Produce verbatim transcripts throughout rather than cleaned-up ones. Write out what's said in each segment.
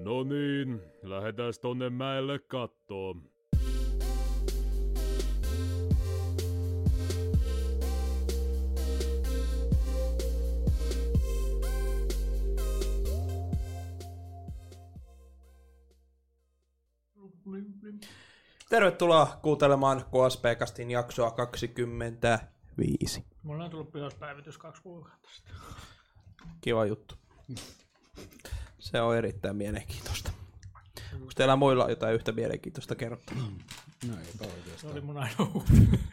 No niin, lähdetään tonne mäelle kattoo. Tervetuloa kuuntelemaan K S P-castin jaksoa kaksikymmentäviisi. Mulla on tullut pihospäivitys kaksi kuukautta sitten. Kiva juttu. Se on erittäin mielenkiintoista. Onko teillä muilla jotain yhtä mielenkiintoista kerrottavaa? No eipä oikeastaan. Se oli mun ainoa.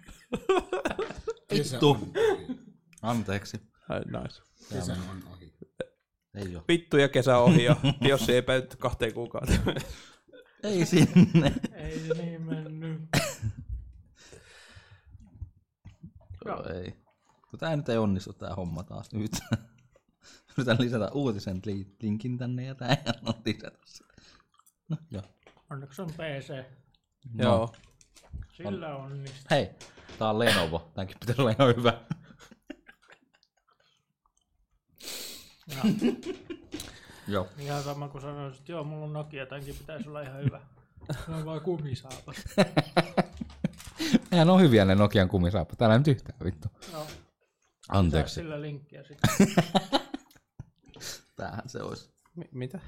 Vittu. Anteeksi. Ai, nice. Kesä on ohi. Ei oo. Vittu ja kesä ohi ja jos ei päytty kahteen kuukauteen. Ei sinne. Ei se niin mennyt. Joo, ei. Tää nyt ei onnistu tää homma taas nyt. Yritän lisätä uutisen linkin tänne ja tää ei anna lisätä sitä. No joo. Onneksi on P C. No. Joo. Sillä on niistä. Hei, tää on Lenovo. Tänkin pitäisi olla ihan hyvä. Ja, Joo. ihan sama kuin sanoisit, että joo, mulla on Nokia, tämänkin pitäisi olla ihan hyvä. Se on vaan kumisaapas. Eihän on hyviä ne Nokian kumisaappa. Täällä ei nyt yhtään vittu. No, Anteeksi. sillä linkkiä sitten. Tämähän se olisi. Mi- mitä?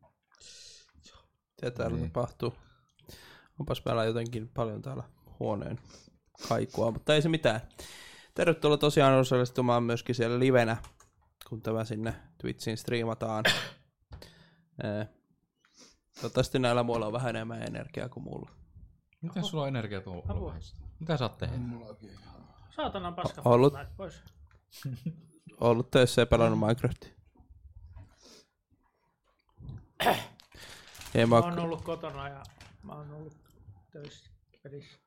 Mitä täällä Niin. tapahtuu? Onpas meillä jotenkin paljon täällä huoneen kaikua, mutta ei se mitään. Tervetuloa tosiaan osallistumaan myöskin siellä livenä, kun tämä sinne Twitchiin striimataan. Eh, Toivottavasti näillä muilla on vähän enemmän energiaa kuin mulla. Miten sulla on energiaa tuolla Apua. vaiheessa? Mitä sä oot tehnyt? Mullakin ihan. Saatanan paska. Ollut. Näet pois. Ollut töissä ja pelannut Minecraftia. Ei Mä mä oon ollut kotona ja mä oon ollut töissä pelissä.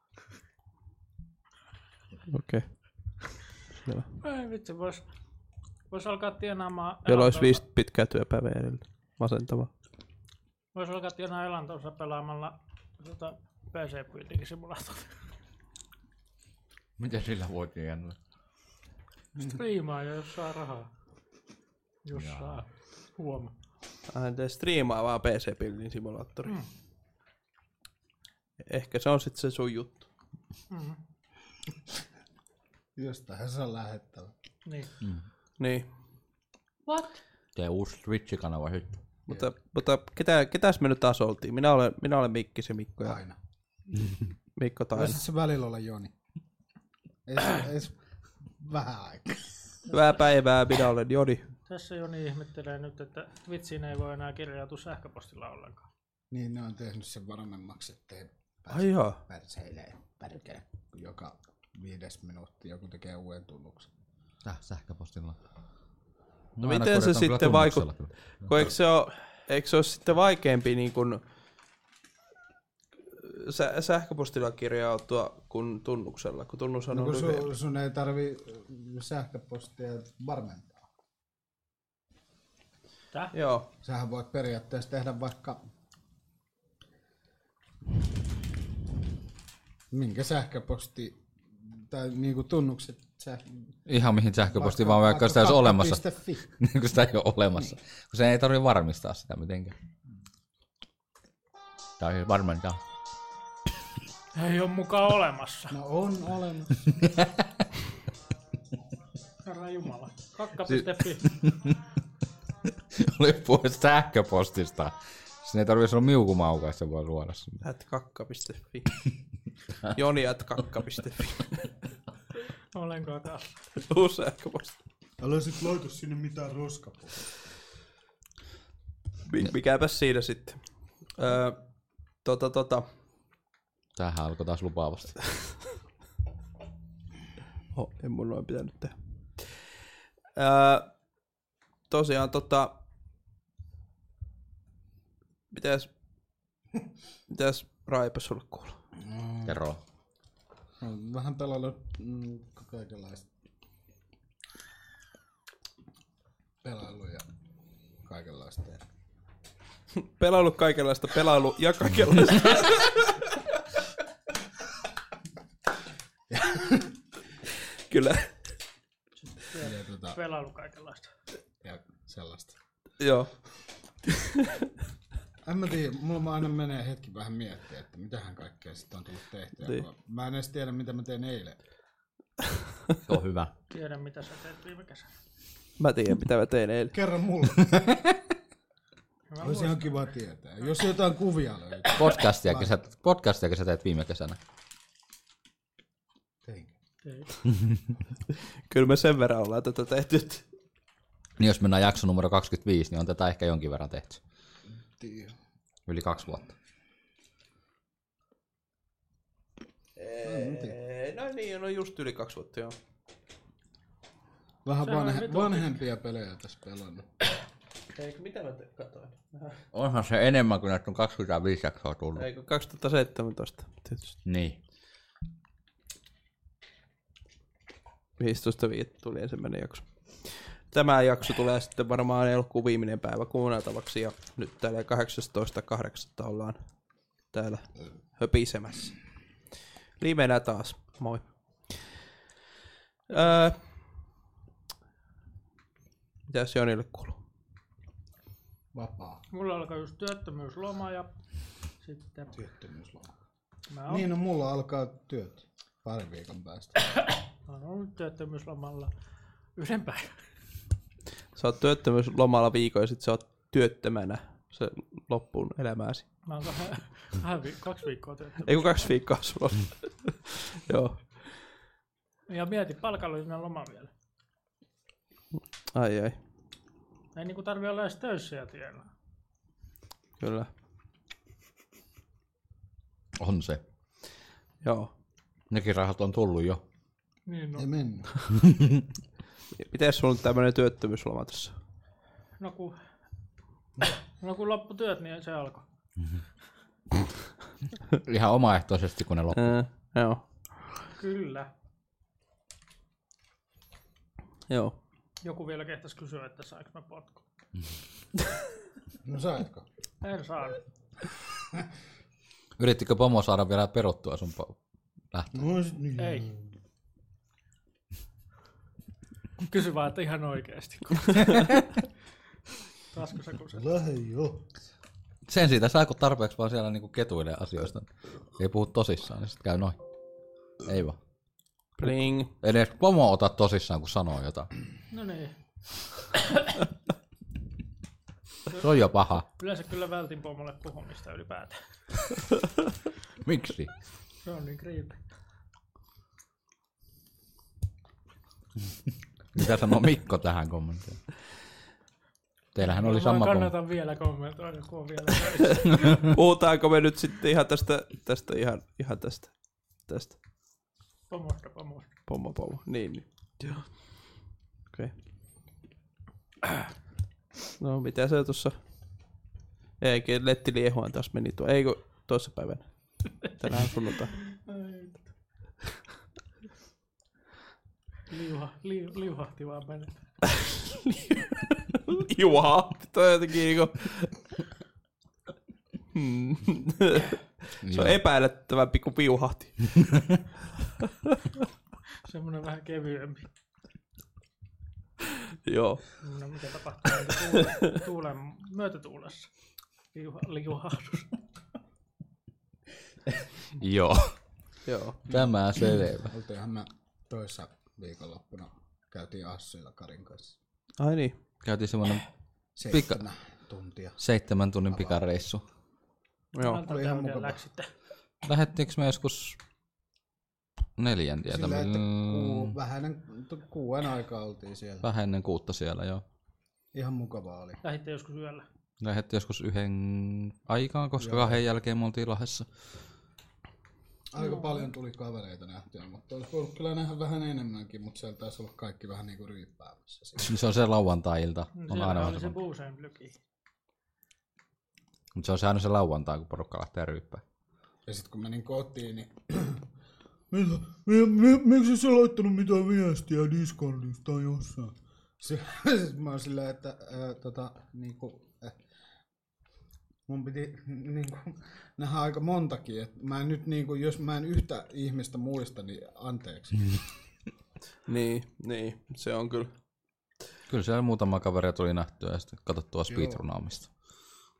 Okei. Ei vitsi, vois, vois alkaa tienaamaan Vielä olisi elantonsa- viisi pitkää työpäivää edellä. Masentavaa. Vois alkaa tienaa elantonsa pelaamalla tota P C Building Simulatoria. Miten sillä voi tiennyt? Striimaa ja jos saa rahaa. Jos Jaa. saa. Huoma. Hän tee striimaa vaan P C-Building simulaattori. Mm. Ehkä se on sitten se sun juttu. Mm. Jostain se on lähettävä. Niin. Mm. Niin. What? Tee uusi Twitch-kanava sitten. Mutta, mutta ketä, ketäs me nyt taas oltiin? Minä olen, minä olen Mikki, se Mikko ja Aina. Mikko Taina. Voisi se välillä olla Joni. Ei se, ei se vähän aikaa. Hyvää päivää, minä olen Joni. Tässä Joni ihmettelee nyt, että Twitchiin ei voi enää kirjautua sähköpostilla ollenkaan. Niin ne on tehnyt sen varmemmaksi, ettei Ai joo. pärseilee pärkeä, kun joka viides minuutti joku tekee uuden tunnuksen. Täh, sähköpostilla. No miten se sitten vaikuttaa? Kun eikö se ole, eikö se ole sitten vaikeampi niin kuin sä, sähköpostilla kirjautua kuin tunnuksella, kun tunnus on No kun lyhyempi. sun, sun ei tarvi sähköpostia varmentaa. Tää? Joo. Sähän voit periaatteessa tehdä vaikka minkä sähköposti tai niinku tunnukset sä, Ihan mihin sähköposti, vaan vaikka sitä ei ole olemassa. .fi. Niin kuin sitä ei ole olemassa. Kun se ei tarvitse varmistaa sitä mitenkään. Tai varmentaa. Ei oo mukaan olemassa. No on olemassa. Herra Jumala. Kakka piste fi. Oli pois sähköpostista. Sinne ei tarvitse olla miukumaukaa, se voi luoda sinne. at kakka piste fi. Joni at kakka piste fi. Olenko taas? Uusi sähköposti. Älä sit laita sinne mitään roskapohjaa. Mi- mikäpäs siinä sitten. Öö, tota tota. Tämähän alkoi taas lupaavasti. Oh, en mun noin pitänyt tehdä. Öö, tosiaan tota. Mitäs, mitäs Raipe sulle kuuluu? Kerro. Olen vähän pelannut mm, kaikenlaista pelailuja kaikenlaista. Pelailu kaikenlaista, pelailu ja kaikenlaista. Kyllä. Ja, tota, Pelailu kaikenlaista. ja sellaista. Joo. En mä tiedä, mulla aina menee hetki vähän miettiä, että mitähän kaikkea sitten on tullut tehtyä. Niin. Mä en edes tiedä, mitä mä tein eilen. Se on hyvä. Tiedän, mitä sä teet viime kesänä. Mä tiedän, mitä mä tein eilen. Kerran mulle. Hyvä Olisi ihan kiva tietää. Jos jotain kuvia löytyy. Podcastia, sä, podcastia sä teet viime kesänä. Teinkö? Ei. Kyllä me sen verran ollaan tätä tehty. Niin jos mennään jakso numero kaksikymmentäviisi, niin on tätä ehkä jonkin verran tehty. Tiedä. Yli kaksi vuotta. Ei, no niin, no just yli kaksi vuotta, joo. Vähän Se on vanhe, vitun vanhempia pelejä tässä pelannut. Eikö, mitä mä te- katoin? Onhan se enemmän kuin näitä on kaksikymmentäviisi jaksoa tullut. Eikö kaksituhattaseitsemäntoista tietysti. Niin. viidestoista viidettä tuli ensimmäinen jakso. Tämä jakso tulee sitten varmaan elokuun viimeinen päivä kuunneltavaksi ja nyt täällä kahdeksastoista kahdeksatta ollaan täällä höpisemässä. Livenä taas, moi. Öö, mitäs Jonille kuuluu? Vapaa. Mulla alkaa just työttömyysloma ja sitten Työttömyysloma. mä oon, Niin, no mulla alkaa työt pari viikon päästä. mä oon ollut työttömyyslomalla yhden päivän. Sä oot työttömyyslomalla viikon ja sit sä oot työttömänä se loppuun elämääsi. Mä oon kahden, kahden viik- kaksi viikkoa työttömyys. Ei kun kaksi viikkoa sulla on. Joo. Ja mieti, palkallinen loma vielä. Ai ai, Ei niinku tarvi olla edes töissä ja tienaa. kyllä. On se. Joo. Nekin rahat on tullut jo. Niin no. Ei mennyt. Miten sulla on tämmönen työttömyysloma tässä? No kun, no kun loppu työt, niin se alkoi. Ihan omaehtoisesti, kun ne loppuu. Ää, joo. Kyllä. Joo. Joku vielä kehtäisi kysyä, että saanko mä potku. No saitko? En saanut. Yrittikö pomo saada vielä peruttua sun po- lähtö? No sit niin. Ei. Kysy vaan, että ihan oikeesti. Taasko sä kuset? Lähe jo. Sen siitä saa, kun tarpeeksi vaan siellä niinku ketuilee asioista. Ei puhu tosissaan, niin sit käy noin. Ei vaan. Bling. Ei edes pomo ota tosissaan, kun sanoo jotain. No niin. Se on jo paha. Yleensä kyllä vältin pomolle puhumista ylipäätään. Miksi? Se on niin creepy. Mitä sanoo Mikko tähän kommenttiin? Teillähän oli Mä sama pomo. kannatan vielä kommentoida, kun on vielä töissä. Puhutaanko me nyt sitten ihan tästä, tästä ihan, ihan tästä, tästä. Pomosta, pomosta. Pomo, pomo. Niin, niin. Joo. Okei. Okay. No, mitä se tuossa? Eikä Letti Liehuan taas meni tuo. Eikö toissa päivänä? Tänään sunnuntai. Liuha, li, liuhahti vaan menet. Juha, toi on jotenkin niinku... Hmm. Se on epäilettävämpi kuin piuhahti. Semmoinen vähän kevyempi. Joo. No mitä tapahtuu tuulen, tuulen myötätuulessa? Liuha, liuhahdus. Joo. Joo. Tämä selvä. Oltiinhan me toissa viikonloppuna käytiin Assuilla Karin kanssa. Ai niin. Käytiin semmonen Seitsemän tuntia. seitsemän tunnin pikareissu. Joo. Malta oli ihan te oikein mukavaa. läksitte. Lähettiinkö me joskus neljän tietä? Sillä, että kuu, vähäinen, kuuden aikaa oltiin siellä. Vähän ennen kuutta siellä, joo. Ihan mukavaa oli. Lähditte joskus yöllä. Lähettiin joskus yhden aikaan, koska Joo. kahden jälkeen me oltiin Lahdessa. Aika paljon tuli kavereita nähtyä, mutta olisi voinut kyllä nähdä vähän enemmänkin, mutta siellä taisi olla kaikki vähän niinku ryyppäämässä. siinä. Se on se lauantai-ilta. On Siellä aina oli vähän se se, Buuseen blyki. mutta se on se aina se lauantai, kun porukka lähtee ryyppään. Ja sitten kun menin kotiin, niin Mitä? Mi- mi- miksi sä laittanut mitään viestiä Discordista tai jossain? Siis mä oon silleen, että ää, tota, niinku, äh, mun piti niinku, nähdä aika montakin, että mä en nyt niinku, jos mä en yhtä ihmistä muista, niin anteeksi. Niin, niin, se on kyllä. Kyllä siellä muutama kaveri tuli nähtyä ja sitten katsottua speedrunaamista.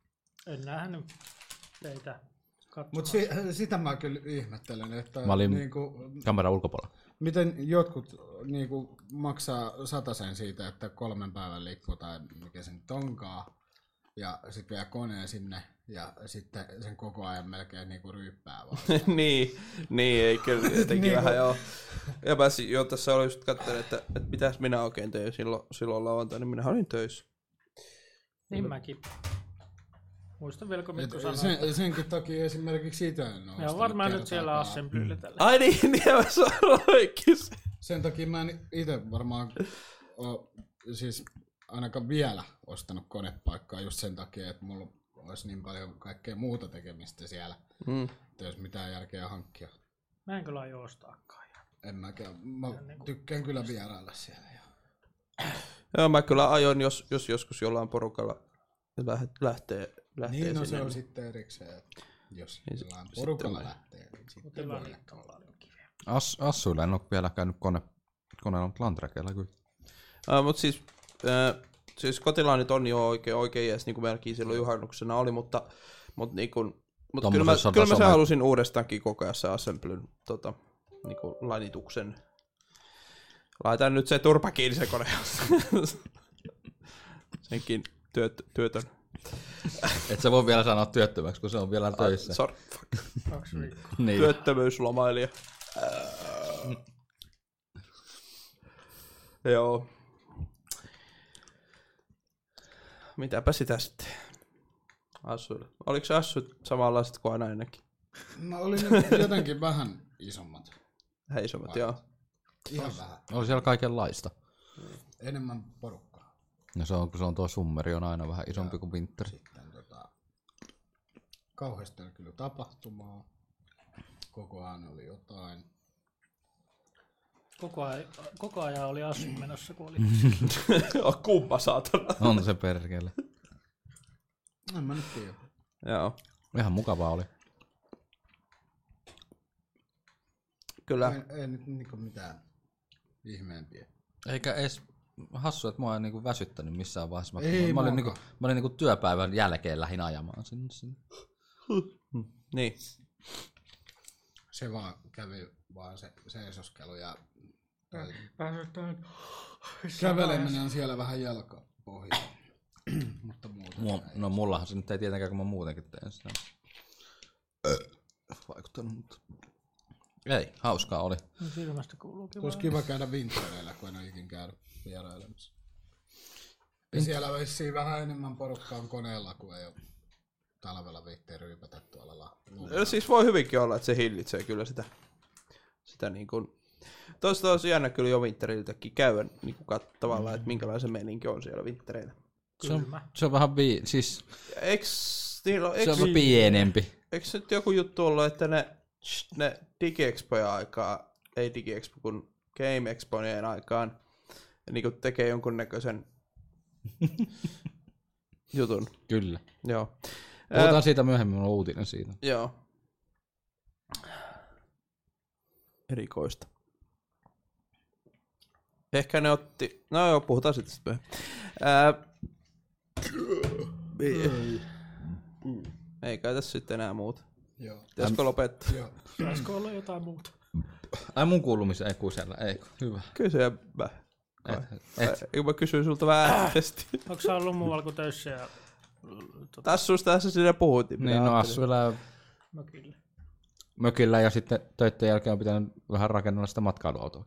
En nähnyt teitä katsomassa. Mut si- sitä mä kyllä ihmettelen, että Mä olin niinku, kameran ulkopuolella. miten jotkut niinku maksaa satasen siitä, että kolmen päivän lippu tai mikä se nyt onkaan, ja sitten vie koneen sinne, ja sitten sen koko ajan melkein niinku ryyppää vaan. niin, niin, ei kyllä jotenkin Niin vähän kuin- joo. Ja mä si- jo tässä olin just katsoin, että, että mitäs minä oikein tein silloin, silloin lauantaina, niin minä olin töissä. Niin mäkin. Muistan vielä, kun Mikko Et sanoi. sen, senkin takia esimerkiksi sitä en ole Ne on ostanut varmaan nyt kertaakaan. siellä assemblyllä tällä. Ai niin, niin mä sanoinkin se. Sen takia mä en itse varmaan ole, siis ainakaan vielä ostanut konepaikkaa just sen takia, että mulla olisi niin paljon kaikkea muuta tekemistä siellä, Mm. että jos mitään järkeä hankkia. Mä en kyllä aio ostaakaan. En mäkään. Mä tykkään kyllä vierailla siellä. Joo, mä kyllä ajoin, jos, jos joskus jollain porukalla lähtee, lähtee, lähtee Niin, no sinne. se on sitten erikseen, että jos Niin se- jollain sitten porukalla on- lähtee, niin sitten Potilaan voi liikkeellä oli kiveä. As, Assuilla en ole vielä käynyt kone, koneella, mutta Landträkellä kyllä. Uh, mutta siis, uh, siis kotilaanit on jo oikein, oikein jees, niin kuin meilläkin silloin juhannuksena oli, mutta, mutta, niin kuin, mutta kyllä, mä, Tommosessa kyllä mä sen tasoma- halusin uudestaankin koko ajan se assemblyn tota, niin kuin lanituksen. Laitan nyt se turpa kiinni se kone. Senkin työt, työtön. Et sä voi vielä sanoa työttömäksi, kun se on vielä töissä. Sorry, fuck. Kaksi viikkoa. Niin. Työttömyyslomailija. Joo. Mitäpä sitä sitten? Assuilla. Oliko se assut samanlaiset kuin aina ennenkin? Mä olin nyt jotenkin vähän isommat. Heisommat, joo. Ihan vähän. Oli siellä kaikenlaista. Enemmän porukkaa. No se on, kun se on tuo summeri on aina vähän isompi kuin Winteri. Sitten tota, kauheasti oli kyllä tapahtumaa. Koko ajan oli jotain. Koko ajan, koko ajan oli assu menossa, kun oli. Oh, kumpa saatana. On se perkele. En mä nyt tiedä. Joo. Ihan mukavaa oli. Kyllä. Ei, ei nyt niinku mitään ihmeempiä. Eikä edes hassu, että mua ei niinku väsyttänyt missään vaiheessa. Mä, Ei mä olin, muakaan. niinku, mä olin niinku työpäivän jälkeen lähin ajamaan sinne. sinne. Niin. Se vaan kävi vaan se seisoskelu ja toi Pääsetään. käveleminen on siellä vähän jalka pohjalla. Mutta muuten Mua, ei. no mullahan se nyt ei tietenkään, kun mä muutenkin teen sitä. Vaikuttanut, mutta... Ei, hauskaa oli. Silmästä kuuluukin Olisi vaan. kiva käydä Wintereillä, kun en ole ikin käynyt vierailemassa. Ja siellä vissiin vähän enemmän porukkaa on koneella, kun ei ole talvella viittee ryypätä tuolla la- lumella. No, siis voi hyvinkin olla, että se hillitsee kyllä sitä, sitä niin kuin... Toista olisi jännä kyllä jo Winteriltäkin käydä niin kuin kat- tavallaan, että minkälainen se meininki on siellä Wintereillä. Se on, Kylmä. se on vähän vi... siis Eiks, niillä on, se eiks, on vähän pienempi. eiks nyt joku juttu ollut, että ne, ne DigiExpojen aikaa, ei DigiExpo, kun Game Expojen aikaan, niin kuin tekee jonkunnäköisen jutun. Kyllä. Joo. Puhutaan Ää, siitä myöhemmin, on uutinen siitä. Joo. Erikoista. Ehkä ne otti... No joo, puhutaan sitten sitten myöhemmin. Ää... Ei kai tässä sitten enää muuta. Joo. Pitäisikö lopettaa? Joo. Saisiko olla jotain muuta? Ai mun kuulumisen ei kuin siellä, ei kun hyvä. Kysyä mä. Et, et. Et. Mä kysyin sulta vähän äänesti. Onko sä ollut muualla kuin töissä ja tota, Tassusta tässä sinne puhuttiin. Niin no Assu elää mökillä? mökillä ja sitten töiden jälkeen on pitänyt vähän rakennella sitä matkailuautoa.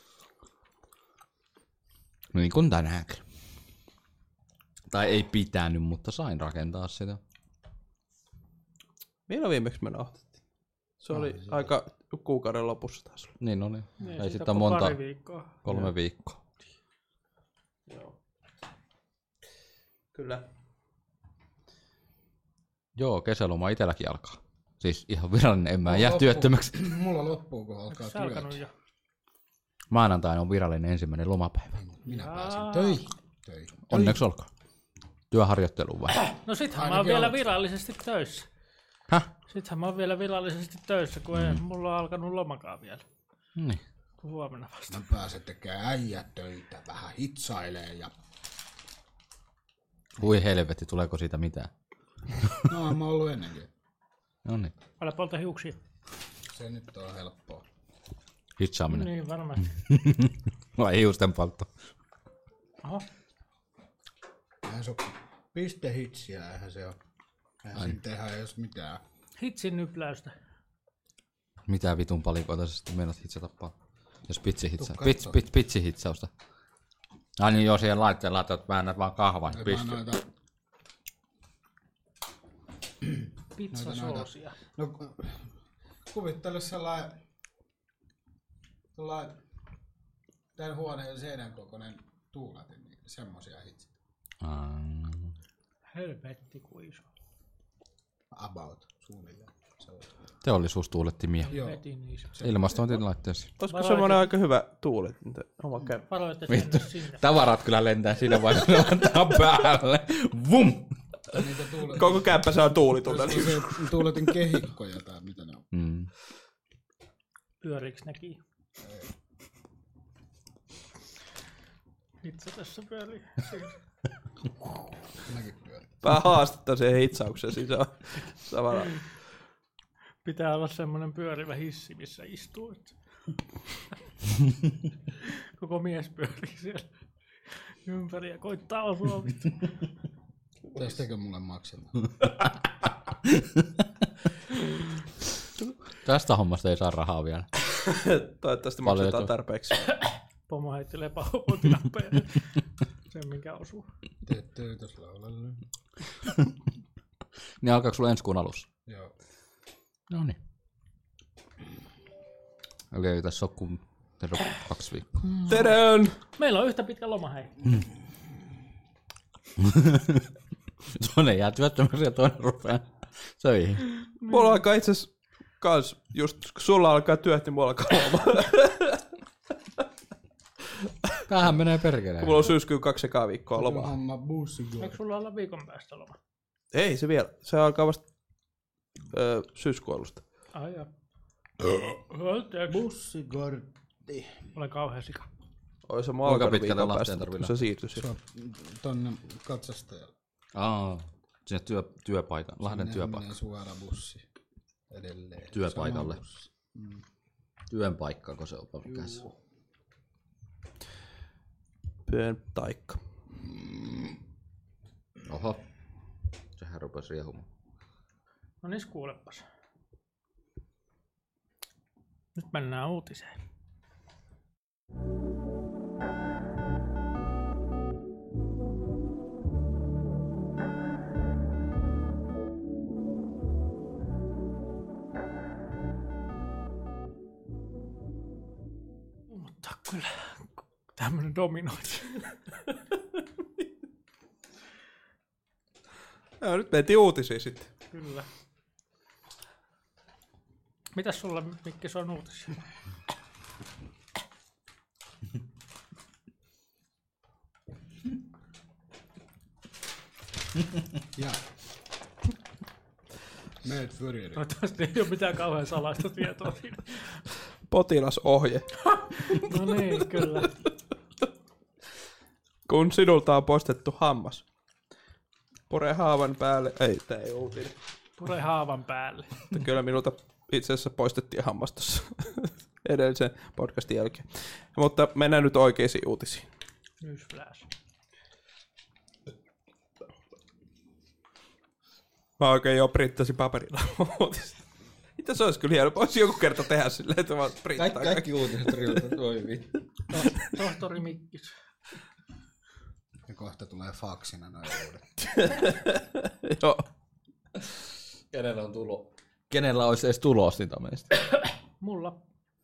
Niin kuin tänäänkin. Tai ei pitänyt, mutta sain rakentaa sitä. Milloin viimeksi me nauhoitettiin? Se oli aika kuukauden lopussa taas. Niin oli. Niin, Ei siitä sitten on monta, pari viikkoa. kolme viikkoa. Joo. Kyllä. Joo, kesäloma itselläkin alkaa. Siis ihan virallinen, en mä jää Loppuu. työttömäksi. Mulla loppuu, kun alkaa Se alkanut työt. jo. Maanantaina on virallinen ensimmäinen lomapäivä. Minä Jaa. pääsin töihin. töihin. Onneksi olkoon. Työharjoitteluun vai? No sittenhän mä Ainakin oon vielä aluksi. virallisesti töissä. Häh? Sittenhän mä oon vielä virallisesti töissä, kun ei mulla on alkanut lomakaan vielä. Niin. Kun huomenna vasta. Mä pääsen tekemään äijät töitä, vähän hitsailee ja Voi helvetti, tuleeko siitä mitään? No, mä oon ollut ennenkin. No niin. Älä polta hiuksia. Se nyt on helppoa. Hitsaaminen. Niin, varmasti. Vai hiusten poltto. Oho. Eihän se ole pistehitsiä, eihän se ole. Eihän siinä tehdä jos mitään. Hitsin nypläystä. Mitä vitun palikoita sä sitten meinaat hitsata paljon? Jos pitsi hitsaa. Tuu Pits, kattoo. pits, pitsi hitsausta. Ai niin joo, siihen laitteen laitat, että väännät vaan kahvan. Mä Pisti. noita, Pizzasoosia. no kuvittele sellainen, sellainen tämän huoneen seinän kokoinen tuulatin, niin semmosia hitsit. Mm. Helvetti kuin iso. About, suunnilleen. Sellainen. Teollisuustuulettimia. Joo. Helvetin iso. Ilmastointilaitteessa. Olisiko Varoitus. semmoinen aika hyvä tuuli? Oma käy. Varo, että Vittu. sinne sinne. Tavarat kyllä lentää siinä vaiheessa, ne antaa päälle. Vum! Niitä tuuletin, Koko kämppä saa tuulitunnel. se tuuletin kehikkoja tai mitä ne on. Mm. Pyöriiks nekin? Itse tässä pyörii. Näkin pyörii. Vähän haastetta siihen hitsaukseen sisään. Samalla. Pitää olla semmonen pyörivä hissi, missä istuu. että Koko mies pyörii siellä ympäri ja koittaa osua. vittu. Tästäkö mulle maksetaan? Tästä hommasta ei saa rahaa vielä. Toivottavasti Paljon maksetaan etu. tarpeeksi. Pomo heittelee pahoinvointinappeja. Sen minkä osuu. Teet töitä laulalle. Niin alkaako sulla ensi kuun alussa? Joo. No niin. Eli ei tässä ole kuin terve kaksi viikkoa. Terön! Meillä on yhtä pitkä loma, hei. Toinen jää työttömäksi ja toinen rupeaa söihin. Mulla alkaa itse asiassa kans, just kun sulla alkaa työt, niin mulla alkaa loma. Tämähän menee perkeleen. Mulla on syyskuun kaksi ekaa viikkoa lomaa. Homma bussi. Eikö sulla olla viikon päästä loma? Ei se vielä. Se alkaa vasta öö, syyskuun alusta. Ai joo. Anteeksi. Bussikortti. Olen kauhean sika. Ois se mun Kuinka alkanut pitkälle viikon lapseen päästä, tarvii kun se siirtyi Se siihen. on tonne katsastajalle. Aa, sinne työ, työpaikan, Lahden Sinne työpaikka. menee suora bussi. Edelleen. Työpaikalle. Sama bussi. Mm. Työn paikka, kun se on käs. Pyön taikka. Oho. Sehän rupesi riehumaan. No niin, kuulepas. Nyt mennään uutiseen. Mutta kyllä tämmönen dominointi. Joo, nyt mentiin uutisiin sitten. Kyllä. Mitäs sulla, Mikki, se on uutisia? Ja. Meet Fyrjeri. Toivottavasti ei ole mitään kauhean salaista tietoa siinä. Potilasohje. No niin, kyllä. Kun sinulta on poistettu hammas. Pure haavan päälle. Ei, tää ei uutinen. Pure haavan päälle. Mutta kyllä minulta itse asiassa poistettiin hammas tuossa edellisen podcastin jälkeen. Mutta mennään nyt oikeisiin uutisiin. Newsflash. Mä oikein jo printtasin paperilla uutiset. Mitä se olisi kyllä hieno? Voisi joku kerta tehdä silleen, että vaan printtaa Kaikki, kaikki uutiset riutat, voi vittu. Tohtori Mikkis. Ja kohta tulee faksina noin uudet. Joo. Kenellä on tulo? Kenellä olisi edes tulostinta meistä? Mulla.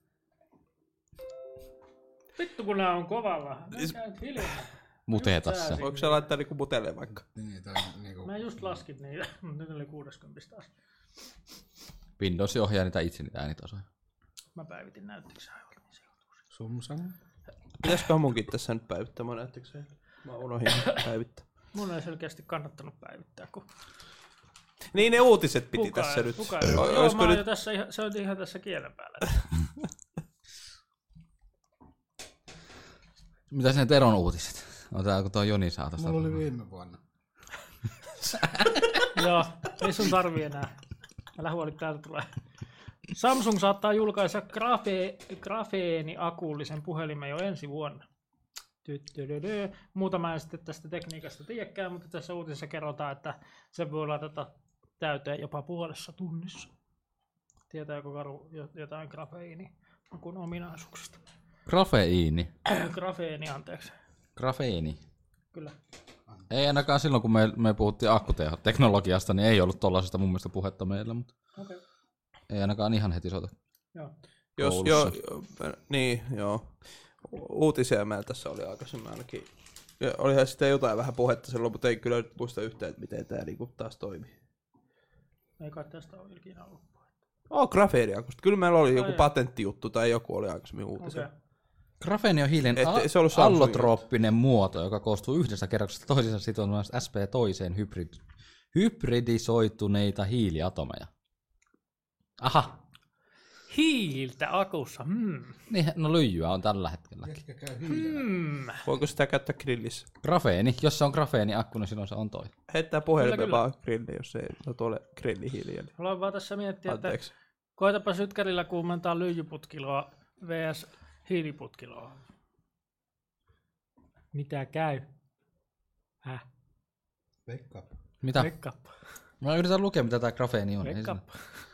Vittu kun nää on kovalla. Mä käyt hiljaa. Muteetassa. Voiko se laittaa niinku mutelle vaikka? Niin, toi niinku... Mä just laskin niitä, mutta nyt oli kuusikymmentä taas. Windows ohjaa niitä itse niitä äänitasoja. Mä päivitin näyttöksi aivan. Sumsan. Pitäisiköhän munkin tässä nyt päivittää? Mä näyttekö se? Mä unohdin päivittää. Mun ei selkeästi kannattanut päivittää, kun Niin ne uutiset piti kukaan, tässä nyt. kukaan ei. O- Joo, olisiko mä oon nyt... jo tässä, ihan- se on ihan tässä kielen päällä. Mitä ne Teron uutiset? Otetaanko tuo Joni saatosta? Mulla oli viime vuonna. Joo, ei sun tarvii enää. Älä huoli, täältä tulee. Samsung saattaa julkaista grafe, grafeeniakuullisen puhelimen jo ensi vuonna. Tyttydydy. Muuta mä en sitten tästä tekniikasta tiedäkään, mutta tässä uutisessa kerrotaan, että se voi ladata täyteen jopa puolessa tunnissa. Tietääkö Karu jotain grafeeniakun ominaisuuksista? Grafeiini. Grafeeni, anteeksi. Grafeeni. Kyllä. Ei ainakaan silloin, kun me, me puhuttiin akkuteknologiasta, niin ei ollut tollaisesta mun mielestä puhetta meillä, mutta Okay. ei ainakaan ihan heti sota. Joo. Jos, Koulussa. jo, jo, niin, joo. Uutisia meillä tässä oli aikaisemmin ainakin. Ja olihan sitten jotain vähän puhetta silloin, mutta ei kyllä nyt muista yhtään, että miten tämä niinku taas toimii. Ei kai tästä ole ikinä ollut. Oh, grafeeniakusta. Kyllä meillä oli joku Ai, patenttijuttu tai joku oli aikaisemmin uutisia. Okay. Grafeeni on hiilen Ette- a- se ollut Samsungin allotrooppinen muoto, joka koostuu yhdestä kerroksesta toisensa sitomasta S P toiseen hybrid, hybridisoituneita hiiliatomeja. Aha, Hiiltä akussa. Hmm. niin, no lyijyä on tällä hetkellä. Ketkä käy hiljaa. Hmm. Voiko sitä käyttää grillissä? Grafeeni, jos se on grafeeniakku, niin silloin se on toi. Heittää Kyllä, puhelimen kyllä. vaan grilliin, jos ei no tuolle grillihiiliä. Niin. Haluan vaan tässä miettiä, että Anteeksi. koetapa sytkärillä kuumentaa lyijyputkiloa versus hiiliputkiloa. Mitä käy? Häh? Wake up. Mitä? Wake up. Mä yritän lukea, mitä tää grafeeni on. Ei Wake se- up.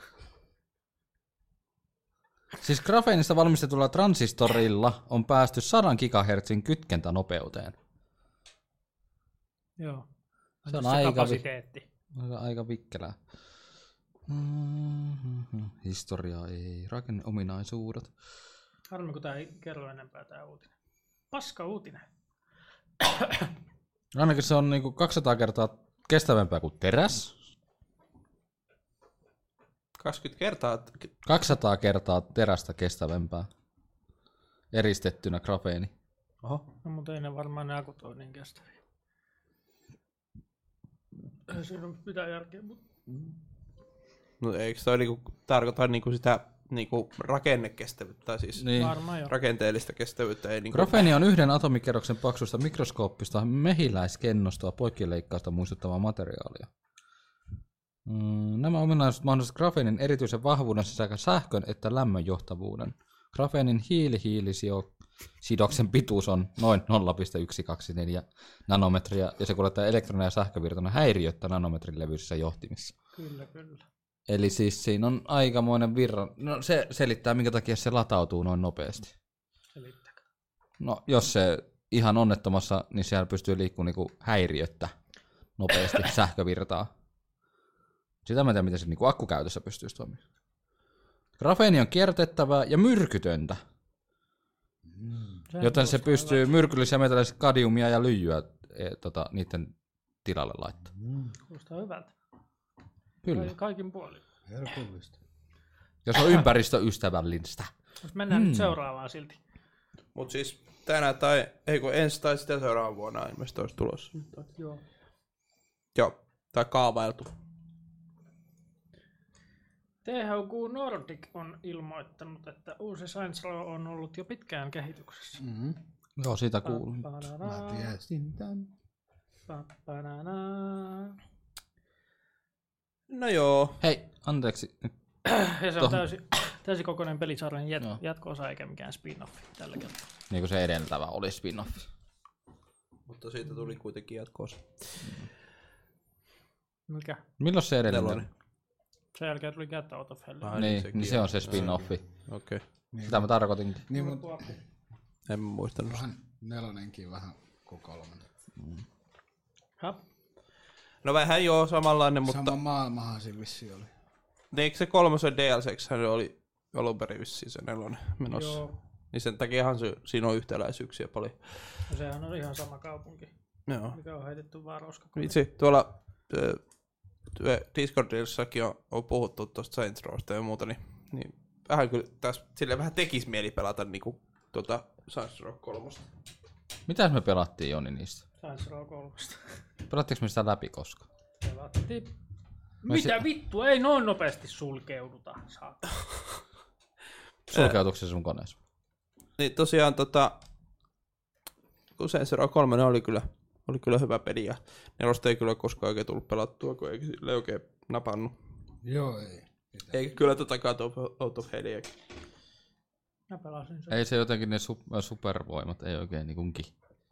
Siis grafeenista valmistetulla transistorilla on päästy sadan gigahertsin kytkentänopeuteen. Joo. Se on Entäs aika vi- kapasiteetti. Se on aika vikkelää. Mm-hmm. Historia ei, rakenneominaisuudet. Harmi, kun tää ei kerro enempää tää uutinen. Paska uutinen. Ainakin se on niinku kaksisataa kertaa kestävämpää kuin teräs. kaksikymmentä kertaa. kaksisataa kertaa terästä kestävämpää. Eristettynä grafeeni. Oho. No, mutta ei ne varmaan ne akut ole niin kestäviä. Ei siinä ole mitään järkeä, mutta No eikö toi niinku tarkoita niinku sitä niinku rakennekestävyyttä, tai siis Niin. varmaan jo. rakenteellista kestävyyttä ei niinku... Grafeeni on yhden atomikerroksen paksusta mikroskooppista mehiläiskennostoa poikkileikkausta muistuttavaa materiaalia. Mm, nämä ominaisuudet mahdollistavat grafeenin erityisen vahvuuden sekä sähkön että lämmön johtavuuden. Grafeenin hiili-hiilisidoksen pituus on noin nolla pilkku yksi kaksi neljä nanometriä ja se kuljettaa elektroneja ja sähkövirtana häiriöttä nanometrin levyisissä johtimissa. Kyllä, kyllä. Eli siis siinä on aikamoinen virran. No se selittää, minkä takia se latautuu noin nopeasti. Selittäkö? No jos se ihan onnettomassa, niin siellä pystyy liikkumaan niinku häiriöttä nopeasti sähkövirtaa. Sitä mä en tiedä, miten se niinku akkukäytössä pystyisi toimimaan. Grafeeni on kierrätettävää ja myrkytöntä, Sehän joten se kuulostaa pystyy hyvältä. myrkyllisiä metallisia kadmiumia ja lyijyä e, tota, niiden tilalle laittaa. Kuulostaa hyvältä. Kyllä. Ka- Kaikin puolin. Herkullista. Ja se on ympäristöystävällistä. Jos mennään Hmm. nyt seuraavaan silti. Mut siis tänä tai, ei kun ensi tai sitä seuraavan vuonna ilmeisesti olisi tulossa. Joo. Joo, tai kaavailtu. T H Q Nordic on ilmoittanut, että uusi Saints Row on ollut jo pitkään kehityksessä. Mm-hmm. Joo, siitä kuuluu. Mä tiesin tän. Pa-pa-na-na. No joo. Hei, anteeksi. Ja se on Tohon. täysin, täysin kokoinen pelisarjan jat- Joo. jatko-osa eikä mikään spin-offi tällä kertaa. Niin kuin se edeltävä oli spin-offi. Mutta siitä tuli kuitenkin jatkoosa. Mikä? Milloin se edeltävä? Nelonen. Sen jälkeen tuli Get Out of Hell. Ai Niin, sekin niin se on. on se spin-offi. Okei. Niin, Sitä mä tarkoitinkin. niin mutta En mä muistanut. vähän nelonenkin vähän kuin kolmonen. Ha? No vähän joo, samanlainen, mutta Sama maailmahan siinä vissiin oli. eikö se kolmosen D L C:ksi hän oli alun perin vissiin se nelonen menossa. Joo. Niin sen takiahan se, siinä on yhtäläisyyksiä paljon. Ja sehän on ihan sama kaupunki, Joo. mikä on heitetty vaan roska. Vitsi, tuolla ö, työ- Discordissakin on, on puhuttu tuosta Saints Rowsta ja muuta, niin, niin vähän kyllä tässä sille vähän tekisi mieli pelata niinku tuota Saints Row kolmosta. Mitäs me pelattiin, Joni, niistä? Saints Row kolmosta. Pelattiinko me sitä läpi koskaan? Pelattiin. Mä Mitä si- vittu, ei noin nopeasti sulkeuduta. Saat. Sulkeutuiko se sun koneessa? Niin tosiaan tota, kun Saints Row kolme oli kyllä oli kyllä hyvä peli ja nelosta ei kyllä koskaan oikein tullut pelattua, kun ei sille oikein napannut. Joo, ei. Eikä kyllä tätä kato Out of Heliäkin. Mä pelasin sen. Ei se jotenkin ne su- supervoimat, ei oikein niinkunkin.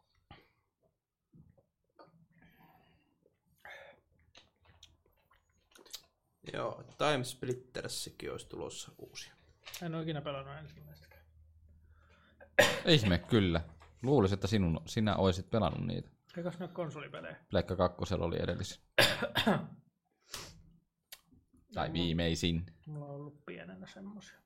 Joo, Time Splittersikin olisi tulossa uusia. En ole ikinä pelannut ensimmäistäkään. Ihme, kyllä. Luulisin, että sinun, sinä olisit pelannut niitä. Eikös ne ole konsolipelejä? Pleikka kakkosella oli edellisin. Tai viimeisin. Mulla on ollut pienenä semmosia.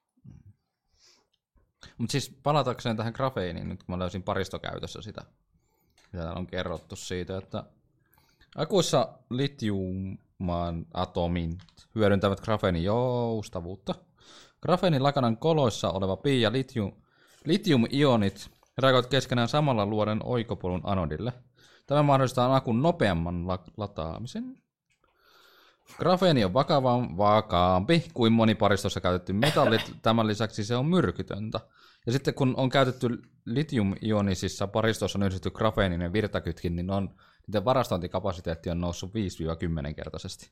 Mutta siis palatakseen tähän grafeeniin, nyt kun mä löysin paristokäytössä sitä, mitä täällä on kerrottu siitä, että akuissa litiumaan atomin hyödyntävät grafeenin joustavuutta. Grafeenin lakanan koloissa oleva pi ja litium, litium-ionit reagoivat keskenään samalla luoden oikopolun anodille. Tämä mahdollistaa akun nopeamman la- lataamisen. Grafeeni on vakavaa, vakaampi kuin moni paristossa käytetty metallit. Tämän lisäksi se on myrkytöntä. Ja sitten kun on käytetty litium-ionisissa paristossa on yhdistetty grafeeninen virtakytkin, niin on, niiden varastointikapasiteetti on noussut viisi kymmenen kertaisesti.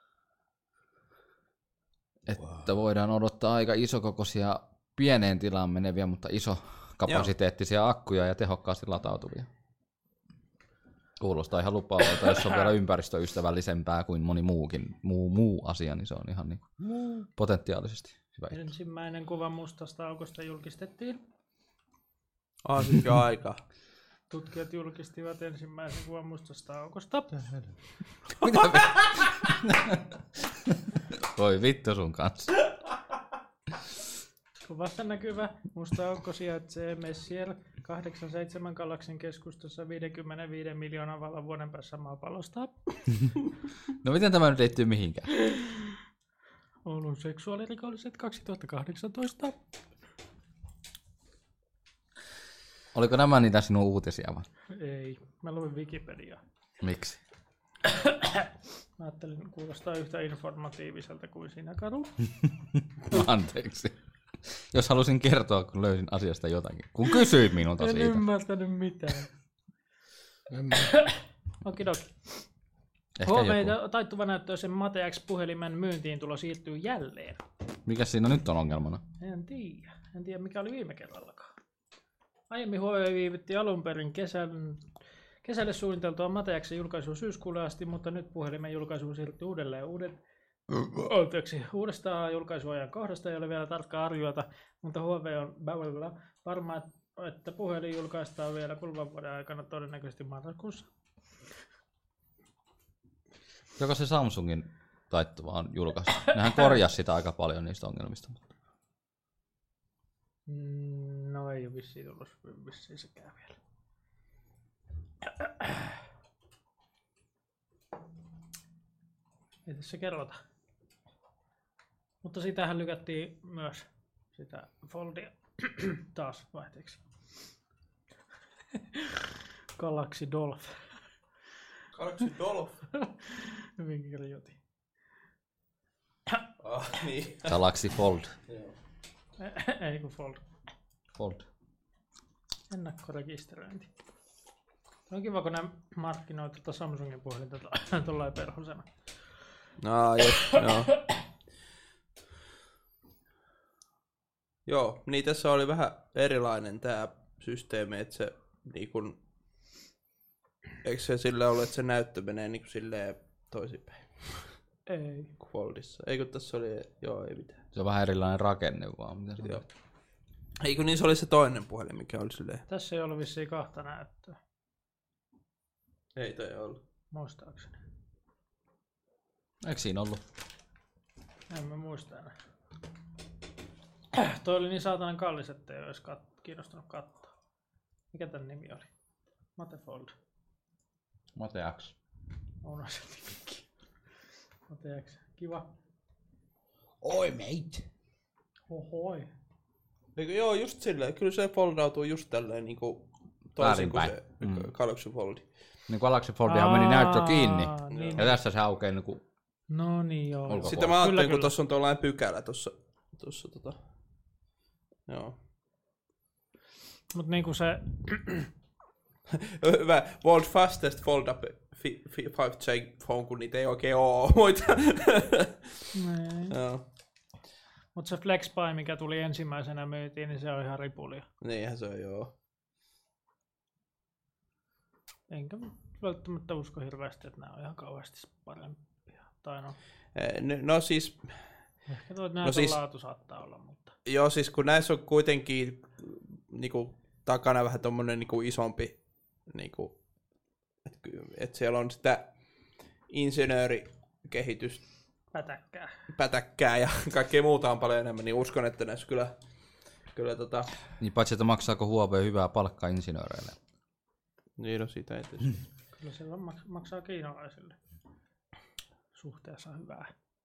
Että voidaan odottaa aika isokokoisia pieneen tilaan meneviä, mutta iso kapasiteettisia akkuja ja tehokkaasti latautuvia. Kuulostaa ihan lupaavalta, jos on vielä ympäristöystävällisempää kuin moni muukin, muu, muu asia, niin se on ihan niin potentiaalisesti hyvä. Ensimmäinen kuva mustasta aukosta julkistettiin. Ah, sitten aika. Tutkijat julkistivat ensimmäisen kuvan mustasta aukosta. Mitä voi vittu sun kanssa. Kuvassa näkyvä musta aukko sijaitsee Messier kahdeksankymmentäseitsemän galaksin keskustassa viisikymmentäviisi miljoonan vallanvuoden päässä maapallosta. No miten tämä nyt liittyy mihinkään? Oulun seksuaalirikolliset kaksituhattakahdeksantoista. Oliko nämä niitä sinun uutisia vai? Ei, mä luin Wikipediaa. Miksi? Mä ajattelin kuulostaa yhtä informatiiviselta kuin sinä, Kadu. Anteeksi. Jos halusin kertoa, kun löysin asiasta jotakin. Kun kysyit minulta En siitä. ymmärtänyt mitään. Okidoki. Ehkä H joku. V-taittuvanäyttöisen Mate X-puhelimen myyntiin tulo siirtyy jälleen. Mikä siinä nyt on ongelmana? En tiedä. En tiedä mikä oli viime kerrallakaan. Aiemmin H V viivytti alun perin kesän, kesälle suunniteltua Mate X:n julkaisua syyskuulle asti, mutta nyt puhelimen julkaisuun siirtyy uudelleen uudet. Anteeksi, uudesta julkaisuajan kohdasta ei ole vielä tarkkaa arviota, mutta H V on bävällä varma, että puhelin julkaistaan vielä kuluvan vuoden aikana todennäköisesti marraskuussa. Joko se Samsungin taittuva on julkaistu? Nehän korjasi sitä aika paljon niistä ongelmista. Mm, no ei ole vissiin tullut vissiin sekään vielä. Ei tässä kerrota. Mutta sitähän lykättiin myös sitä Foldia taas vaihteeksi. Galaxy Dolph. Galaxy Dolph. Hyvinkin kirjoitin. Ah, niin. Galaxy Fold. Ei kun Fold. Fold. Ennakkorekisteröinti. On kiva, kun nämä markkinoi tuota Samsungin puhelinta tuollain perhosena. No, joo, joo. Joo, niin tässä oli vähän erilainen tämä systeemi, että se niin kun, eikö se sillä ole, että se näyttö menee niin kuin silleen toisinpäin? Ei. Foldissa. Eikö tässä oli, joo, ei mitään. Se on vähän erilainen rakenne vaan. Mitä se Joo. on? Eikö niin se oli se toinen puhelin, mikä oli silleen? Tässä ei ollut vissiin kahta näyttöä, Ei toi ollut. muistaakseni. Eikö siinä ollut? En mä muista enää. Toi oli niin saatanan kallis, ettei olisi kat- kiinnostunut katsoa. Mikä tän nimi oli? Mate Fold. Mate X. On se nimikin. Mate X. Kiva. Oi mate. Hohoi. Eikö, joo, just silleen. Kyllä se foldautuu just tälleen niinku toisin kuin se Mm. Galaxy Foldi. Niin Galaxy Foldihan meni näyttö kiinni. Niin. Ja tässä se aukeaa niin No niin joo. Ulkopuolella. Sitten mä ajattelin, Kyllä, kun kyllä. tuossa on tuollainen pykälä tuossa. Tuossa tota. Joo. Mut niinku se Hyvä. World's fastest fold up five G phone, kun niitä ei oikein oo muita. Joo. Mutta se FlexPy, mikä tuli ensimmäisenä myytiin, niin se on ihan ripulia. Niinhän se on, joo. Enkä välttämättä usko hirveästi, että nämä on ihan kauheasti parempia. Tai no. No, no siis... Ehkä tuo näytön no siis, laatu saattaa olla, mutta... Joo, siis kun näissä on kuitenkin niinku, takana vähän tommonen niinku, isompi, niinku, että et siellä on sitä insinöörikehitystä, Pätäkkää. pätäkkää ja kaikkea muuta on paljon enemmän, niin uskon, että näissä kyllä, kyllä tota... Niin paitsi, että maksaako Huawei hyvää palkkaa insinööreille? Niin, no siitä ei tietysti. Kyllä se maks- maksaa kiinalaisille suhteessa hyvää.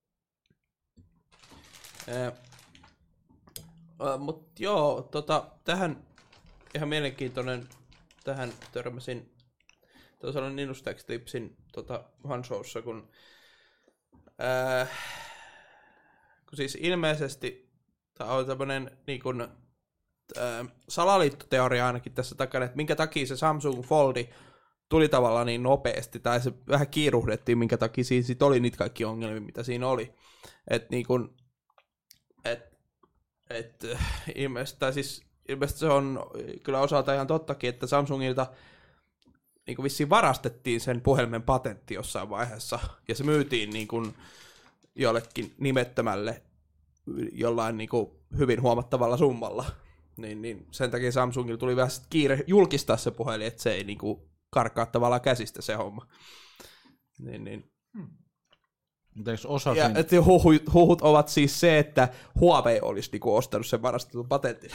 Eh, äh, mut joo, tota, tähän ihan mielenkiintoinen, tähän törmäsin tuossa Ninustech-tipsin tota, Hanshoussa, kun, äh, kun siis ilmeisesti tämä on tämmöinen niin kun, äh, salaliittoteoria ainakin tässä takana, että minkä takia se Samsung Foldi tuli tavallaan niin nopeasti, tai se vähän kiiruhdettiin, minkä takia siinä sit oli niitä kaikki ongelmia, mitä siinä oli. Että niin kun, et, et, ilmeisesti, tai siis, ilmeisesti se on kyllä osalta ihan tottakin, että Samsungilta niin vissiin varastettiin sen puhelimen patentti jossain vaiheessa, ja se myytiin niin kuin jollekin nimettömälle jollain niin kuin hyvin huomattavalla summalla. Niin, niin sen takia Samsungilla tuli vähän kiire julkistaa se puhelin, että se ei niin kuin karkaa tavallaan käsistä se homma. Niin, niin. Hmm. Osa Ja siinä... huhut, huhut ovat siis se, että Huawei olisi niinku ostanut sen varastetun patentin.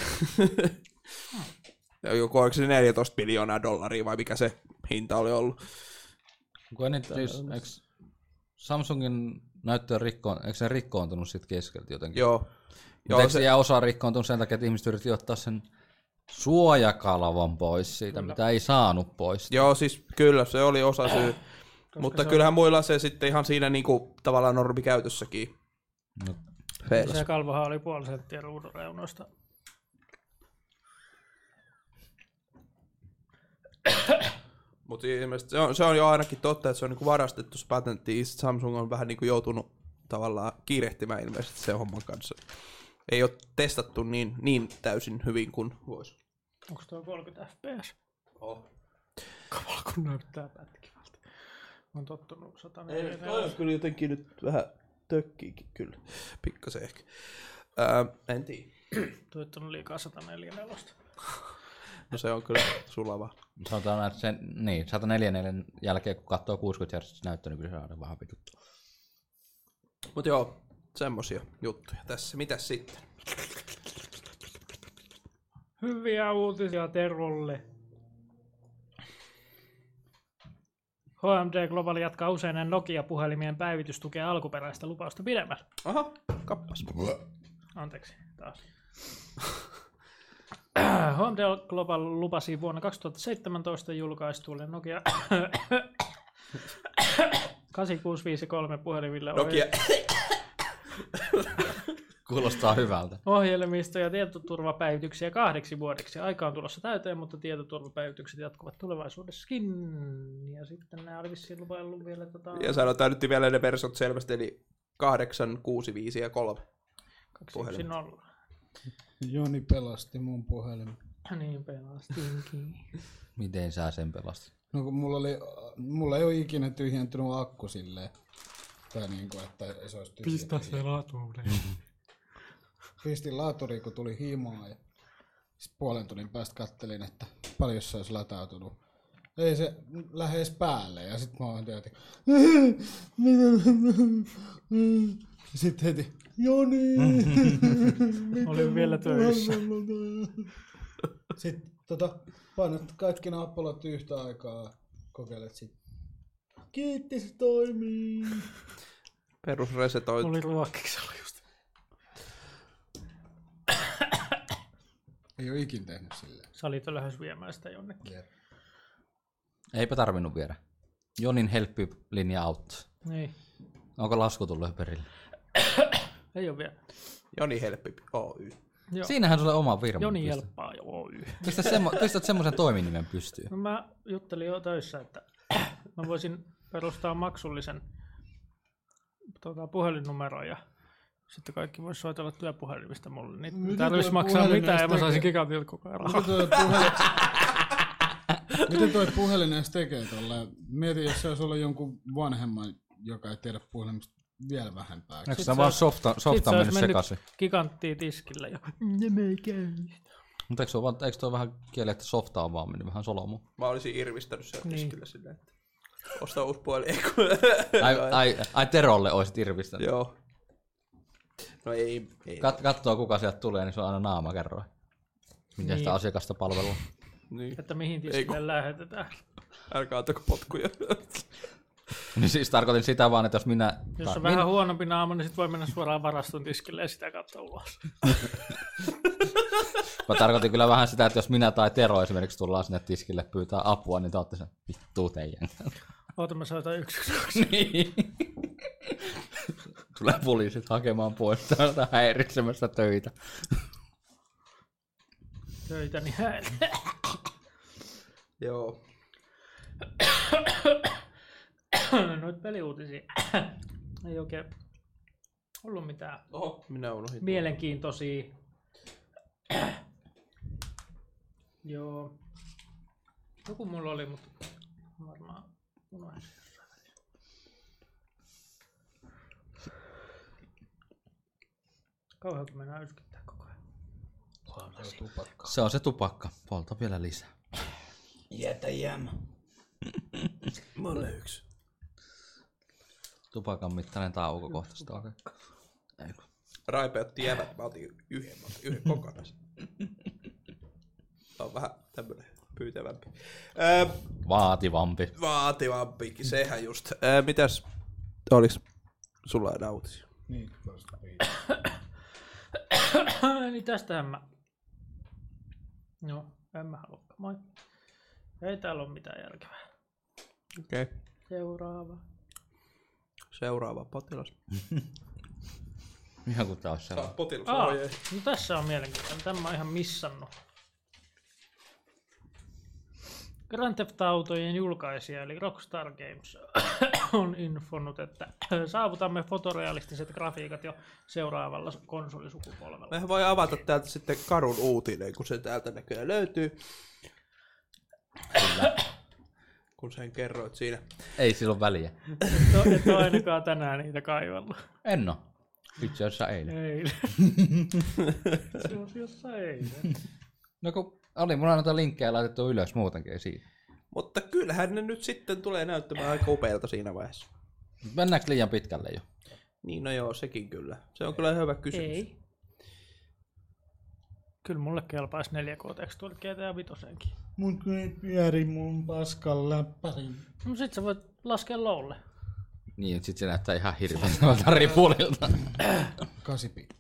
Ja joku oliko se neljätoista miljoonaa dollaria vai mikä se hinta oli ollut. Siis, eikö Samsungin näyttö rikkoon, eikö se rikkoontunut sit keskeltä jotenkin? Joo. Mutta eikö se jää osa rikkoontunut sen takia, että ihmiset yritti ottaa sen suojakalvon pois siitä, kyllä, mitä ei saanut pois? Joo, siis kyllä, se oli osa syy. Mutta kyllähän on... muilla se sitten ihan siinä niinku tavallaan normikäytössäkin. No. Se kalvohan oli puoli senttiä ruudun reunoista. Mutta ilmeisesti se on, se on jo ainakin totta, että se on niinku varastettu se patentti. Samsung on vähän niinku joutunut tavallaan kiirehtimään ilmeisesti sen homman kanssa. Ei ole testattu niin, niin täysin hyvin kuin voisi. Onko tuo kolmekymmentä F P S? Oh. Kamala kun näyttää pätkivältä. On tottunut sata neljäkymmentä. Ei, toi on kyllä jotenkin nyt vähän tökkiikin kyllä. Pikkasen ehkä. Ää, en tiedä. Tuottanut liikaa sata neljäkymmentäneljä. No se on kyllä sulava. Sanotaan, että sen, niin, sata neljäkymmentäneljä jälkeen, kun katsoo kuusikymmentä hertsiä näyttö, niin kyllä se on vähän vituttu. Mut joo, semmosia juttuja tässä. Mitäs sitten? Hyviä uutisia Terolle. H M D Global jatkaa useinen Nokia-puhelimien päivitystukea alkuperäistä lupausta pidemmällä. Aha, kappas. Anteeksi, taas. H M D Global lupasi vuonna kaksituhattaseitsemäntoista julkaistuille Nokia kahdeksansataakuusikymmentäkolme puhelimille Nokia. Kuulostaa hyvältä. Ohjelmisto- ja tietoturvapäivityksiä kahdeksi vuodeksi. Aika on tulossa täyteen, mutta tietoturvapäivitykset jatkuvat tulevaisuudessakin. Ja sitten nämä oli vissiin lupaillut vielä... Tota... Ja sanotaan nyt vielä ne versiot selvästi, eli kahdeksan, kuusi, viisi ja kolme. kaksi nolla. Joni pelasti mun puhelimen. Niin pelastinkin. Miten sä sen pelastit? No kun mulla, oli, mulla ei ole ikinä tyhjentynyt akku silleen. Tai niinku, että se olisi tyhjentynyt. Pistä se laturiin. Pistin laturiin, kun tuli himaa ja sitten puolen tunnin päästä kattelin, että paljon se olisi latautunut. Ei se lähes päälle ja sitten mä oon tietenkin. Sitten heti, Joni! Olin vielä töissä. Sitten tota, painat kaikki nappulat yhtä aikaa, kokeilet sit. Kiitti, se toimii. Perusresetointi. Oli ruokkiksella just. Ei oo ikin tehnyt silleen. Sä olit jo lähes viemään sitä jonnekin. Jep. Eipä tarvinnut viedä. Jonin helppi-linja auttaa. Niin. Onko lasku tullut perille? Ei oo vielä. Joni Helppi Oy. Joo. Siinähän sulle oma firma. Joni pistät. Jelppaa jo Oy. Pistät, semmo, pistät semmoisen toiminimen pystyyn. No mä juttelin jo töissä, että mä voisin perustaa maksullisen tota, puhelinnumeron ja sitten kaikki vois soitella työpuhelimista mulle. Niin Miten tarvitsisi tuo maksaa puhelin mitään ja mä edes saisin tekee? gigantilta koko ajan Miten rahaa. toi puhelin, miten toi puhelin edes tekee tolleen? Mieti, jos se olisi ollut jonkun vanhemman, joka ei tiedä puhelimista vielä vähempää. Eikö Sit se se vaan olisi- softa, Sit softa se on olisi mennyt sekaisin? giganttiin tiskille ja ne ei käy. Mutta eikö, vaan, eikö toi vähän kieli, että softa on vaan mennyt vähän solomuun? Mä olisin irvistänyt siellä Niin. tiskillä silleen, että osta uusi puhelin. Ai, ai, ai Terolle olisit irvistänyt. Joo. No ei. ei. Kat, katsoo kuka sieltä tulee, niin se on aina naama kerroin. Miten Niin. sitä asiakasta palvelua. Niin. Että mihin Ei tiskille lähetetään. Älkää antako potkuja. Niin siis tarkoitin sitä vaan, että jos minä... Jos tai on min- vähän huonompi naama, niin sit voi mennä suoraan varaston tiskille ja sitä kautta ulos. Mä tarkoitin kyllä vähän sitä, että jos minä tai Tero esimerkiksi tullaan sinne tiskille pyytää apua, niin te ootte sen vittuu teidän. Oota, mä soitan yksi yksi kaksi. Niin. Tulee poliisit hakemaan pois täältä häiritsemästä töitä. Töitäni häin. Joo. Noit peliuutisia. Ei oikein ollut mitään Oho, minä unohdin. mielenkiintoisia. Joo. Joku mulla oli, mutta varmaan unohdin jossain välissä. Kauhean kun mennään yskyttää koko ajan. Se on se tupakka. Polta vielä lisää. Jätä jämä. Mulle yksi. Tupakan mittainen tauko kohta sitä alkaa. Ei kun. Raipe otti jävät, mä otin yhden, mä otin yhden kokonaisen. On vähän tämmönen pyytävämpi. Öö, Vaativampi. vaativampikin, sehän just. Öö, mitäs, oliks sulla enää uutisia? Niin, toista Niin tästähän mä... No, en mä halua. Moi. Ei täällä ole mitään järkevää. Okei. Okay. Seuraava. Seuraava potilas. Ihan kuin tää olisi sellainen. Potilas, Aa, oi ei. no tässä on mielenkiintoinen. Tämä mä oon ihan missannut. Grand Theft Autojen julkaisija eli Rockstar Games on infonut, että saavutamme fotorealistiset grafiikat jo seuraavalla konsolisukupolvella. Mehän voi avata täältä sitten Karun uutinen, kun se täältä näköjään löytyy. Kyllä. Kun sen kerroit siinä. Ei sillä ole väliä. Et ole, et ole ainakaan tänään niitä kaivellut. En oo. Itse asiassa eilen. Eilen. Se on jossain eilen. No kun oli mulla noita linkkejä laitettu ylös muutenkin, ei siinä. Mutta kyllähän ne nyt sitten tulee näyttämään aika upealta siinä vaiheessa. Mennäänkö liian pitkälle jo? Niin no joo, sekin kyllä. Se on kyllä hyvä kysymys. Ei. Kyllä mulle kelpaisi neljä K-tekstuurit G T A viisi. Mut ei pyöri mun paskan läppärin. No sit sä voit laskea lowlle. Niin, sit se näyttää ihan hirveältä ripulilta. Kasipitti.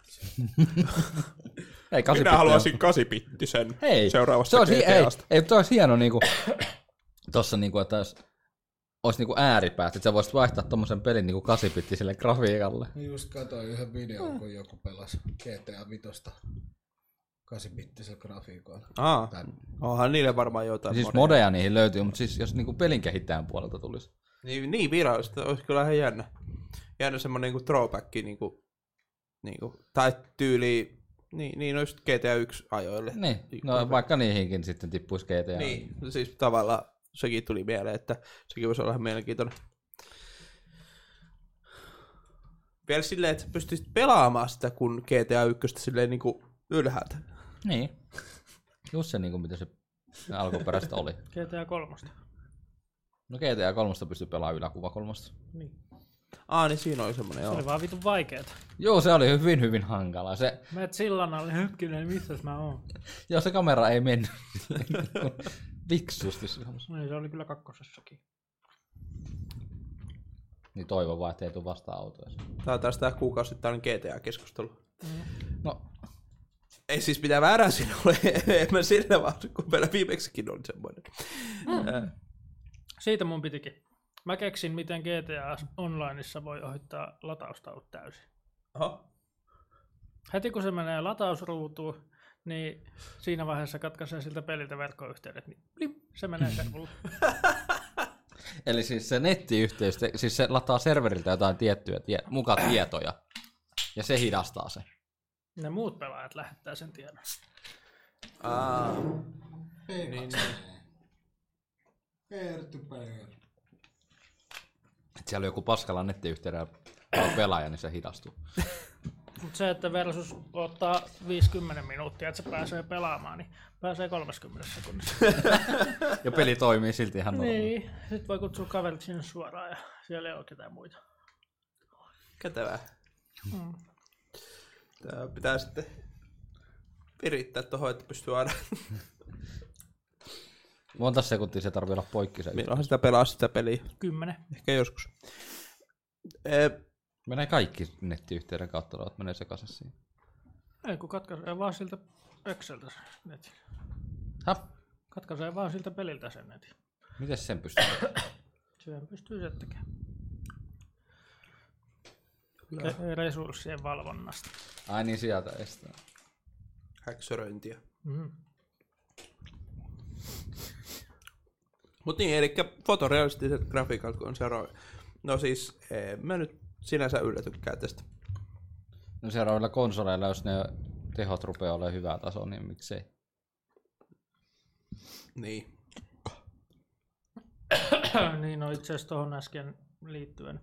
Ei, kasi Minä haluaisin kasipittisen Hei, seuraavasta se olisi, G T ei, A:sta. ei, toi olisi hieno niinku, tossa niinku, että jos olisi niinku ääripäät, että sä voisit vaihtaa tommosen pelin niinku kasipittiselle grafiikalle. Just katsoin yhden videon, kun joku pelasi G T A viisi kasipittisellä grafiikoilla. Aa, Tai onhan niille varmaan jotain Siis modeja. modeja niihin löytyy, mutta siis jos niinku pelin kehittäjän puolelta tulisi. Niin, niin virallista, olisi kyllä ihan jännä. Jännä semmonen niinku throwback, niinku, niinku, tai tyyli, niin, niin olisi G T A yksi ajoille. Niin, no vaikka niihinkin sitten tippuisi G T A. Niin, siis tavallaan sekin tuli mieleen, että sekin voisi olla ihan mielenkiintoinen. Vielä silleen, että pystyisit pelaamaan sitä, kun G T A yksi silleen niinku ylhäältä. Niin. Just se niinku mitä se alkuperäistä oli. G T A kolme. No G T A kolme pystyy pelaamaan yläkuva kolmosta. Niin. Aa, niin siinä oli semmonen, Se joo. oli vaan vitun vaikeeta. Joo, se oli hyvin hyvin hankala. Se, Meet sillan alle, hetkinen, missäs mä oon? joo, se kamera ei mennyt viksusti. Niin, se oli kyllä kakkosessakin. Niin toivon vaan, ettei tule vastaan autoja. Tää on taas tää kuukausittainen G T A-keskustelu. No, Ei siis mitään väärää siinä ole, en mä sillä vaan, kun meillä viimeksikin oli semmoinen. Mm. Siitä mun pitikin. Mä keksin, miten G T A Onlineissa voi ohittaa lataustaudut täysin. Oho. heti kun se menee latausruutuun, niin siinä vaiheessa katkaisee siltä peliltä verkkoyhteydet, niin blim, se menee servulle. Eli siis se nettiyhteys, siis se lataa serveriltä jotain tiettyjä tie, muka tietoja, ja se hidastaa se. Ne muut pelaajat lähettää sen tiedon. Aa, Niin, niin. Peer to peer. Et siellä on joku paskalla nettiyhteydellä pelaaja, niin se hidastuu. Mutta se, että versus ottaa viisikymmentä minuuttia, että se pääsee pelaamaan, niin pääsee kolmekymmentä sekunnissa. Ja peli toimii silti ihan normaali. Niin, sitten voi kutsua kaverit sinne suoraan ja siellä ei ole ketään muita. Kätevää. Mm. Tää pitää sitten virittää tuohon, että pystyy aina. Monta sekuntia se tarvii olla poikki se. Milloinhan sitä pelaa sitä peliä? Kymmenen. Ehkä joskus. E, Menee kaikki nettiyhteyden kautta, että menee sekaisin siihen. Ei kun katkaisee vaan siltä Exceltä sen netin. Häh? Katkaisee vaan siltä peliltä sen netin. Miten sen pystyy? Siihen pystyy se tekemään. Ke- resurssien valvonnasta. Ai niin, sieltä estää. häksöröintiä. Mm. Mut niin, eli fotorealistiset grafiikat kun on seuraava. No siis, en mä nyt sinänsä yllätykään tästä. No seuraavilla konsoleilla, jos ne tehot rupeaa olemaan hyvää tasoa, niin miksei. Niin. Niin, no itse asiassa tuohon äsken liittyen.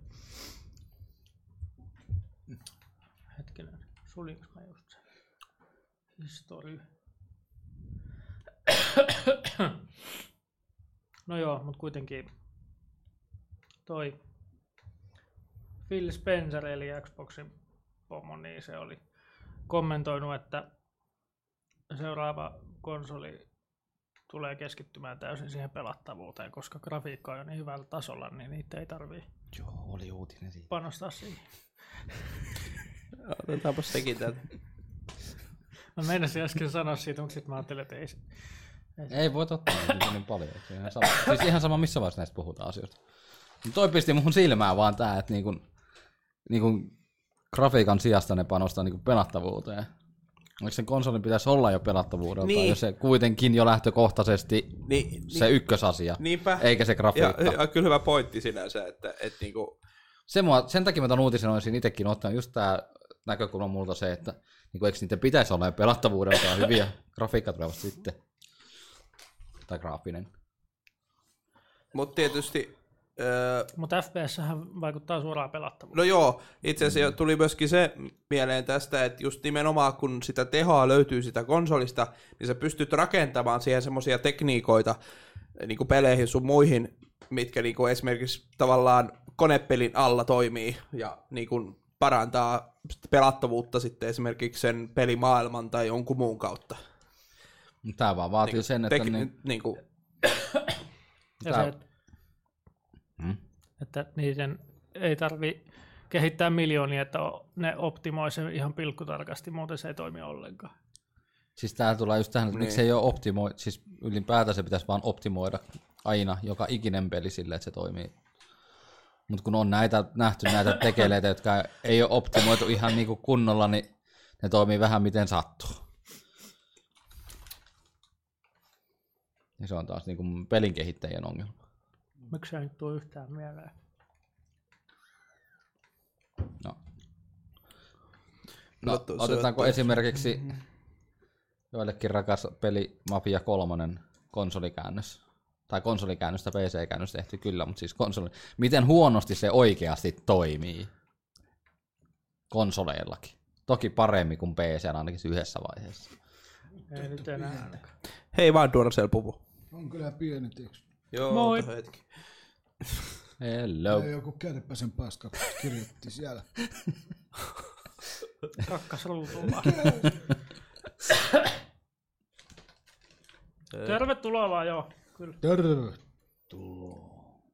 Hetkinen, sulinko mä just sen? History. No joo, mutta kuitenkin toi Phil Spencer eli Xboxin pomo, niin se oli kommentoinut, että seuraava konsoli tulee keskittymään täysin siihen pelattavuuteen, koska grafiikka on jo niin hyvällä tasolla, niin niitä ei tarvii Joo, oli uutinen siitä. panostaa siihen. Otetaanpa sekin täältä. Mä meinasin äsken sanoa siitä, mutta sitten mä ajattelin, että ei se. Ei voi ottaa niin paljon. Se ihan sama. Siis ihan sama, missä vaiheessa näistä puhutaan asioista. Mutta toi pisti mun silmään vaan tää, että niinku, niinku grafiikan sijasta ne panostaa niinku pelattavuuteen. Eikö sen konsolin pitäisi olla jo pelattavuudelta, Niin. jos se kuitenkin jo lähtökohtaisesti Niin, se ykkösasia, niinpä. eikä se Ja, grafiikka. ja kyllä hyvä pointti sinänsä, että et niinku, Se mua, sen takia mä ton uutisen olisin itsekin ottanut just tää näkökulma multa se, että niinku, eikö niitä pitäisi olla jo pelattavuudeltaan hyviä, grafiikka tulevat sitten. Tai graafinen. mut tietysti, öö, Mutta F P S-hän vaikuttaa suoraan pelattavuuteen. no joo, itse asiassa tuli myöskin se mieleen tästä, että just nimenomaan kun sitä tehoa löytyy sitä konsolista, niin sä pystyt rakentamaan siihen semmoisia tekniikoita niin kuin peleihin sun muihin, mitkä niin kuin esimerkiksi tavallaan konepelin alla toimii ja niin kuin parantaa pelattavuutta sitten esimerkiksi sen pelimaailman tai jonkun muun kautta. Tää vaan vaatii Niin, sen, että tek- niin, niin kuin, Ja tää- se, että, Hmm? että niiden ei tarvi kehittää miljoonia, että ne optimoi sen ihan pilkkutarkasti, muuten se ei toimi ollenkaan. Siis tää tulee just tähän, että Niin. miksi ei ole optimoi, siis ylipäätään se pitäisi vaan optimoida aina joka ikinen peli silleen, että se toimii. Mutta kun on näitä, nähty näitä tekeleitä, jotka ei ole optimoitu ihan niinku kunnolla, niin ne toimii vähän miten sattuu. Ja se on taas niinku pelin kehittäjien ongelma. Miksi ei nyt tule yhtään mieleen? No. No, No, tuossa- otetaanko esimerkiksi joillekin rakas peli Mafia kolmonen konsolikäännös? Tai konsolikäännöstä, P C-käännös tehty kyllä, mutta siis konsoli. Miten huonosti se oikeasti toimii konsoleillakin? Toki paremmin kuin P C ainakin yhdessä vaiheessa. Ei nyt enää ainakaan. hei vaan Duracell-puvu. On kyllä pieni teksti. Joo, Moi. ota hetki. Hello. Ja joku kädepäsen paska kirjoitti siellä. Rakkas ruutulla. Tervetuloa vaan, joo. Kyllä. Tervetuloa.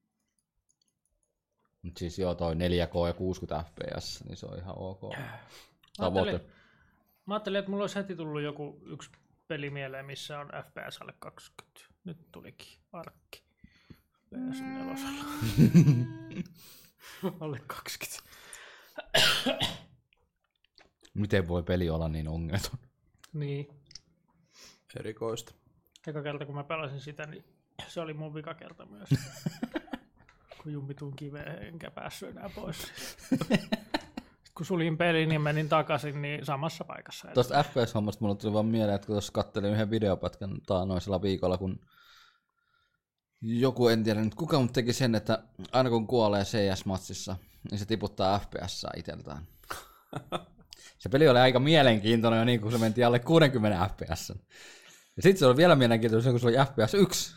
Mut siis joo, toi neljä K ja kuusikymmentä F P S, niin se on ihan ok. Mä ajattelin, mä ajattelin, että mulla olisi heti tullut joku yksi peli mieleen, missä on F P S alle kaksikymmentä. Nyt tulikin arkki. P S neljä. alle kaksikymmentä. Miten voi peli olla niin ongelmaton? Niin. Erikoista. Eka kerta kun mä pelasin sitä, niin se oli mun vika kerta myös. Kun jumpituin kiveen, enkä päässyt enää pois. Sitten kun suljin pelin, niin menin takaisin niin samassa paikassa. Tuosta F P S-hommasta mulle tuli vaan mieleen, että kun tuossa kattelin yhden videopätkän taanoisella viikolla, kun joku, en tiedä nyt kuka, mutta teki sen, että aina kun kuolee C S-matsissa, niin se tiputtaa F P S itseltään. Se peli oli aika mielenkiintoinen jo niin, kun se menti alle kuusikymmentä F P S. Ja sitten se oli vielä mielenkiintoinen, kun se oli F P S yksi.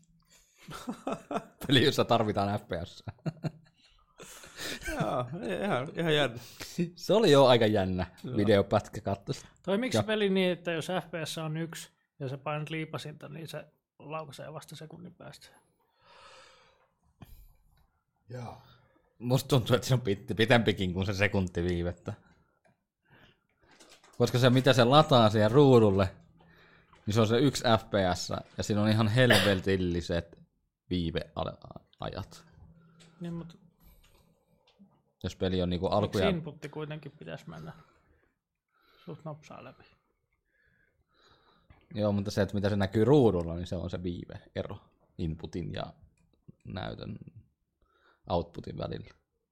Peli, jossa tarvitaan F P S. Joo, ihan, ihan jännä. Se oli jo aika jännä videopätkä katsoa. Toimiiko se peli niin, että jos F P S on yksi ja sä painat liipasinta, niin se laukaisee vasta sekunnin päästä? Joo. Musta tuntuu, että se on pitempikin kuin se sekunti viivettä. Koska se, mitä se lataa siihen ruudulle, niin se on se yksi F P S, ja siinä on ihan helvetilliset viiveajat. Niin, mutta Jos peli on niinku alku miksi ja... inputti kuitenkin pitäisi mennä suht nopsaa läpi? Joo, mutta se, että mitä se näkyy ruudulla, niin se on se viive-ero inputin ja näytön outputin välillä.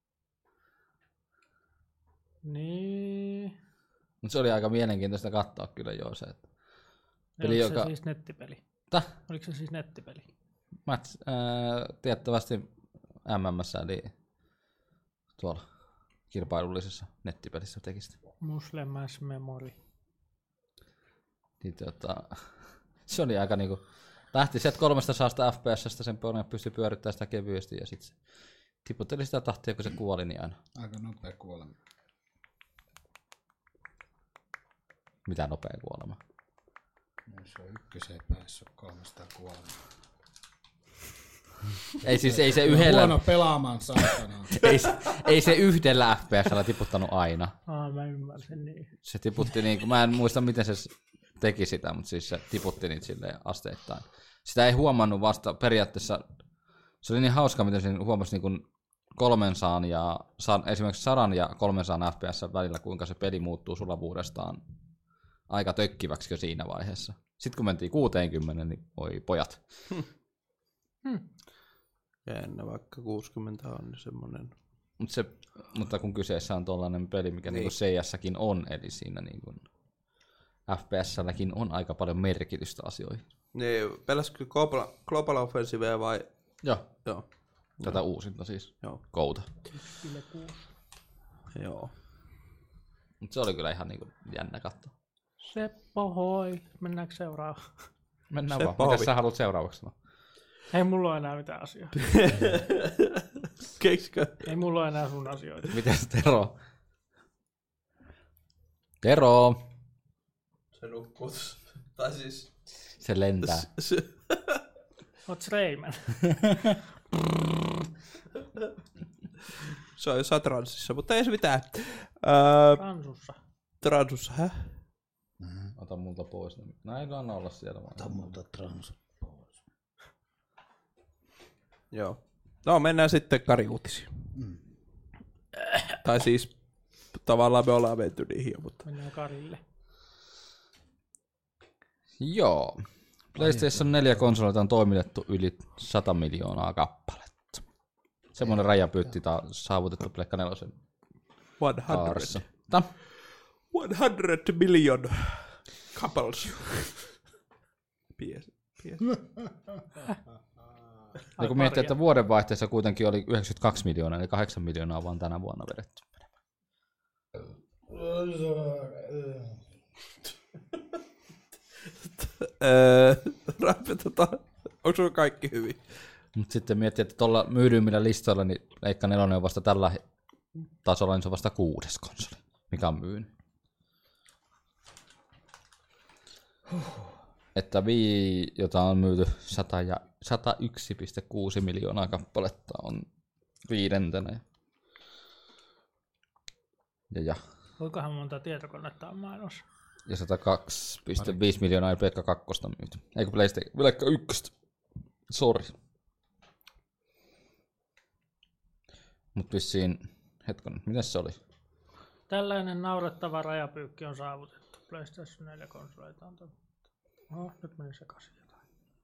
Niin. Mutta se oli aika mielenkiintoista katsoa kyllä joo se, että... Peli, Oliko joka... se siis nettipeli? Täh? Oliko se siis nettipeli? Mats, äh, tiettävästi M M S, eli tuolla kilpailullisessa nettipelissä teki sitä. Muslim Mass Memory. Niin, tota, se oli aika niinku, lähti sieltä kolmesta saasta F P S:stä, sen kone pystyi pyörittämään sitä kevyesti ja sitten se tiputteli sitä tahtia, kun se kuoli niin aina. Aika nopea kuolema. Mitä nopea kuolema? Jos on ykköseen päässyt kolmesta kuolemaa. Ei siis ei se yhdellä, Huono pelaamaan saatana. ei, se- ei se yhdellä F P S:llä tiputtanut aina. Aa, mä ymmärsin niin. Se tiputti niin, mä en muista miten se teki sitä, mutta siis se tiputti niitä silleen asteittain. Sitä ei huomannut vasta periaatteessa, se oli niin hauska, miten sen huomasi niin kuin kolmensadan ja, esimerkiksi sadan ja kolmensadan F P S välillä, kuinka se peli muuttuu sulavuudestaan aika tökkiväksi jo siinä vaiheessa. Sitten kun mentiin kuusikymmentä, niin voi pojat. Hmm. Jännä, vaikka kuusikymmentä on niin semmoinen. Mut se, mutta kun kyseessä on tuollainen peli, mikä niin. Niin C S-säkin on, eli siinä niin kuin F P S-lläkin on aika paljon merkitystä asioihin. Niin, peläskö Global, Global Offensivea vai? Joo. Joo. Tätä no. uusinta siis. Joo. Kouta. Kyllä kuusi. Joo. Mutta se oli kyllä ihan niinku jännä katsoa. Seppo hoi. Mennäänkö seuraavaan? Mennään Seppo vaan. Mitä Hovi. sä haluat seuraavaksi sanoa? Ei mulla ole enää mitään asioita. Keksikö? Ei mulla ole enää sun asioita. Mites Tero? Tero! Se nukkuu. Tai siis... Se lentää. Se... Oot Rayman. se on jossain transissa, mutta ei se mitään. Öö, Ransussa. transussa, hä? Ota multa pois. No ei anna olla siellä. Ota multa trans pois. Joo. No mennään sitten Kari-uutisiin. Mm. Tai siis tavallaan me ollaan menty niihin jo, mutta... Mennään Karille. Joo. PlayStation neljä konsolilta on toimitettu yli sata miljoonaa kappaletta. Semmoinen rajapyytti taas saavutettu Pleikka nelosen kaarissa. sata. sata million couples. Pies. Pies. Ja kun miettii, että vuodenvaihteessa kuitenkin oli yhdeksänkymmentäkaksi miljoonaa, eli kahdeksan miljoonaa vaan tänä vuonna vedetty. Rappi, tota, onko sulla kaikki hyvin? Mutta sitten miettii, että tuolla myydyimmillä listoilla, niin Pleikka nelonen on vasta tällä tasolla, niin se on vasta kuudes konsoli, mikä on myynyt. Että Wii, jota on myyty sata ja sata yksi pilkku kuusi miljoonaa kappaletta, on viidentenä. Ja, ja. Kuinkahan monta tietokonetta on maailmassa? Ja sata kaksi pilkku viisi miljoonaa ei Pleikka kakkosta myyty. Eikö PlayStation? Pleikka ykköstä. Sori. Mut vissiin, hetkinen, mitäs se oli? Tällainen naurettava rajapyykki on saavutettu. PlayStation neljä konsoleita on tullut. Oh, nyt meni sekaisin jotain.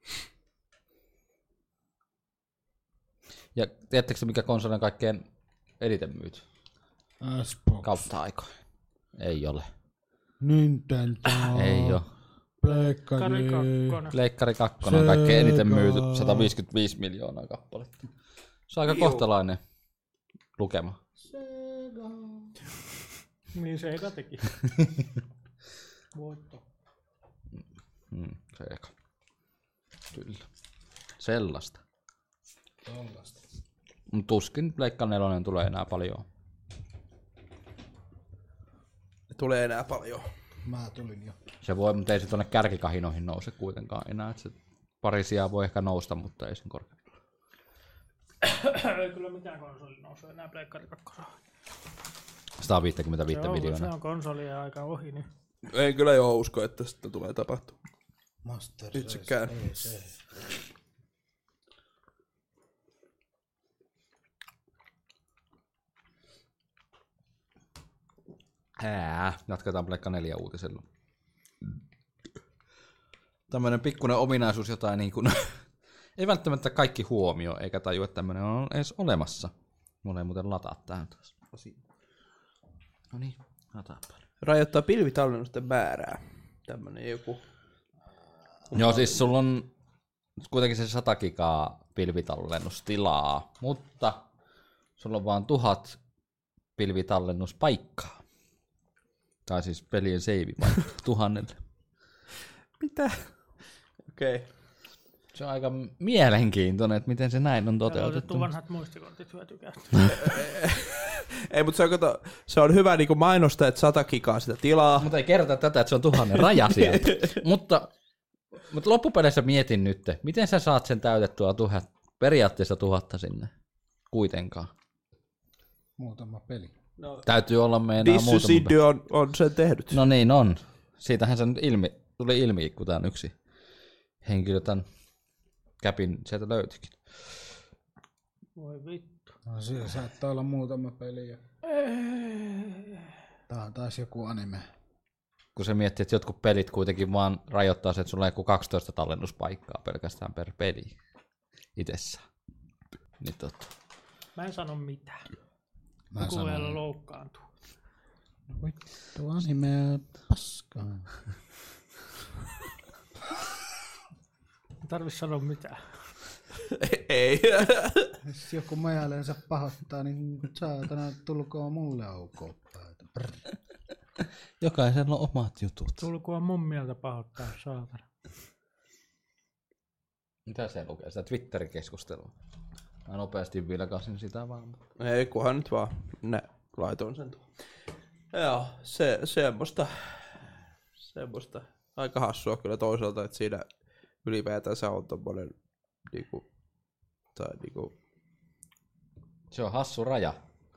Ja tiedättekö mikä konsoli on kaikkein eniten myyty? Xbox. Kautta aikoin. Ei ole. Nintendo. Ei ole. Pleikkari. Kari kakkonen. Pleikkari kaksi on kaikkein eniten myyty, sata viisikymmentäviisi miljoonaa kappaletta. Se on aika Joo. kohtalainen lukema. Niin Sega teki. Voitto. Mm, se eka. Kyllä. Sellaista. Tollasta. Mut tuskin Pleikka nelonen tulee enää paljon. Tulee enää paljon. Mä tulin jo. Se voi, mutta ei se tuonne kärkikahinoihin nouse kuitenkaan enää. Et se pari sijaa voi ehkä nousta, mutta ei sen korkeammin. Ei kyllä mitään konsoli nousee enää Pleikkari kakkosella. sata viisikymmentäviisi Se on, se miljoonaa. on konsolien aika ohi nyt. En kyllä jo usko, että sitä tulee tapahtumaan. Master Itsekään. Race. Ää, jatketaan Pleikka neljä uutisella. Tämmönen pikkuinen ominaisuus, jotain niin kuin, ei välttämättä kaikki huomio, eikä tajua, että tämmönen on edes olemassa. Mulla ei muuten lataa tähän taas. No niin, lataapa. Rajoittaa pilvitallennusten määrää. Tämmönen joku. Joo, siis sulla on kuitenkin se sata gigaa pilvitallennustilaa, mutta sulla on vaan tuhat pilvitallennuspaikkaa. Tai siis pelien save-paikka tuhannelle. Mitä? Okei. Okay. Se on aika mielenkiintoinen, että miten se näin on Täällä on toteutettu. otettu vanhat muistikortit hyötykästä. Ei, mutta se on, kato, se on hyvä niin mainostaa, että sata gigaa sitä tilaa. Mutta ei kerrota tätä, että se on tuhannen raja sieltä. mutta, mutta loppupeleissä mietin nyt, miten sä saat sen täytettyä tuhat, periaatteessa tuhatta sinne kuitenkaan. Muutama peli. No, Täytyy olla meinaa Dissusidy on, on sen tehnyt. No niin on. Siitähän se nyt ilmi, tuli ilmi, kun tämä on yksi henkilö tämän käpin sieltä löytyikin. Voi vittu. No, siellä saattaa olla muutama peli. Ja... Tää on taas joku anime. Kun se miettii, että jotkut pelit kuitenkin vaan rajoittaa se, että sulla on joku kaksitoista tallennuspaikkaa pelkästään per peli itsessään. Niin totta. Mä en sano mitään. Mä Joku vielä sanon, loukkaantuu. vittu anime paskaa. Ei tarvis sanoa mitään. Ei. Jos joku majaleensa pahoittaa, niin saatana tulkoon mulle aukoon päätä. Jokaisella on omat jutut. Tulkoon mun mieltä pahoittaa, saatana. Mitä se lukee? Sitä Twitterin keskustelua. Mä nopeasti vilkaisin sitä vaan. Ei, kunhan nyt vaan ne laitoin sen tuohon. Joo, se, semmoista, semmoista aika hassua kyllä toisaalta, että siinä ylipäätänsä on tommonen niinku, tai niinku, Se on hassu raja.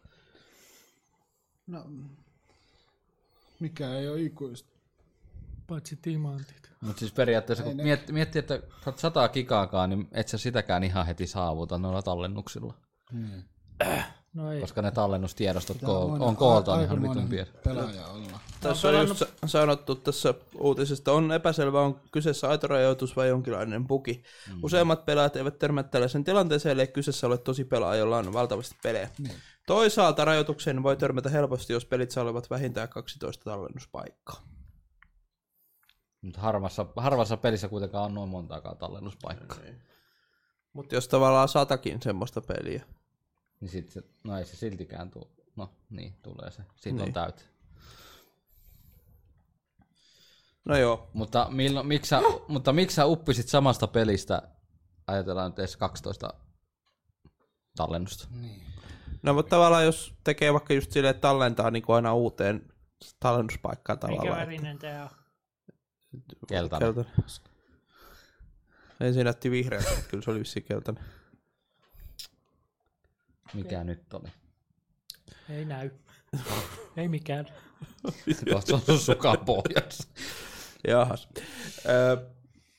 No, mikä ei ole ikuista. Paitsi timantit. Mutta siis periaatteessa kun Ei ne- miettii, miettii, että saat sata gigaakaan, niin et sä sitäkään ihan heti saavuta noilla tallennuksilla. Hmm. No ei. Koska ne tallennustiedostot Pitää ko- aina on kooltaan a- ihan vitun aikamoinen pieni. pelaaja olla. tässä on just sa- sanottu tässä uutisesta, on epäselvä, on kyseessä aito rajoitus vai jonkinlainen bugi. Mm. Useimmat pelaajat eivät törmää tällaisen tilanteeseen, ellei kyseessä ole tosi pelaaja, jolla on valtavasti pelejä. Niin. Toisaalta rajoitukseen voi törmätä helposti, jos pelit sallivat vähintään kaksitoista tallennuspaikkaa. Mutta harvassa, harvassa pelissä kuitenkaan on noin montaakaan tallennuspaikkaa. Mutta jos tavallaan satakin semmoista peliä. Niin sit se, no ei se siltikään tuu. No niin, tulee se. Sitten Niin. on täytä. No joo. Mutta, millo, miksi sä, mutta miksi sä uppisit samasta pelistä, ajatellaan nyt edes kaksitoista tallennusta? Niin. No mutta tavallaan jos tekee vaikka just silleen, että tallentaa niin kuin aina uuteen tallennuspaikkaan Minkä tavallaan. värinen tää on? Keltainen. Keltainen. Ensin näytti vihreältä, mutta kyllä se oli vissiin keltainen. Mikä nyt oli? Ei näy. Ei mikään. Kohta on sun sukan pohjassa. Jahas. Öö,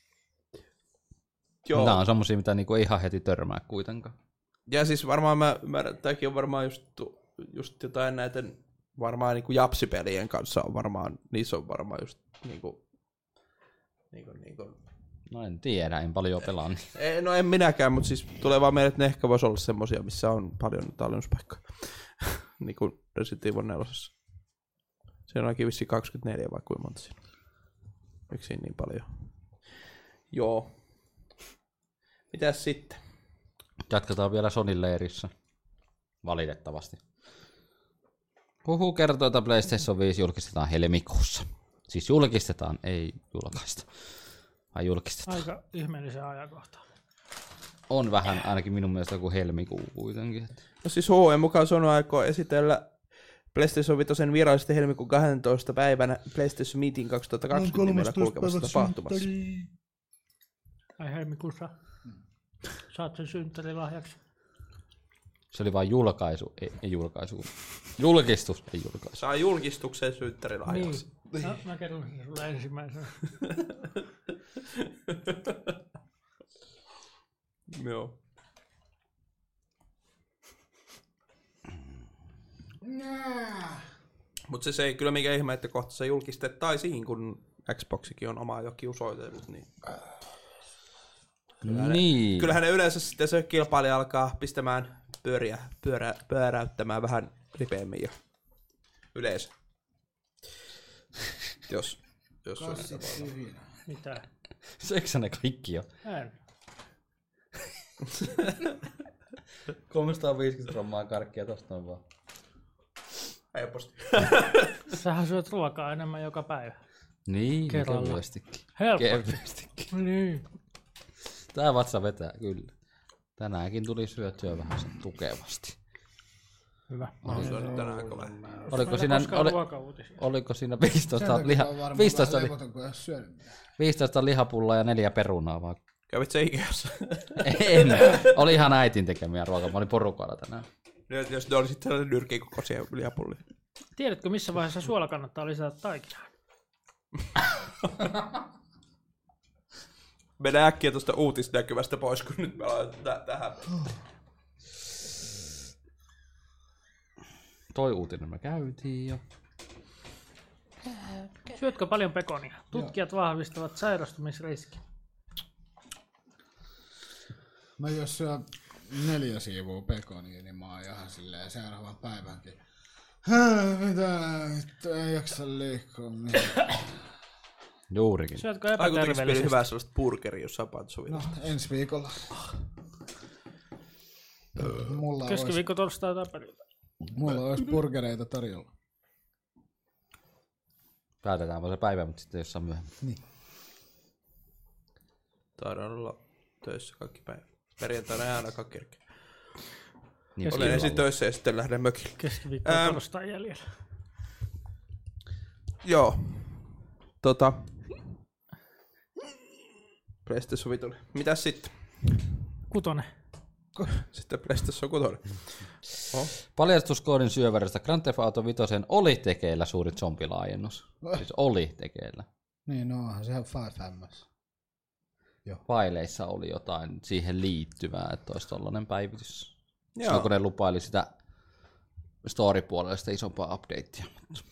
joo. Nämä on semmosia, mitä niinku ei ihan heti törmää kuitenkaan. Ja siis varmaan mä ymmärrän, että tämäkin on varmaan just, just jotain näiden varmaan niinku japsipelien kanssa on varmaan, niissä on varmaan just niinku, niinku, niinku. No en tiedä, en paljon pelaa. Niin. Ei, no en minäkään, mutta siis tulee vaan meille, että ne ehkä vois olla semmosia, missä on paljon tallennuspaikkoja. Niin kuin Resident Evil nelosessa. Siinä on ainakin vissiin kaksikymmentäneljä vai kuinka monta siinä. Miksi siinä niin paljon? Joo. Mitäs sitten? Jatketaan vielä Sonin leirissä. Valitettavasti. Huhu kertoo, että PlayStation viisi julkistetaan helmikuussa. Siis julkistetaan, ei julkaista. Vai julkistetaan. Aika ihmeellisen ajankohta. On vähän, ainakin minun mielestä joku helmikuu kuitenkin. No siis H M mukaan Sony aikoo esitellä PlayStation viisi virallisesti helmikuun kahdennentoista päivänä PlayStation Meeting kaksituhattakaksikymmentä nimellä kulkevassa tapahtumassa. Ai helmikuussa. Saat sen synttärilahjaksi. Se oli vain julkaisu, ei, ei julkaisu. Julkistus, ei julkaisu. Saa julkistuksen synttärilahjaksi. Niin. No, mä kerron sen sulle ensimmäisenä. Joo. Mutta se, se ei kyllä mikä ihme, että kohta se julkistettaisiin, kun Xboxikin on omaa jokin osoitellut. Niin. Kyllähän, niin. ne, kyllähän ne yleensä sitten se kilpailija alkaa pistämään pyöriä, pyörä, pyöräyttämään vähän ripeämmin jo yleensä. jos jos on näitä Mitä? Seksä ne kaikki jo? En. kolmesataaviisikymmentä grammaa karkkia tosta on vaan. helposti. Sähän syöt ruokaa enemmän joka päivä. Niin, Kerralla. kevyestikin. Helppo. Kevyestikin. Niin. Tää vatsa vetää, kyllä. Tänäänkin tuli syötyä vähän sen tukevasti. Hyvä. Mä syönyt tänään aika vähän. Oliko siinä, oli, oliko siinä viisitoista, liha, viisitoista, li, viisitoista lihapullaa ja neljä perunaa vaan? Kävit se Ikeassa? En. Oli ihan äitin tekemiä ruokaa. Mä olin porukalla tänään. Nyt, jos ne olisit sellainen nyrkiin kokoisia lihapullia. Tiedätkö, missä vaiheessa suola kannattaa lisätä taikinaan? Mennään äkkiä tuosta uutisnäkyvästä pois, kun nyt me laitetaan tähän. Toi uutinen me käytiin jo. Syötkö paljon pekonia? Tutkijat vahvistavat sairastumisriskin. Mä jos syön neljä siivua pekonia, niin mä oon ihan silleen seuraavan päivänkin. Hää, mitä? Ei jaksa liikkua. Juurikin. Syötkö Ai kun tekis mieli epäterveellisesti? hyvää sellaista burgeria, jos sapaat suvilla. No, ensi viikolla. Mulla olisi, Keskiviikko, torstai tai perjantai. mulla olisi burgereita tarjolla. Päätetään vaan se päivä, mutta sitten jossain myöhemmin. Niin. Taidaan olla töissä kaikki päivät. Perjantaina ei ainakaan kerkeä. Niin, Olen ensin töissä ja sitten lähden mökille. Keskiviikko, Ähm. torstai jäljellä. Joo. Tota. PlayStation viisi. Mitäs sitten? Kutonen. Sitten PlayStation kuusi. Oh. Paljastuskoodin syövärästä Grand Theft Auto viisi oli tekeillä suuri zombilaajennus. Siis oli tekeillä. Niin, no onhan sehän five M S. Faileissa oli jotain siihen liittyvää, että olisi tollainen päivitys. Joo. Silloin kun ne lupaili sitä story-puolella sitä isompaa updatea.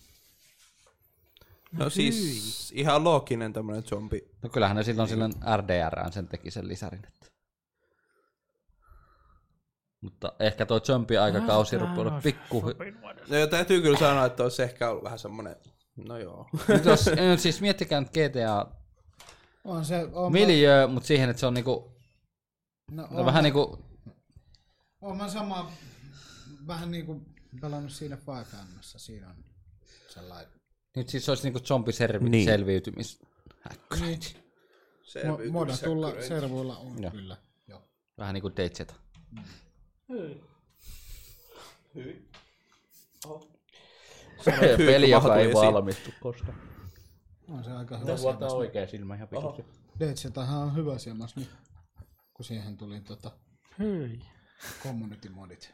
No siis ihan looginen tämmönen zombi. No kyllähän ne silloin silloin R D R:ään sen teki sen lisärin. Että. Mutta ehkä toi zombi-aikakausi rupeaa olla pikku... No jo täytyy kyllä sanoa, että olisi ehkä ollut vähän semmonen, no joo. Nyt jos, nyt siis miettikää nyt G T A On se, on miljöö, mutta siihen, että se on niinku... No, No vähän niinku... Oon mä sama, vähän niinku pelannut siinä five M S, siinä on sellainen. Nyt siis se olisi niinku zombiselviytymis. Niin. Selviytymis. Niin. Mo- modatulla servuilla on Joo. kyllä. Joo. Vähän niinku D Z. Peli, joka ei valmistu koskaan. On se aika hyvä. Tässä vuotta oikea silmä ihan pitusti. D Z:hän on hyvä siemas nyt, kun siihen tuli tota Hyi. community modit.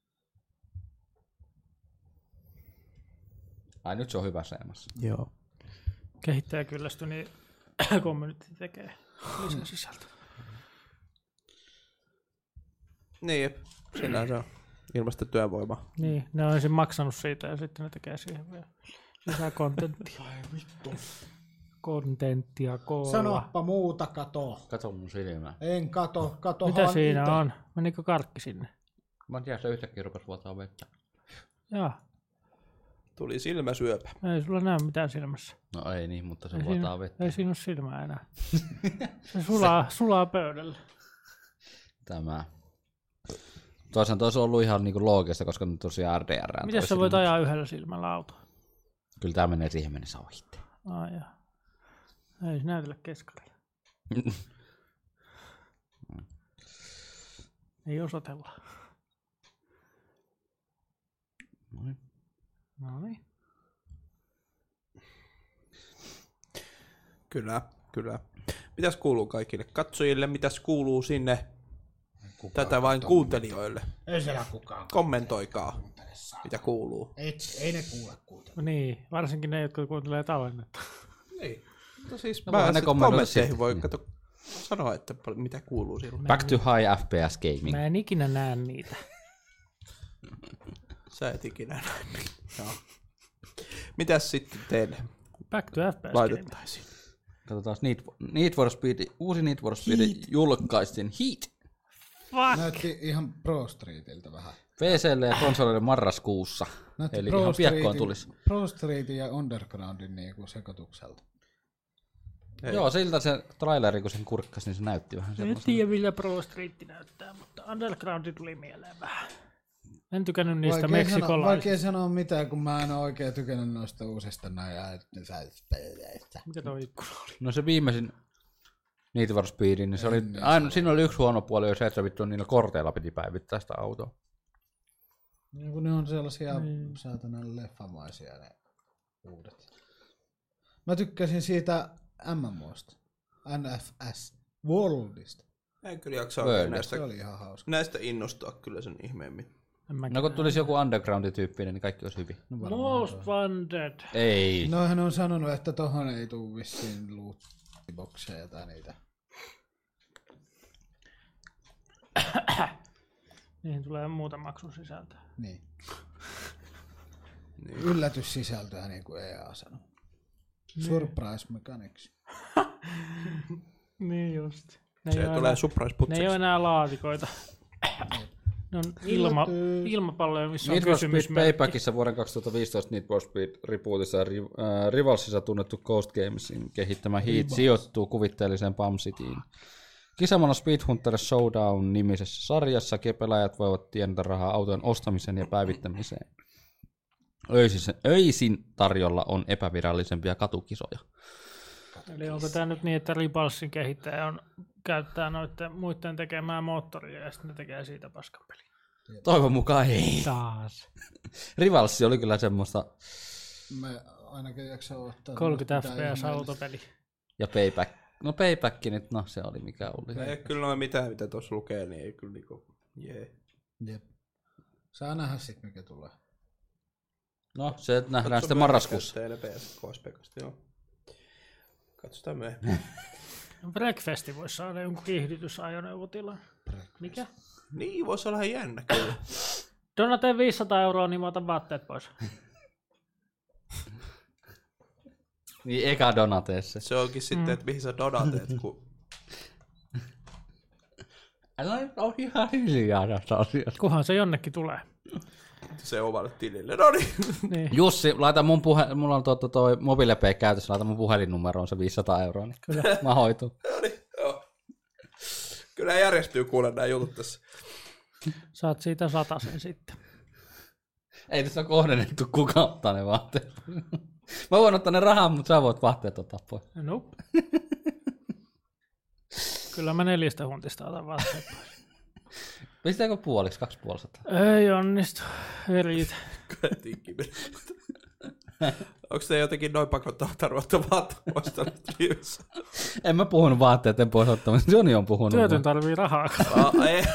Ai nyt se on hyvä seemassa. Joo. Kehittäjä kyllästyi, niin community tekee lisää sisältöä. Niin, sinä se on. ilmaista työvoimaa. Niin, ne on ensin maksanut siitä ja sitten ne tekee siihen vielä lisää kontenttia. Ai vittu. Kontenttia koolla. Sanoppa muuta, kato. Kato mun silmää. En kato, kato. Mitä siinä ite. on? Menikö karkki sinne? Mä en tiedä, se yhtäkkiä rupesi vuotaa vettä. Jaa. Tuli silmäsyöpä. Ei sulla näy mitään silmässä. No ei niin, mutta se Ei vuotaa siinä, vettä. ei siinä ole silmää enää. Se sulaa, sulaa pöydällä. Tämä. Toisaalta olisi ollut ihan niinku loogista, koska nyt tosiaan R D R. Miten sä voit ajaa yhdellä silmällä autoa? Kyllä tää menee siihen mennessä ohi. Ai jaa. Ei se näytellä keskarilla. Ei osoitella. Noin. Noin. Kyllä, kyllä. Mitäs kuuluu kaikille katsojille? Mitäs kuuluu sinne Kukaan tätä vain katsoo. kuuntelijoille? Ei siellä kukaan. Kommentoikaa, mitä kuuluu. Ei, ei ne kuule kuuntele. Niin, varsinkin ne, jotka kuuntelee tallennetta. Niin. No siis No mä voihan ne sit kommentoida kommentteihin sitten. voi kato, sanoa, että pal- mitä kuuluu silloin. Back to high F P S gaming. Mä en ikinä näe niitä. Sä et ikinä näe niin. Joo. Mitäs sitten teille Back to F P S laitettaisiin? Katsotaan, Need, Need for Speed, uusi Need for Speed julkaistiin Heat Fuck! Näytti ihan Pro Streetiltä vähän. P C:lle ja konsolille marraskuussa. Näytti Eli Pro ihan piakkoon Streetin- tulisi. Pro Streetin ja Undergroundin niinku sekoitukselta. Ei. Joo, siltä se traileri, kun sen kurkkasi, niin se näytti vähän En semmoista. tiedä, millä Pro Street näyttää, mutta Undergroundi tuli mieleen vähän. En tykännyt niistä Vaikea sanoa, meksikolaisista. vaikea sanoa mitään, kun mä en ole oikein tykännyt noista uusista näistä. Mikä toi ikkuna oli? No se viimeisin Need for Speed, niin se oli, En aina, siinä oli yksi huono puoli, oli se, että vittu niillä korteilla piti päivittää sitä autoa. Niin kun ne on sellaisia Niin. saatanan leffamaisia ne uudet. Mä tykkäsin siitä M M O:sta. N F S. Worldista. En kyllä jaksa World. oikein näistä, Se oli ihan hauska. näistä innostua kyllä sen ihmeemmin. En mäkään No kun näe. tulisi joku underground-tyyppinen, niin kaikki olisi hyvin. No, varmaan Most toi. Wanted. Ei. No. Noihän on sanonut, että tohon ei tuu vissiin lootboxeja tai niitä. Niihin tulee muuta maksusisältöä. Niin. Yllätyssisältöä, niin kuin E A sanoi. Surprise mechanics. Niin just. Ne Se ei, ole tulee enää, surprise ne ei putseksi. ole enää laatikoita. Ne on ilma, Yllätys. ilmapalloja, missä on Need for Speed kysymysmerkki. Paybackissa vuoden kaksituhattaviisitoista Need for Speed rebootissa ja Riv- äh, Rivalsissa tunnettu Ghost Gamesin kehittämä Heat sijoittuu kuvitteelliseen Palm Cityin. Kisamalla Speed Hunter Showdown-nimisessä sarjassa pelaajat voivat tienata rahaa autojen ostamiseen ja päivittämiseen. Öisin, öisin tarjolla on epävirallisempia katukisoja. Eli onko tämä nyt niin, että Ribalsin kehittäjä on, käyttää noiden muiden tekemää moottoria ja sitten ne tekee siitä paskapeliä? Toivon mukaan ei. Taas. Rivalsi oli kyllä semmoista, Mä ainakin jaksa ottaa. kolmekymmentä mitään F P S ihmeellistä. autopeli. ja Payback. No Payback nyt, no se oli mikä oli. Ei kyllä noin mitään, mitä tuossa lukee, niin ei kyllä niinku, jee. Jep. Saa nähdä sit mikä tulee. No se nähdään Katso sitten myöhemmin marraskuussa. T L P S K S P:stä, joo. Katsotaan myöhemmin. Breakfasti voisi saada jonkun kiihdytysajoneuvotilan. Mikä? Niin, voisi olla ihan jännä kyllä. Donateen viisisataa euroa, niin mä otan vaatteet pois. Niin eka donateessa. Se onkin sitten, että mihin sä donateet, kun Älä nyt ole ihan hiljaa tästä asiasta. Kunhan se jonnekin tulee. se omalle tilille. No niin. Niin. Jussi, laita mun puhe, mulla on tuo, toi mobiilepay käytössä, laita mun puhelinnumeroon se viisisataa euroa, niin Kyllä. mä hoitun. No niin, joo. Kyllä järjestyy kuule nämä jutut tässä. Saat siitä satasen sitten. Ei tässä ole kohdennettu kuka ottaa ne vaatteet. Mä voin ottaa ne rahaa, mutta sä voit vaatteet ottaa pois. Nope. Kyllä mä neljästä huntista otan vaatteet pois. Pistääkö puoliksi, kaksi puolisataa? Ei onnistu. Ei riitä. Kyllä tinkiminen. Onko se jotenkin noin pakottavaa ruveta vaatteet pois tällä liivessä? En mä puhunut vaatteet, en pois ottamista. Joni on puhunut. Työtön tarvii rahaa. Ah, ei.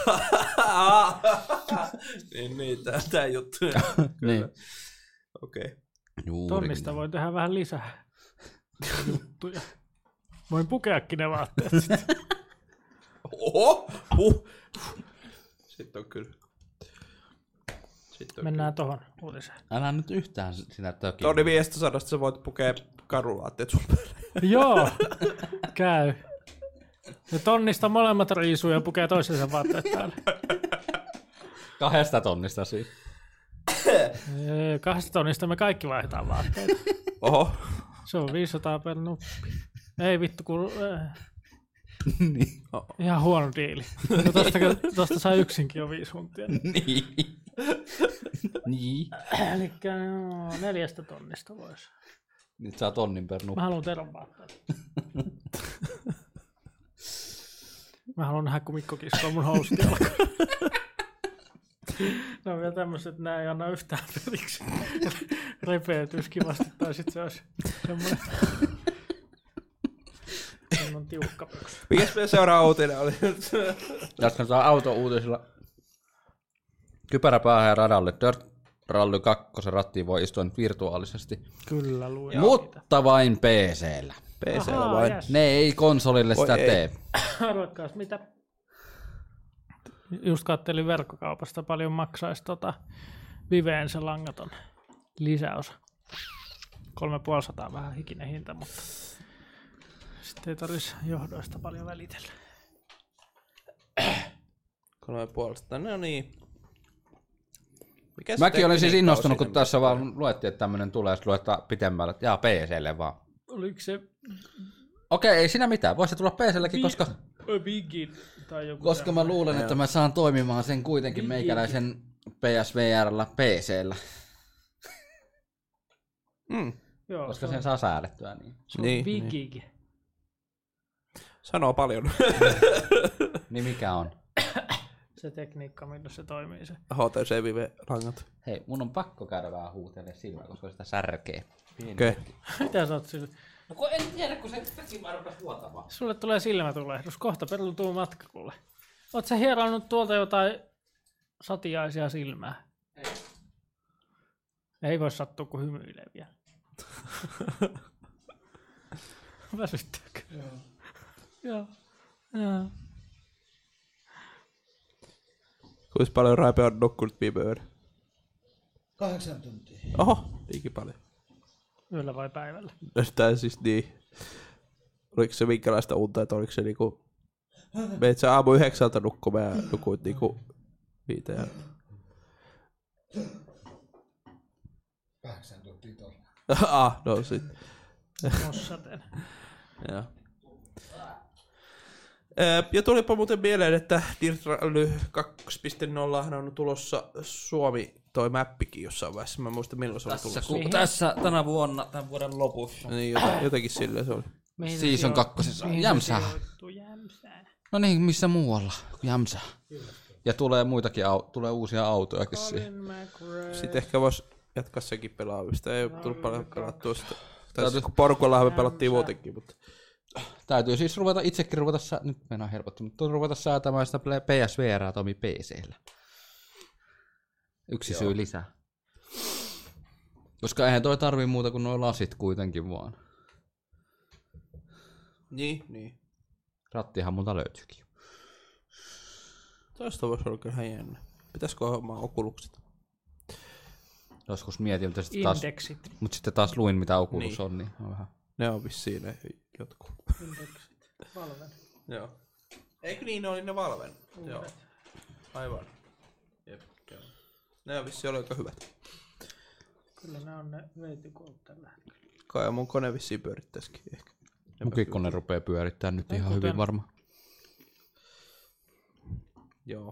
niin, niin, tää, tää juttu. Niin. Okei. Okay. Juurikin. Tonnista voi tehdä vähän lisää juttuja. Voin pukeakin ne vaatteet sitten. Oho! Huh. Sitten on kyllä. Sitten Mennään tohon uutiseen. Älä nyt yhtään sinä tökin. Toni viisisataa sä voit pukea karulaatteet sun päälle. Joo, käy. Ja tonnista molemmat riisuu ja pukee toisensa vaatteet päälle. Kahdesta tonnista siis. Ee, Kahdesta tonnista me kaikki vaihdetaan vaatteita. Oho. Se on viisisataa per nuppi. Ei vittu, kun... Äh, Niin. ihan huono diili. No tosta, tosta saa yksinkin jo viisi huntia. Niin. Niin. Elikkä no, neljästä tonnista vois. Nyt saa tonnin per nuppi. Mä haluan teron vaatteet. Mä haluan nähdä, kun Mikko kiskoo mun housut jalkaan. Ne on vielä tämmöset, että nää ei anna yhtään periksi. Repeytyis kivasti, tai sit se olisi semmoinen... on tiukka pöksy. Mikäs meidän seuraava uutinen oli? Jatketaan auto-uutisilla. Kypärä päähän ja radalle. Dirt Rally kaksi rattiin voi istua nyt virtuaalisesti. Kyllä luin. Mutta vain P C:llä. P C:llä Ahaa, vain. yes. Ne ei konsolille Voi sitä ei. tee. Arvatkaas mitä? Just kattelin verkkokaupasta, paljon maksaisi tota Viveen se langaton lisäosa. kolmetuhattaviisisataa vähän hikinen hinta, mutta sitten ei tarvitsisi johdoista paljon välitellä. Kolme puolesta. No niin. Mikä se Mäkin olin siis tekniikka on innostunut, kun siinä, tässä mitä- vaan luettiin, että tämmönen tulee, sitten luettaa pitemmälle. Jaa, P C:lle vaan. Oliko se Okei, ei siinä mitään. Voisi tulla P C:lläkin, koska, Bigin tai joku koska mä luulen, että mä saan toimimaan sen kuitenkin meikäläisen P S V R:llä P C:llä. Mm. Joo, Koska se sen on, saa säädettyä niin. se on Niin, Bigig. Sanoo paljon. Niin mikä on? Se tekniikka, millä se toimii se. H T C Vive-langat. Hei, mun on pakko käydä vähän huutelemaan silmää, koska sitä särkee. Okei. Okay. Mitä sä oot sille? No kun en tiedä, kun se takia rupesi vuotamaan. Sulle tulee silmätulehdus. Kohta peruutuu matka kuule. Oot sä hieronnut tuolta jotain satiaisia silmää? Ei. Ei voi sattua, kun hymyilee vielä. Väsyttääkö? Joo. Joo. Joo. Kuinka paljon Raipe on nukkunut viime yönä? Kahdeksan tuntia. Oho, niinkin paljon. Yöllä vai päivällä? No sitä siis niin. Oliko se minkälaista unta, että oliko se niinku... Meit sä aamu yhdeksältä nukkumaan ja nukuit niinku viiteen. Kahdeksan tuntia tuolla. ah, no sit. Mossaten. Joo. Ää, Ja tulipa muuten mieleen, että Dirt Rally kaksi piste nolla on tulossa Suomi toi mappikin jossain vaiheessa. Mä muistan milloin se oli Tässä, tulossa. ku, tässä tänä vuonna, tämän vuoden lopussa. Niin, joten, jotenkin silleen se oli. Mihin Season se sijo- kakkosessa. mihin se Jämsää. sijoittuu? Jämsää. No niin, missä muualla kuin Jämsä. Ja tulee muitakin, au- tulee uusia autojakin siihen. Colin McRae. Sitten ehkä vois jatkaa sekin pelaamista. Ei ole tullut paljon pelattua sitä. Tai Täytyy- siis kun porukallahan me pelattiin muutenkin, mutta... Täytyy siis ruveta itsekin ruveta, sä... nyt mennään helpotti, mutta ruveta säätämään sitä P S V R:ää tomi P C:llä. Yksi Joo. syy lisää. Koska eihän toi tarvii muuta kuin nuo lasit kuitenkin vaan. Niin, niin. Rattihan multa löytyykin. Toista voisi olla kyllä jännä. Pitäisikö hommaa okulukset? Joskus mietin, mutta sitten taas, Indeksit. mut sitten taas luin mitä Oculus Niin. on, niin on vähän. Ne on vissiin ne jotkut. Indeksit. Valven. Joo. Eikö niin, ne oli ne Valven? Joo. Aivan. Jep, joo. Ne on vissiin oli aika hyvät. Kyllä ne on ne veitikuolut tällä hetkellä. Kai mun kone vissiin pyörittäisikin ehkä. Mukikko ne rupeaa pyörittämään nyt ihan kuten- hyvin varmaan. Joo.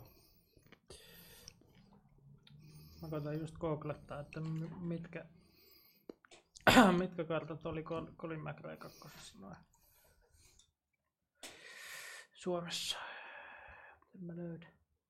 Mä koitan just googlettaa, että m- mitkä, mitkä kartat oli Col- Colin McRae kakkosessa noin Suomessa. En mä löydä.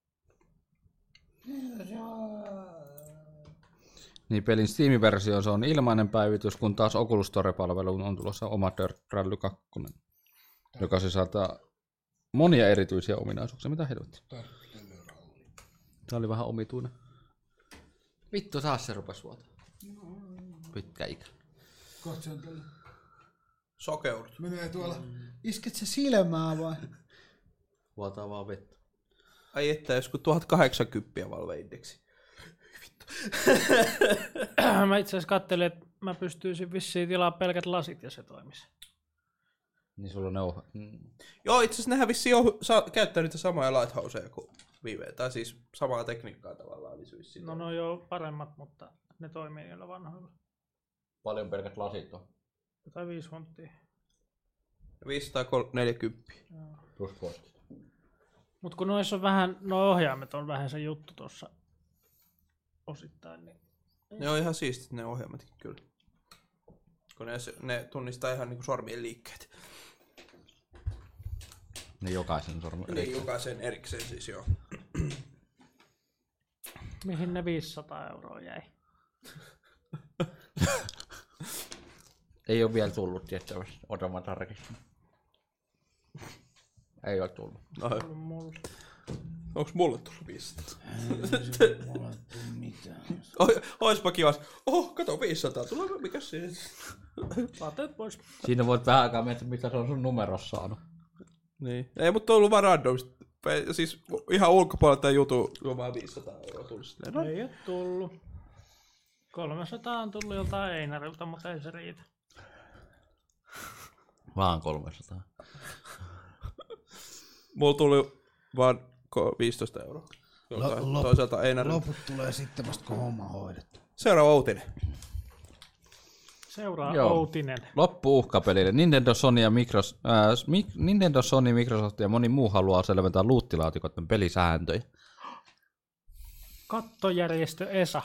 Niin pelin Steam-versio se on ilmainen päivitys, kun taas Oculus Store-palveluun on tulossa oma Dirt Rally kaksi, joka sisältää monia erityisiä ominaisuuksia. Mitä helvettiä? Tää oli vähän omituinen. Vittu, taas se rupes vuotaa. Pitkä ikä. Kohta se on tällä. Sokeudut. Menee tuolla. Isket se silmää vai? Vuotaa vaan vettä. Ai että, joskus tuhatkahdeksankymmentä Valve-indeksi. ostettu. Mä itse asiassa katselin, että mä pystyisin vissiin tilaa pelkät lasit ja se toimisi. Niin sulla on ne oh... mm. Joo, itse asiassa nehän vissiin on, saa, käyttää niitä samoja lighthouseja kuin Vive, tai siis samaa tekniikkaa tavallaan. Niin no ne on jo paremmat, mutta ne toimii niillä vanhoilla. Paljon pelkät lasit on. Tai viisi hunttia. viisisataaneljäkymmentä. Plus posti. Mut kun noissa on vähän, no ohjaimet on vähän se juttu tuossa osittain, niin... Ne on ihan siistit ne ohjaimetkin kyllä. Kun ne, ne tunnistaa ihan niinku sormien liikkeet. Ne jokaisen sormen. Niin, jokaisen erikseen siis joo. Mihin ne viisisataa euroa jäi? Ei ole vielä tullut tiettävästi. Ota mä tarkistan. Ei ole tullut. No, Mulla. onks mulle tullut viisisataa? Ei mulle tuu mitään. Oispa kivas. Oho, kato viisisataa. Tuleeko mikäs siihen? Vaatteet pois. Siinä voit vähän aikaa miettiä, mitä se on sun numerossa saanut. Niin. Ei, mutta on ollut vaan randomista. Siis ihan ulkopuolelta tämä jutu on vaan viisisataa euroa tullut silleen. No. Ei oo tullut. kolmesataa on tullut joltain Einarilta, mutta ei se riitä. Vaan kolmesataa. Mulla tuli vaan viisitoista euroa. Joltain Lop- toisaalta Einarilta. Loput tulee sitten vasta, kun homma on hoidettu. Seuraava uutinen. Seuraa Joo. Outinen. Loppu uhkapelille. Nintendo, Sony ja Microsoft, äh, Mik- Nintendo, Sony, Microsoft ja moni muu haluaa selventää luuttilaatikoiden pelisääntöjä. Kattojärjestö Esa.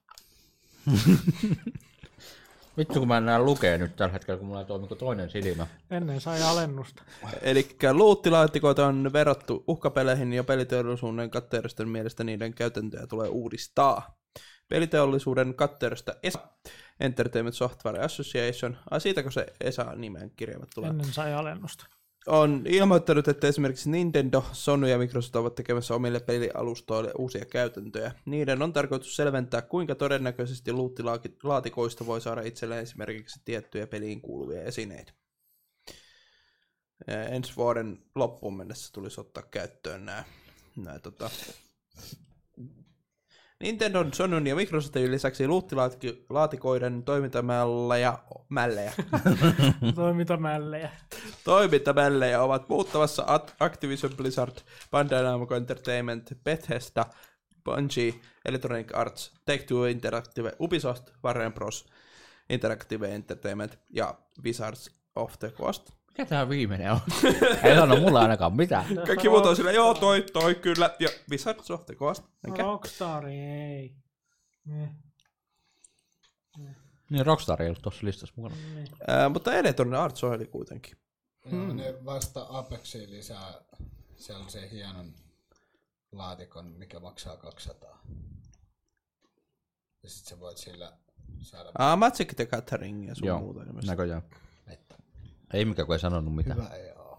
Vittu kun mä en näe lukea nyt tällä hetkellä, kun mulla ei toimi kuin toinen silmä. Ennen sai alennusta. Elikkä luuttilaatikoita on verrattu uhkapeleihin ja peliteollisuuden kattojärjestön mielestä niiden käytäntöjä tulee uudistaa. Peliteollisuuden kattojärjestö E S A, Entertainment Software Association, ai siitäkö se E S A-nimen kirjaimet tulee, Ennen sai alennusta. on ilmoittanut, että esimerkiksi Nintendo, Sony ja Microsoft ovat tekemässä omille pelialustoille uusia käytäntöjä. Niiden on tarkoitus selventää, kuinka todennäköisesti luuttilaatikoista voi saada itselleen esimerkiksi tiettyjä peliin kuuluvia esineitä. Ja ensi vuoden loppuun mennessä tulisi ottaa käyttöön nämä, nämä tota... Nintendon, Sonyn ja Microsoftin lisäksi luuttilaatikoiden toimintamällejä mällejä. Toimintamällejä. Toimintamällejä ovat muuttavassa Activision Blizzard, Bandai Namco Entertainment, Bethesda, Bungie, Electronic Arts, Take-Two Interactive, Ubisoft, Warner Bros. Interactive Entertainment ja Wizards of the Coast. Mikä tää viimeinen on? Ei sano mulla ainakaan mitään. Kaikki muut on sillä, joo toi, toi, kyllä, ja Wizards of the Coast. Mikä? Rockstar, ei. Niin. Niin Rockstar ei ollut tuossa listassa mukana. Niin. Ää, mutta Electronic Arts oli kuitenkin. Hmm. Ne vasta Apexiin lisää sellaisen hienon laatikon, mikä maksaa kaksisataa. Ja sit sä voit sillä saada... Ah, Magic the Gathering ja sun Joo, muuta. Ilmeisesti. näköjään. Että Ei mikä kun ei sanonut mitään. hyvä ei oo.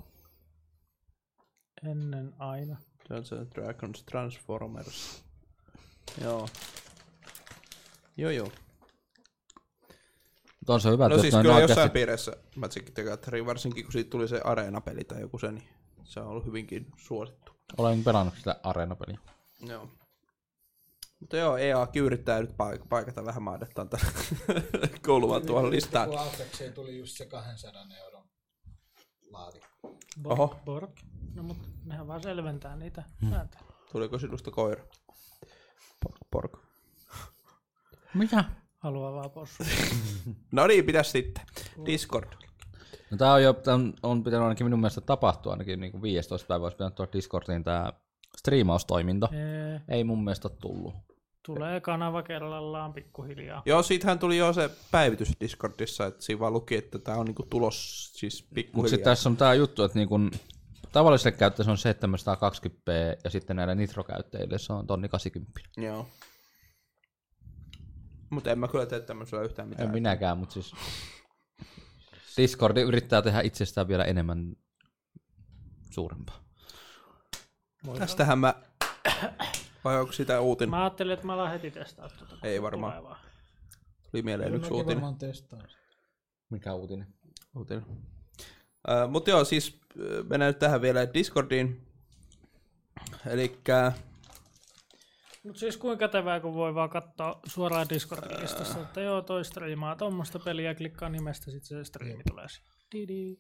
Ennen aina. Dungeons and Dragons Transformers. Joo. Joo joo. Mutta on se hyvä, No että siis noin kyllä oikeasti... jossain piirissä Magic the Gathering, varsinkin kun siitä tuli se areenapeli tai joku se, niin se on ollut hyvinkin suosittu. Olen pelannut sitä areenapeliä. Joo. Mutta joo, E A yrittää nyt paik- paikata vähän maadettaan tällä koulumaan tuohon listaan. Kun Apexiin tuli just se kahdensadan euron laatikko. Borg, Oho. Borg. No mut nehän vaan selventää niitä sääntöjä. Tuliko sinusta koira? Pork, pork. Mitä? Haluaa vaan possu. No niin, pitäis sitten. Discord. No tää on jo, tää on, on pitänyt ainakin minun mielestä tapahtua ainakin niin kuin viidestoista päivä olisi pitänyt tuoda Discordiin tää striimaustoiminta. Ee, Ei mun mielestä ole tullut. tulee kanava kerrallaan pikkuhiljaa. Joo, siitähän tuli jo se päivitys Discordissa, että siinä vaan luki, että tää on niinku tulos siis Mutta pikkuhiljaa. sitten tässä on tää juttu, että niin kun tavalliselle käyttäjälle se on seitsemänsataakaksikymmentä p ja sitten näille Nitro-käyttäjille se on tonni kahdeksankymmentä. Joo. Mutta en mä kyllä tee tämmöisellä yhtään mitään. En minäkään, mutta siis Discord yrittää tehdä itsestään vielä enemmän suurempaa. Tästähän mä... Vai onko sitä uutinen? Mä ajattelin, että mä alan heti testaa tuota. Ei varmaan. Tulee vaan. Tuli mieleen yksi Mäkin uutinen. varmaan testaan. Mikä uutinen? uutinen. Uh, Mutta joo, siis äh, mennään nyt tähän vielä Discordiin. Elikkä Mut siis kuinka kätevää, kun voi vaan katsoa suoraan Discord-listassa, että joo, toi striimaa tommoista peliä, klikkaa nimestä, sit se striimi tulee siihen. Didi.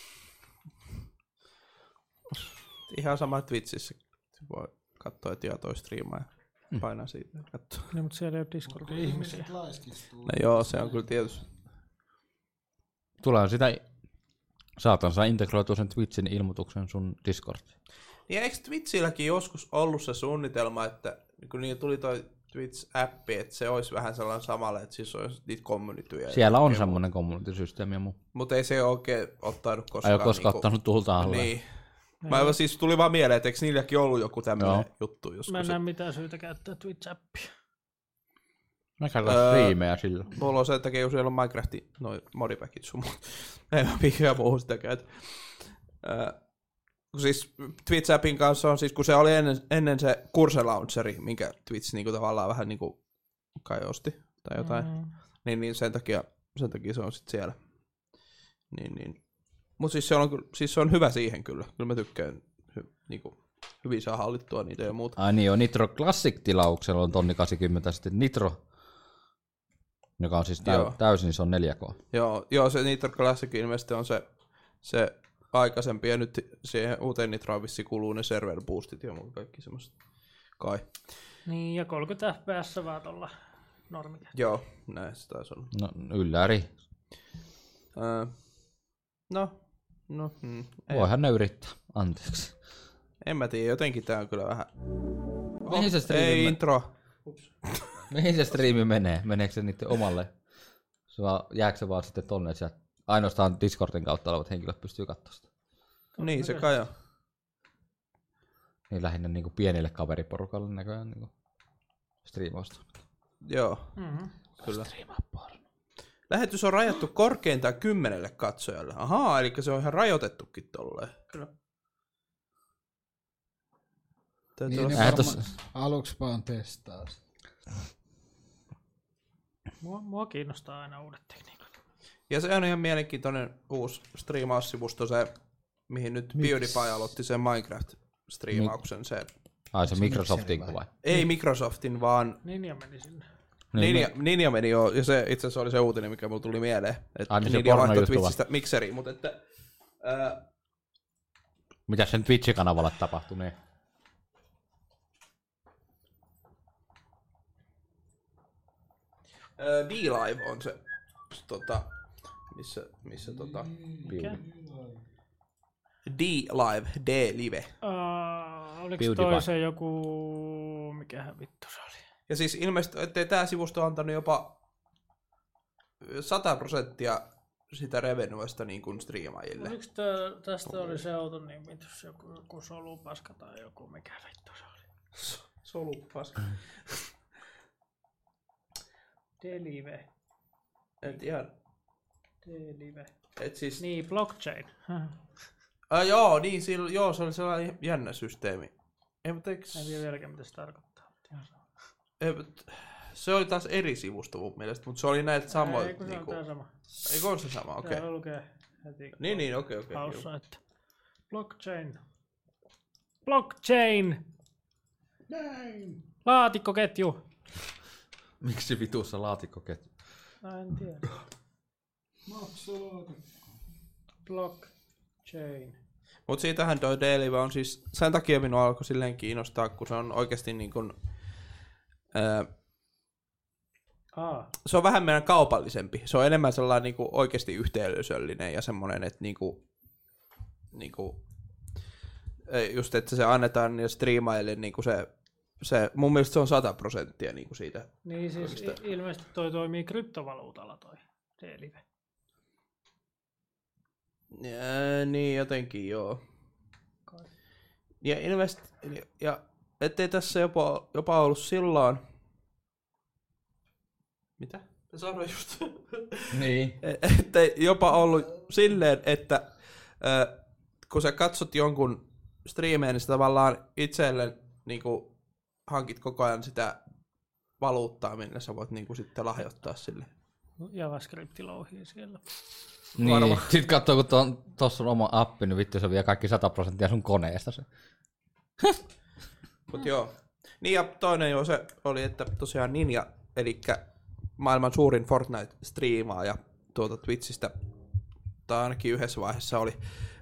Ihan sama Twitchissä. Voi katsoa, että joo, toi striimaa ja painaa siitä ja katsoo. No, mutta siellä ei ole Discordin ihmisiä. Ihmiset laiskistuu. No joo, se on kyllä tietysti. Tulee sitä, saatan saa integroitua sen Twitchin ilmoituksen sun Discordiin. Niin eikö Twitchilläkin joskus ollut se suunnitelma, että kun niillä tuli toi Twitch-appi, että se olisi vähän sellainen samalla, että siis olisi niitä communityjä. Siellä on semmoinen community-systeemi ja muu. Mutta ei se oikein ottanut koskaan. Ei ole koskaan niinku, ottanut tulta alle. Niin. Mä siis tuli vaan mieleen, että eikö niilläkin ollut joku tämmöinen Joo. juttu joskus. Mä en näe mitään syytä käyttää Twitch-appia. Mä katsotaan Öö, striimejä sillä. Mulla on sen takia, kun siellä on Minecraftin noin modipackit sun muut. Ei mä mikään muu sitä käytä. Öö, siis Twitch-appin kanssa on siis, kun se oli ennen, ennen se Curse Launcheri, minkä Twitch niinku tavallaan vähän niinku kai osti tai jotain, Mm. niin, niin sen, takia, sen takia se on sitten siellä. Niin, niin. Mut siis se, on, kyllä- siis se on hyvä siihen kyllä. Kyllä mä tykkään hy, niinku, hyvin saa hallittua niitä ja muuta. Ai niin, jo Nitro Classic-tilauksella on tonni kahdeksankymmentä, sitten Nitro, joka on siis Joo. täy, täysin, se on neljä K. Joo, joo, se Nitro Classic ilmeisesti on se, se aikaisempi, ja nyt siihen uuteen Nitroon vissi kuluu ne server boostit ja muut kaikki semmoiset. Kai. Niin, ja kolmekymmentä F P S vaan tuolla normia. Joo, näin se taisi olla. No, ylläri. Öö, no, no, hmm, ei, Voihan ne yrittää. Anteeksi. en mä tiedä, jotenkin tää on kyllä vähän... Mihin se striimi Ei menee? intro. Mihin se striimi menee? Meneekö se niiden omalle? Se vaan, jääkö se vaan sitten tonne, että sieltä ainoastaan Discordin kautta olevat henkilöt pystyy katsomaan sitä? Niin, se kai on. Niin lähinnä niin kuin pienille kaveriporukalle näköjään niin striimausta. Joo, Mm-hmm. kyllä. Striimaa porno. Lähetys on rajattu korkeintaan kymmenelle katsojalle. Ahaa, eli se on ihan rajoitettukin tolleen. Kyllä. Täytyy Niin olla... ne Eihän varmaan tossa- aluksi vaan testaa sitä. Mua, mua kiinnostaa aina uudet tekniikat. Ja se on ihan mielenkiintoinen uusi striimaussivusto, se, mihin nyt PewDiePie aloitti sen Minecraft-striimauksen. Se, Ai se Microsoftin Mixer kuva. ei Microsoftin, vaan Ninja meni sinne. Niin, Ninja, Ninja meni jo, ja se itse asiassa oli se uutinen, mikä mulle tuli mieleen. Että Ai niin se Ninja vaihtoi pornojuttu Twitchistä Mixeriin, mutta että... Ää, mitä sen Twitch-kanavalle tapahtui? Niin. ää, D-Live on se, tota, missä, missä tota... Mikä? D-Live, D-Live. Uh, oliko PewDiePie. toi se joku... Mikähän vittu se oli? Ja siis ilmeisesti, ettei tää sivusto on antanut jopa sata prosenttia sitä revenuesta niin kuin striimaajille. Oliko tää, tästä oli se auto nimitys, joku, joku solupaska tai joku, mikä vittu se oli? Solupaska. Delive. Et ihan, Delive. et siis... Niin, blockchain. Ah, joo, niin, sillä, joo, se oli sellainen jännä systeemi. Ei, mutta eiks... En tiedä vieläkään, mitä se tarkoittaa. mutta ihan sama. Ei, mutta se oli taas eri sivusto mun mielestä, mutta se oli näiltä samoilta. Ei, kun se on tää sama. Eikö on se sama? Okei. Täällä lukee heti. kun Niin, niin, okei, okei. haussa, joo. että blockchain. Blockchain! Näin! Laatikkoketju! Miksi vitussa laatikkoketju? Mä en tiedä. Maksalaata. Blockchain. Mut siitähän toi D-Live on siis, sen takia minua alkoi silleen kiinnostaa, kun se on oikeesti niin kuin, ää, Aa, se on vähän meidän kaupallisempi. Se on enemmän sellainen niin kuin oikeasti yhteisöllinen ja semmoinen, että niin kuin, niin kuin, just että se annetaan niille striimaajille niin kuin se, se, mun mielestä se on sata prosenttia niin kuin siitä. niin siis Oikeastaan. i- ilmeisesti toi toimii kryptovaluutalla toi D-Live. Ja, niin jotenkin joo. Ja ilmeisesti, ja ettei tässä jopa, jopa ollut silloin, mitä? Mä sanoin just. Niin. Ettei jopa ollut silleen, että äh, kun sä katsot jonkun striimeen, niin sä tavallaan itselle niin kuin, hankit koko ajan sitä valuuttaa, millä sä voit niin kuin, sitten lahjoittaa sille. JavaScript louhii siellä. Niin, Varmaan. sit katsoo, kun tuon, tossa on oma appi, niin vittu se vie kaikki sata prosenttia sun koneesta. Se. Mut joo. Niin ja toinen jo se oli, että tosiaan Ninja, eli maailman suurin Fortnite-striimaaja tuolta Twitchistä, tai ainakin yhdessä vaiheessa oli,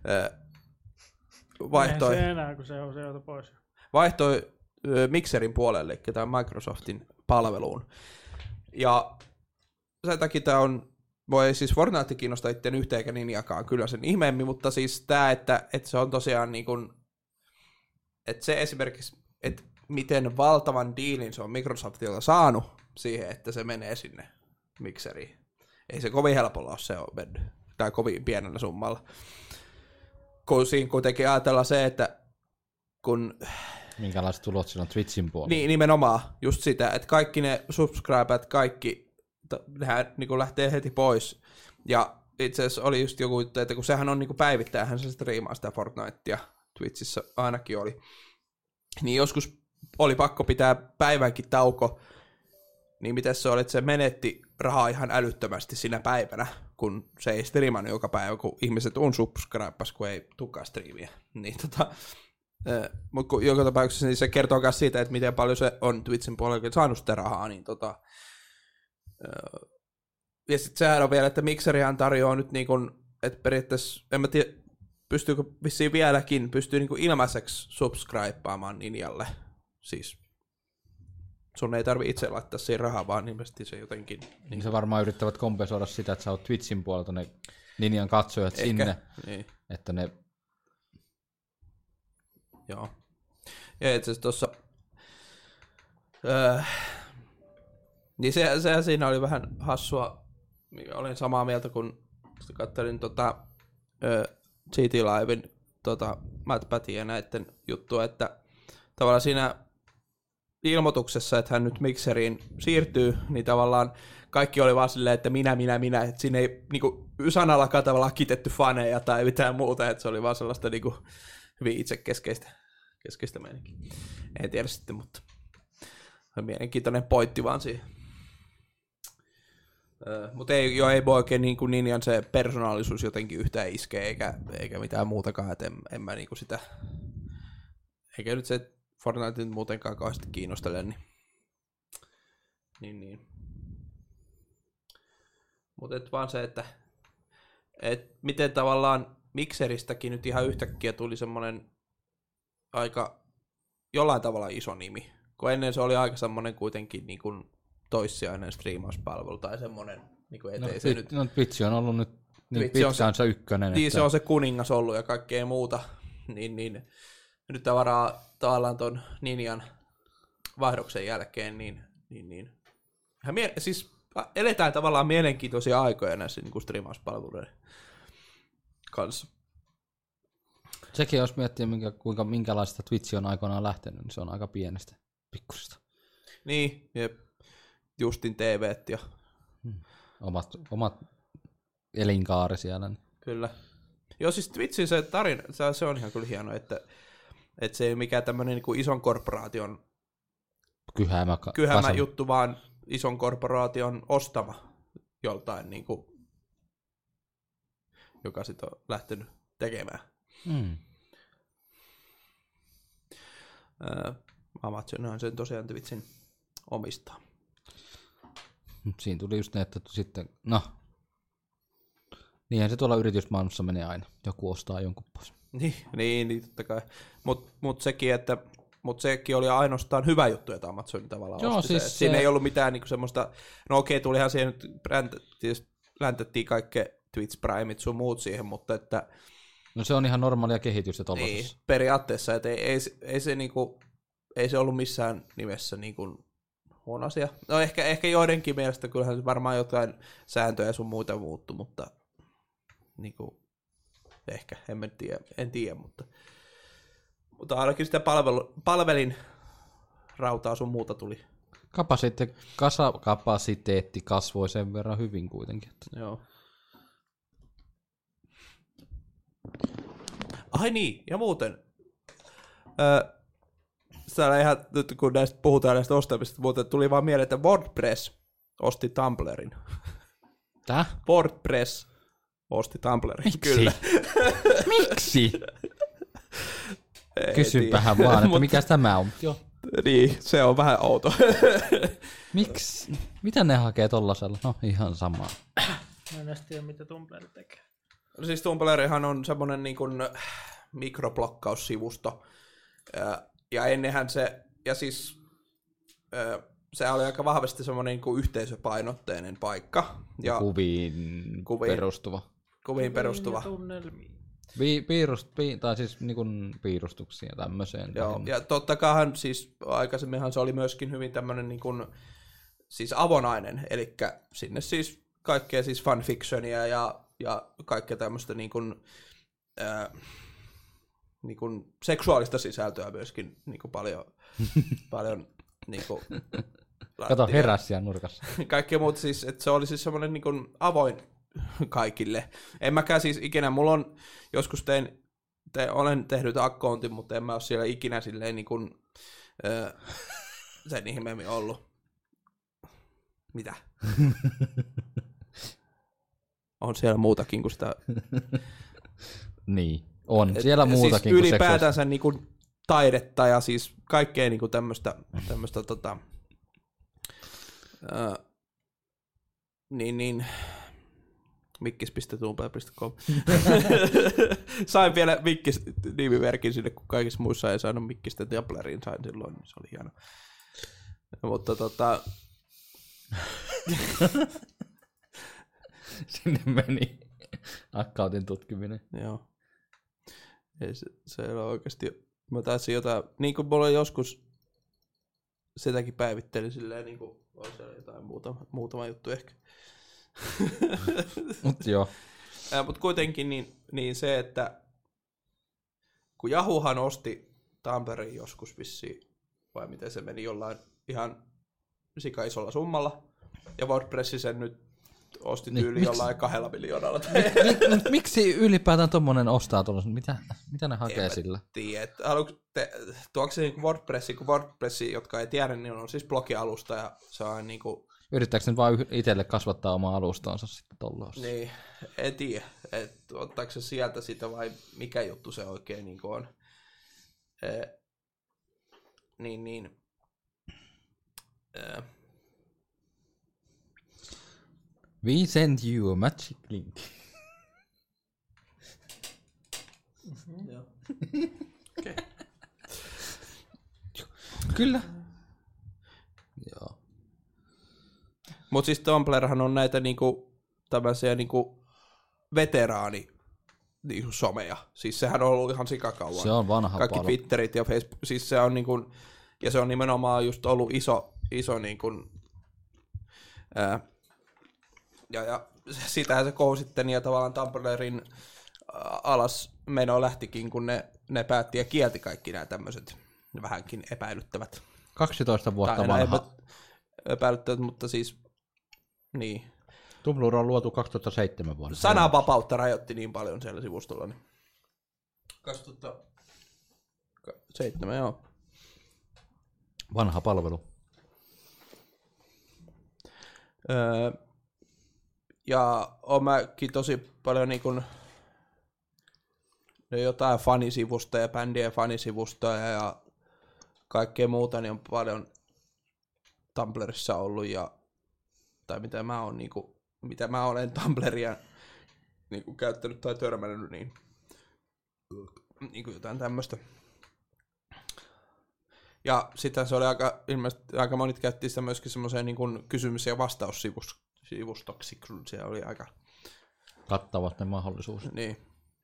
vaihtoi, Eihän se enää, kun se on sieltä pois. vaihtoi Mixerin puolelle, eli tämä Microsoftin palveluun. Ja sen takia tämä on, voi siis Fortnite kiinnostaa itseään yhtä eikä Ninjakaan kyllä sen ihmeemmin, mutta siis tämä, että, että se on tosiaan niin kuin, että se esimerkiksi, että miten valtavan diilin se on Microsoftilta saanut siihen, että se menee sinne Mixeriin. Ei se kovin helpolla ole se on mennyt, tai kovin pienellä summalla. Kun siinä kuitenkin ajatellaan se, että kun... Minkälaiset tulot siinä on Twitchin puolella? Niin, nimenomaan just sitä, että kaikki ne subscribert, kaikki nehän niin lähtee heti pois. Ja itse asiassa oli just joku, että kun sehän on niin päivittäinhän se striimaa sitä Fortnitea, Twitchissä ainakin oli. Niin joskus oli pakko pitää päivänkin tauko, niin miten se oli, että se menetti rahaa ihan älyttömästi sinä päivänä, kun se ei striimannut joka päivä, kun ihmiset on subscribers, kun ei tulekaan striimiä. Niin tota, äh, mutta joka tapauksessa niin se kertoo myös siitä, että miten paljon se on Twitchin puolella saanut sitä rahaa, niin tota, äh, ja sitten sehän on vielä, että Mixerihan tarjoaa nyt niin kuin, että periaatteessa, en mä tiedä, pystyykö vissiin vieläkin, pystyy niin kuin ilmaiseksi subscribaamaan Ninjalle, siis sun ei tarvi itse laittaa siihen rahaa, vaan ilmeisesti se jotenkin... Niin se varmaan yrittävät kompensoida sitä, että sä oot Twitchin puolelta ne Ninjan katsojat ehkä sinne, niin. Että ne... Joo. Ja itse asiassa tuossa... Öö, niin se, se siinä oli vähän hassua, mikä olin samaa mieltä, kun katselin tota, öö, G T Liven tota, Matt Pattin ja näiden juttua, että tavallaan siinä ilmoituksessa, että hän nyt Mixeriin siirtyy, niin tavallaan kaikki oli vaan silleen, että minä, minä, minä, että siinä ei niinku sanallakaan tavallaan kitetty faneja tai mitään muuta, että se oli vaan sellaista niinku hyvin itsekeskeistä keskeistä meininkiä. En tiedä sitten, mutta on mielenkiintoinen pointti vaan siihen. Öö, mutta ei, jo, ei voi oikein niin kuin Ninjan se persoonallisuus jotenkin yhtään iskee, eikä, eikä mitään muutakaan, että en, en mä niinku sitä, eikä nyt se Fortnite muutenkaan kauheasti kiinnostele, niin, niin, niin. Mutta vaan se, että et miten tavallaan Mixeristäkin nyt ihan yhtäkkiä tuli semmoinen aika jollain tavalla iso nimi, kun ennen se oli aika semmoinen kuitenkin niin kuin toissijainen striimauspalvelu tai semmoinen, niin kuin ettei no, se nyt... No Twitch on ollut nyt niin pitkään se ykkönen. Niin että... se on se kuningas ollut ja kaikkea muuta, niin, niin nyt tavallaan, tavallaan ton Ninjan vaihdoksen jälkeen, niin, niin, niin. Mie- siis eletään tavallaan mielenkiintoisia aikoja näissä niin kuin striimauspalveluiden kanssa. Sekin jos miettii, minkä, kuinka, minkälaista Twitch on aikoinaan lähtenyt, niin se on aika pienestä, pikkusesta. Niin, jep. Justin T V:t ja... Hmm. Omat, omat elinkaari siellä. Niin. Kyllä. Joo, siis Twitchin se tarina, se on ihan kyllä hieno, että, että se ei ole mikään tämmöinen niin kuin ison korporaation kyhämä, kyhämä juttu, vaan ison korporaation ostama joltain, niin kuin, joka sitten on lähtenyt tekemään. Hmm. Äh, Amazonhan sen tosiaan Twitchin omistaa. Siinä tuli just ne, että sitten, no, niinhän se tuolla yritysmaailmassa menee aina. Joku ostaa jonkun pois. Niin, niin, niin totta kai. Mutta mut sekin, että mut sekin oli ainoastaan hyvä juttu, että Amazon tavallaan Joo, osti siis se. se... Siinä ei ollut mitään niinku semmoista, no okei, tulihan siihen nyt, läntettiin kaikki Twitch Primeit sun muut siihen, mutta että... No se on ihan normaalia kehitystä tollasessa. Niin, periaatteessa, että ei, ei, ei, se niinku, ei se ollut missään nimessä niinku huono asia. No ehkä, ehkä joidenkin mielestä kyllähän varmaan jotain sääntöjä sun muuta muuttu, mutta niinku, ehkä, en tiedä, en tiedä mutta, mutta ainakin sitä palvelu, palvelin rautaa sun muuta tuli. Kapasite, kasa, kapasiteetti kasvoi sen verran hyvin kuitenkin. Että... Joo. Ai niin, ja muuten. Öö, Täällä ihan, nyt kun näistä puhutaan näistä ostamisista, muuten tuli vaan mieleen, että WordPress osti Tumblrin. Tää? WordPress osti Tumblrin, Miksi? kyllä. Miksi? Kysypähän vaan, että mikäs tämä on. Joo. Niin, se on vähän outo. Miksi? Mitä ne hakee tollasella? No ihan samaa. Mä en edes tiedä, mitä Tumblr tekee. Siis Tumblrihan on semmonen niin kuin mikroblokaussivusto. Ja, ja ennenhän se, ja siis se oli aika vahvasti semmoinen niin kuin yhteisöpainotteinen paikka. Ja kuviin, kuviin perustuva. Kuviin perustuva. Vi, piirust, pi, tai siis niin kuin piirustuksia tämmöiseen. Joo, ja totta kai siis aikaisemminhan se oli myöskin hyvin tämmöinen niin kuin, siis avonainen, eli sinne siis kaikkea siis fanfictionia ja, ja kaikkea tämmöistä niin kuin, ää, niin kuin seksuaalista sisältöä myöskin niin kuin paljon, paljon niin kuin, kato, heräs siellä nurkassa. Kaikkea muuta siis, että se oli siis semmoinen niin kuin avoin kaikille. En mäkään siis ikinä, mulla on, joskus tein, te, olen tehnyt accountin, mutta en mä ole siellä ikinä silleen niin kuin, öö, sen ihmeemmin ollut. Mitä? On siellä muutakin kuin sitä. Niin, on siellä muutakin siis kuin ylipäätänsä niin kuin taidetta ja siis kaikkea niin kuin tämmöistä, tämmöistä tota, öö, niin, niin, mikkis piste tumblr piste com. Sain vielä Mikkis-nimimerkin sinne, kun kaikissa muissa ei saanut Mikkistä Tumblriin, sain silloin, niin se oli hieno. Mutta tota... Sinne meni accountin tutkiminen. Joo. Ei se, se ei ole oikeasti... Mä taisin jotain... Niin kuin mulla joskus sitäkin päivittelin silleen, niin kuin on siellä jotain muutama, muutama juttu ehkä. Mut joo. Ja, mut kuitenkin niin, niin se, että kun Yahoohan osti Tumblrin joskus vissiin, vai miten se meni jollain ihan sika isolla summalla, ja WordPressi sen nyt osti tyyli niin, jollain kahdella miljoonalla. Mik, miksi ylipäätään tommonen ostaa tuollaisen? Mitä, mitä ne hakee en sillä? Tiedä. Tuoksi se niin WordPressi, kun WordPressi, jotka ei tiedä, niin on siis blogialusta, ja se on niin kuin... Yrittääkö ne vaan itselle kasvattaa omaa alustaansa sitten tollossa? Niin, en tiedä, että ottaako se sieltä sitä vai mikä juttu se oikein niin on. Eh, niin, niin. Eh. We send you a magic link. Joo. Okay. Kyllä. Joo. Mutta siis Tumblrhan on näitä niinku, tämmöisiä niinku veteraani niinku someja. Siis sehän on ollut ihan sikakauan. Se on vanha Kaikki palo. Twitterit ja Facebook. Siis se on niinku, ja se on nimenomaan just ollut iso, iso niinku, ää, ja, ja sitähän se kousitteni ja tavallaan Tumblrin alas meno lähtikin, kun ne, ne päätti ja kielti kaikki nämä tämmöiset vähänkin epäilyttävät. kaksitoista vuotta tai vanha. Epä, epäilyttävät, mutta siis niin. Tumblr on luotu kaksituhattaseitsemän vuonna. Sananvapautta rajoitti niin paljon siellä sivustolla. Niin. kaksituhattaseitsemän, joo. Vanha palvelu. Öö, ja oon mäkin tosi paljon niin kun, no jotain fanisivusta ja bändien fanisivusta ja kaikkea muuta, niin on paljon Tumblrissa ollut ja tai mitä mä oon niinku, mitä mä olen Tumblria niinku käyttänyt tai törmännyt, niin niinku jotain tämmöstä. Ja sitten se oli aika, ilmeisesti aika monit käytti sitä myöskin semmoiseen niin kuin kysymys- ja vastaussivustoksi, kun se oli aika... Kattavat ne mahdollisuus. Niin.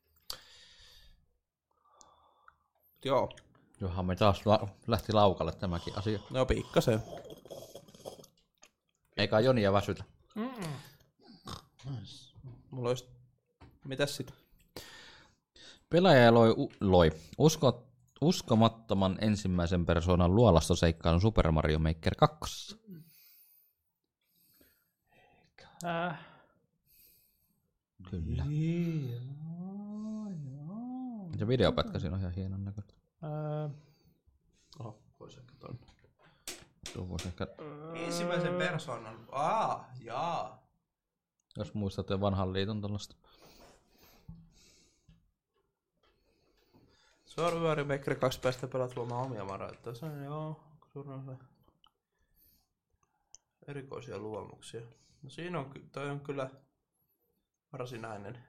Joo. Johan me taas la- lähti laukalle tämäkin asia. No pikkasen. Eikä Jonia väsytä. Mm-mm. Mulla olisi... Mitäs sit? Pelaaja loi, u- loi. Usko, uskomattoman ensimmäisen persoonan luolastoseikkailun Super Mario Maker kaksi. Äh. Kyllä. Se videopätkä siinä on ihan hienon näköistä. Äh. Oho, voisi ehkä tonne. Tuo voisi ehkä, Ensimmäisen persoonan. Aa, jaa. jos muistatte vanhan liiton tällaista. Super Mario Maker kaksi päästä pelat luomaan omia varoittaa. Se on joo. Suurin erikoisia luomuksia. No siinä on, toi on kyllä varsinainen.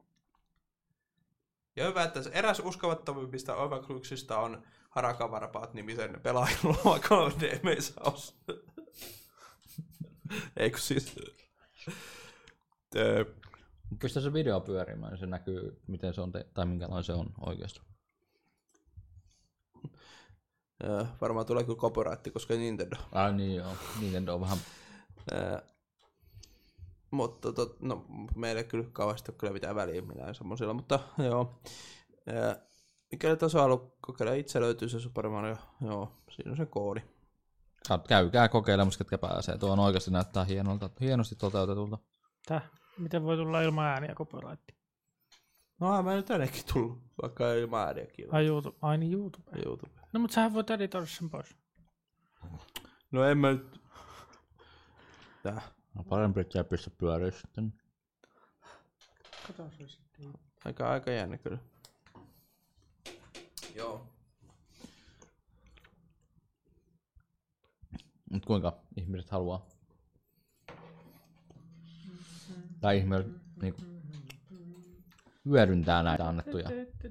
Ja hyvä, että eräs uskovattavimmista oivalluksia on Harakavarpaat nimisen pelaajan luoma kolme D-meisaus. Eikö siis? Pistä se video pyörimään, niin se näkyy, miten se on, te- tai minkälainen se on oikeasti. Ja varmaan tulee kyllä copyright, koska Nintendo. Ai niin joo, Nintendo on vähän... Ää, mutta tot, no, meille kyllä kauheasti ole kyllä mitään väliä millään semmoisilla, mutta joo. Ää, mikäli taso haluaa kokeilla itse löytyy se Super Mario, joo, siinä on se koodi. Käykää kokeilemassa, ketkä pääsee. Tuo on oikeasti näyttää hienolta, hienosti toteutetulta. Täh? Miten voi tulla ilman ääniä copyright? No mä nyt ennenkin tullut, vaikka ei ilman ääniäkin. Ai YouTube. Ai niin YouTube. YouTube. No mut sähän voit editoida sen pois. No en mä nyt... Tää. No parempi, että ei pistä pyöriä sitten. Kato se sitten. Aika, aika jännä kyllä. Joo. Mut kuinka ihmiset haluaa? Tai ihmiset niinku hyödyntää näitä annettuja.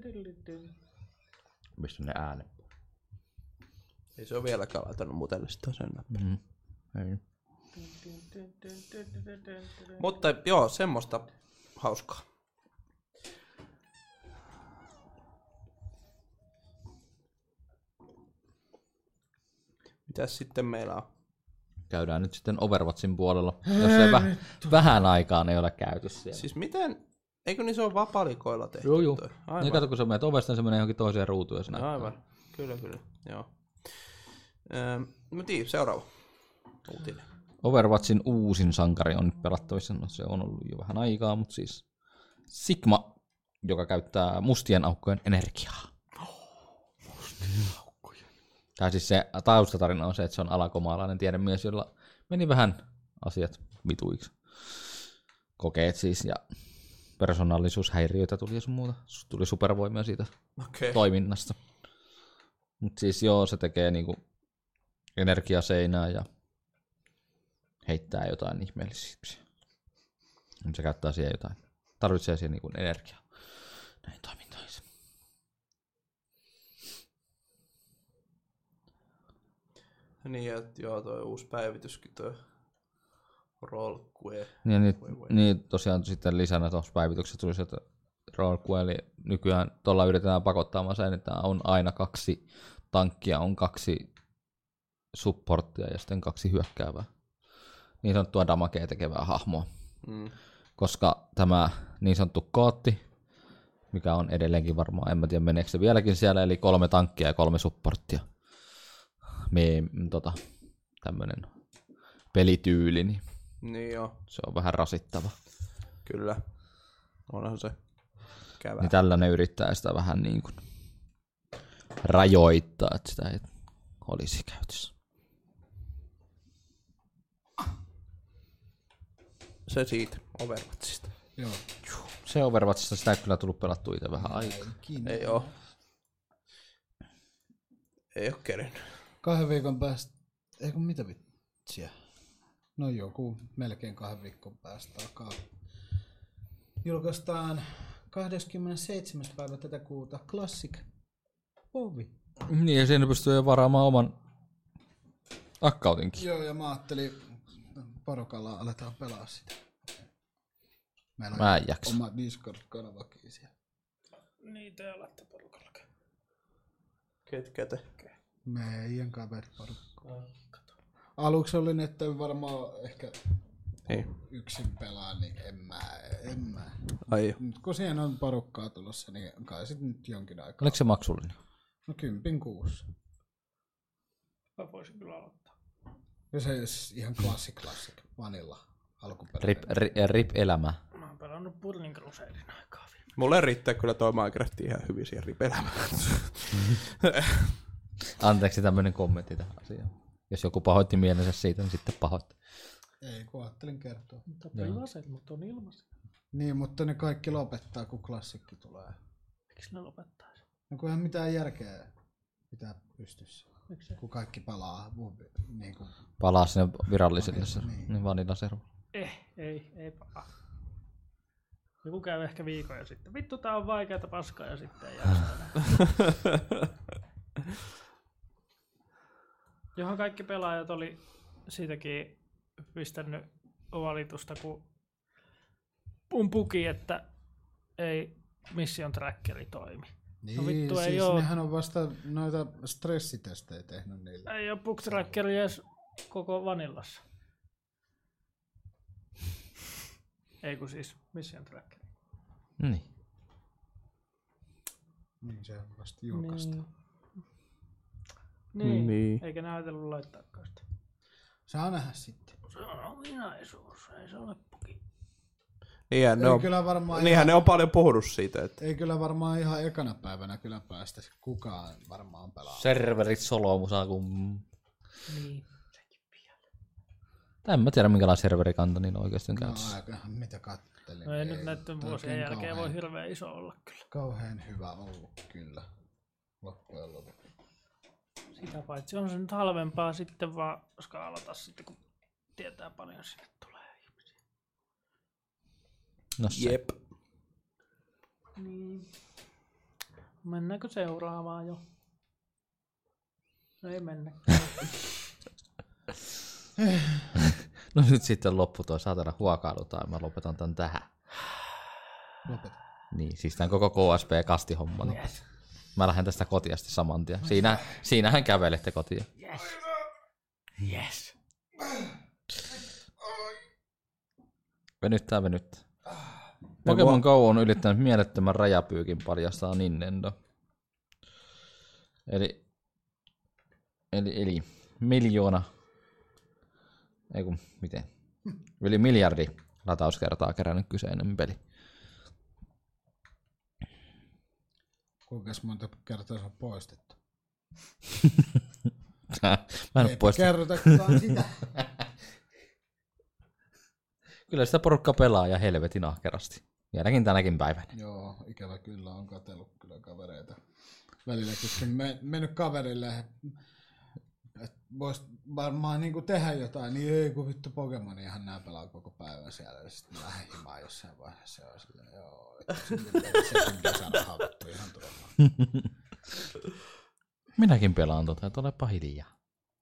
Mistä ne äänet? Ei se ole vieläkään laittanut mutellista sen näppää. Mm. Ei. Mutta joo, semmoista hauskaa. Mitäs sitten meillä on? Käydään nyt sitten Overwatchin puolella, jos ei väh- vähän aikaan ei ole käyty siellä. Siis miten, eikö niin se on vapalikoilla tehty? Joo, joo. toi? Niin Aivan. kato, kun sä menet ovesta, niin se menee johonkin toiseen ruutuun ja se näyttää. Aivan, kyllä kyllä, joo. Öö, no tii, seuraava uutinen. Overwatchin uusin sankari on nyt pelattavissa, no se on ollut jo vähän aikaa, mutta siis Sigma, joka käyttää mustien aukkojen energiaa. Tai siis se taustatarina on se, että se on alakomaalainen tiedemies, jolla meni vähän asiat vituiksi. Kokeet siis ja persoonallisuushäiriöitä tuli ja sun muuta. Tuli supervoimia siitä Okay. toiminnasta. Mutta siis joo, se tekee niinku energiaseinää ja heittää jotain ihmeellisyyksiä. Se käyttää siihen jotain. Tarvitsee siihen niinku energiaa näihin toimintoihin. Niin, että joo, toi uusi päivityskin toi Rollquake. Niin, niin, niin tosiaan sitten lisänä tuossa päivityksessä tuli se, että Rollquake, eli nykyään tuolla yritetään pakottamaan sen, että on aina kaksi tankkia, on kaksi supporttia ja sitten kaksi hyökkäävää. Niin sanottua damagea tekevää hahmoa. Mm. Koska tämä niin sanottu kootti, mikä on edelleenkin varmaan, en mä tiedä meneekö se vieläkin siellä, eli kolme tankkia ja kolme supporttia. Me, tota, tämmönen pelityyli, niin Niin joo, se on vähän rasittava. kyllä. Onhan se kävä. Niin tällä ne yrittää sitä vähän niin kuin rajoittaa, että sitä ei olisi käytössä. Se siitä Overwatchista. Joo. Se Overwatchista sitä ei kyllä tullut pelattua itse vähän aikaa. Kiinni. Ei oo. Ei oo kerennyt. Kahden viikon päästä, eikö mitä vitsiä? No joku melkein kahden viikon päästä alkaa. Julkaistaan kahdeskymmenesseitsemäs päivä tätä kuuta Classic Ovi. Niin ja siinä pystyy jo varaamaan oman accountinkin. Joo, ja mä ajattelin, porukalla aletaan pelaa sitä. Meillä Mä on en jaksa. oma Discord-kanavakin siellä. Niitä ei alatte porukalla. Ketkä te? Meidän kaveriporukka. Aluksi olin, että varmaan ehkä Ei. yksin pelaa, niin en mä, en mä. Ai joo. Nyt kun siihen on porukkaa tulossa, niin kai sit nyt jonkin aikaa. Oliko se maksullinen? No kympin kuussa. Mä voisin kyllä aloittaa. Ja se olisi ihan classic classic, vanilla alkuperäinen. Rip, rip, rip elämä. Mä oon pelannut Burning Crusadein aikaa vielä. Mulle riittää kyllä toi Minecraft ihan hyvin siihen ripelämään. Anteeksi tämmönen kommentti tähän asiaan. Jos joku pahoitti mielensä siitä, niin sitten pahoitti. Ei, kun ajattelin kertoa. Mutta privaset, mutta on ilmaisia. Niin, mutta ne kaikki lopettaa, kun klassikki tulee. Miksi ne lopettaisi? No kun eihän mitään järkeä. pitää pystyssä. Miksi? Kun kaikki palaa. Niin kuin... Palaa sinne virallisille se, Niin. niin vanilaservo. Eh, ei, ei palaa. Joku käy ehkä viikon ja sitten, vittu tää on vaikeata paskaa ja sitten ei jaksa enää. Johon kaikki pelaajat oli siitäkin pistänyt valitusta, kun pumpuki, että ei mission trackeri toimi. Niin, No vittu, ei siis oo. nehän on vasta noita stressitestejä tehnyt niillä. Ei oo bug trackeri edes koko vanillassa. Ei kun siis mission trackeri. Niin. Niin se on vasta julkaista. Niin. Niin. Niin. Eikä ne ajatellut laittaakaan sitä. Saa nähdä sitten. Se on ominaisuus, ei se ole bugi. Niinhän ne Ei on, kyllä varmaan niinhän ihan, ne on paljon puhunut siitä, että ei kyllä varmaan ihan ekana päivänä kyllä päästä kukaan varmaan pelaa. Serverit solomusaa kun... Niin. Tai en mä tiedä minkälainen serverikanta niin oikeasti on No käytössä. aika, mitä kattelin. No ei nyt näiden toi vuosien oikein jälkeen voi kauhean- hirveän iso olla kyllä. Kauhean hyvä ollut kyllä. Loppujen lopuksi. Sitä paitsi on se nyt halvempaa sitten vaan skaalata sitten, kun tietää paljon sinne tulee ihmisiä. No se. jep. Niin. Mennäänkö seuraavaan jo? No ei mennä. No nyt sitten loppu toi saatana huokailu tai mä lopetan tän tähän. Lopeta. Niin, siis tän koko K S P-kastihomma. Niin. Yes. Mä lähden tästä kotiasti saman tien. Siinä, siinähän kävelette kotiin. Yes. Yes. Venyttää, venyttää. Pokemon Go on ylittänyt mielettömän rajapyykin, paljastaa Nintendo. Eli, eli, eli miljoona, ei kun, miten, yli miljardi latauskertaa kerännyt kyseinen peli. Kuinka monta kertaa se on poistettu? Mä en ole poista. Kerrotakaan sitä. Kyllä sitä porukka pelaa ja helvetin ahkerasti. Vieläkin tänäkin päivänä. Joo, ikävä kyllä on katsellut kyllä kavereita. Välillä kun me, mennyt kaverille, että vois varmaan niinku tehdä jotain, niin ei kun vittu Pokemoniahan nää pelaa koko päivän siellä. Ja sitten lähden himaan jossain vaiheessa. Ja silleen, joo, että sekin pitää saada haavattu ihan tuolla. Minäkin pelaan tota, et olepa hiljaa.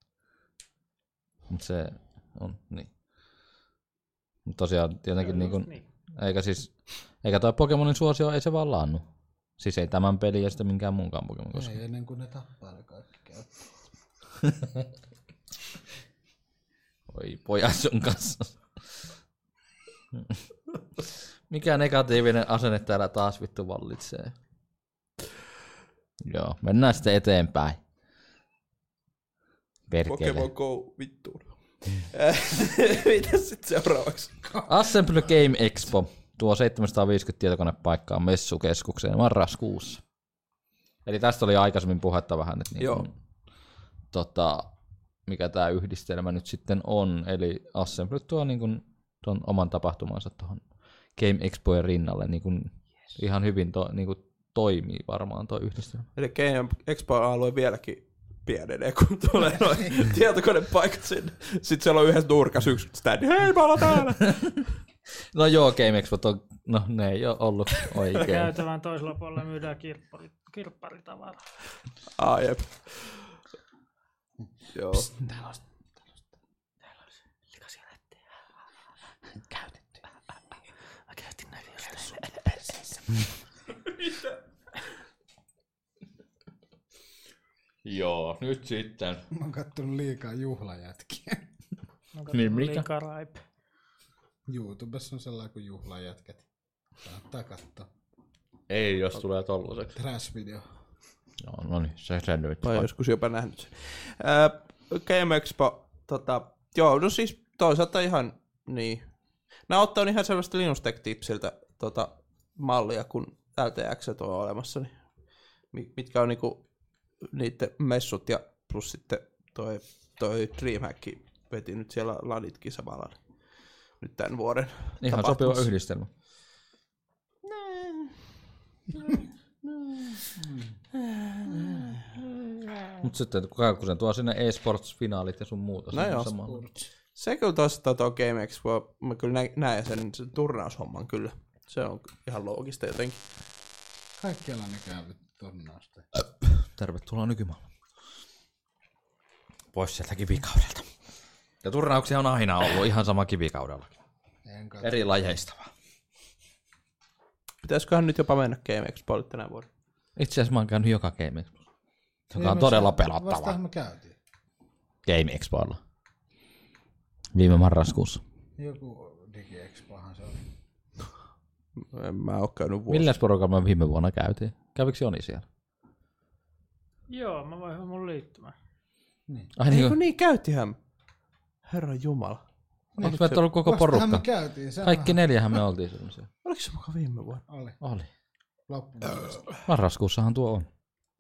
Mut se on, niin. Mut tosiaan tietenkin niin kun, Niin. eikä siis, eikä toi Pokemonin suosio, ei se vaan laannu. Siis ei tämän pelin ja sitten minkään muunkaan Pokemon koska. Ei ennen kuin ne tappaa ne kaikki käyttäjät. Oi pojat sun kanssa. Mikä negatiivinen asenne täällä taas vittu vallitsee. Joo, mennään sitten eteenpäin. Perkele. Pokemon Go vittuun. Mitäs sitten seuraavaksi? Assemble Game Expo tuo seitsemänsataaviisikymmentä tietokonepaikkaa messukeskukseen marraskuussa. Eli tästä oli aikaisemmin puhetta vähän, että niin kuin, tota, mikä tämä yhdistelmä nyt sitten on. Eli Assemble tuo niin kuin, tuon oman tapahtumansa tuohon Game Expojen rinnalle. Niin kuin, yes. Ihan hyvin to, niin kuin, toimii varmaan tuo yhdistelmä. Eli Game Expo-alue vieläkin pienenee, kun tulee noin tietokonepaikat sinne. Sitten siellä on yhdessä nurkassa yksi stand. Hei, mä ollaan täällä! No joo, Game Expo on, no ne ei ole ollut oikein. Käytävän toisella puolella myydään kirppari, kirpparitavaraa. Ah, jep. Joo. Täällä on Täällä on likaisia rättejä. Käytetty. Mä käytin näitä jostain. Mitä? Joo, nyt sitten. Mä oon kattonut liikaa juhlajätkiä. Niin, mikä? Liikaa raipe. YouTubessa on sellainen kuin juhlajätkät. Kannattaa katsoa. Ei, jos tulee tollaseksi. Trash-video. No, no niin, se, se nyt. Mä oon joskus jopa nähnyt sen. Ää, Game Expo, tota, joo, no siis toisaalta ihan niin. Nämä ottaa ihan sellaista Linus Tech Tipsiltä tota, mallia, kun L T X on olemassa, niin mitkä on niinku niiden messut ja plus sitten toi, toi Dreamhack veti nyt siellä laditkin samalla niin nyt tämän vuoden Ihan sopiva yhdistelmä. Mut sitten kun sen tuo sinne e-sports-finaalit ja sun muuta. No joo. Se kyllä tossa tuo Game Expo, mä kyllä nä- näen sen, sen turnaushomman kyllä. Se on ihan loogista jotenkin. Kaikkialla ne käyvät turnausta. Tervetuloa nykymaailmaan. Pois sieltä kivikaudelta. Ja turnauksia on aina ollut ihan sama kivikaudellakin. Eri lajeista vaan. Pitäisiköhän nyt jopa mennä Game Expoille tänä vuonna? Itse asiassa mä oon käynyt joka Game Expo, joka on todella pelottava. Vastahan me käytiin. Game Expoilla. Viime marraskuussa. Joku Digi-Expohan se oli. En mä oo käynyt vuosia. Milläs porukalla me viime vuonna käytiin? Kävikö Joni siellä? Joo, mä vaihoin mun liittymään. Ai niin, Eikö kuin, niin käytihän? Herra Jumala. onko me ollut koko Vastahan me porukka? käytiin. Se Kaikki neljähän me oltiin sellaisia. Oliko se mukaan viime vuonna? oli. Oli. Loppuvuodesta. Marraskuussahan tuo on.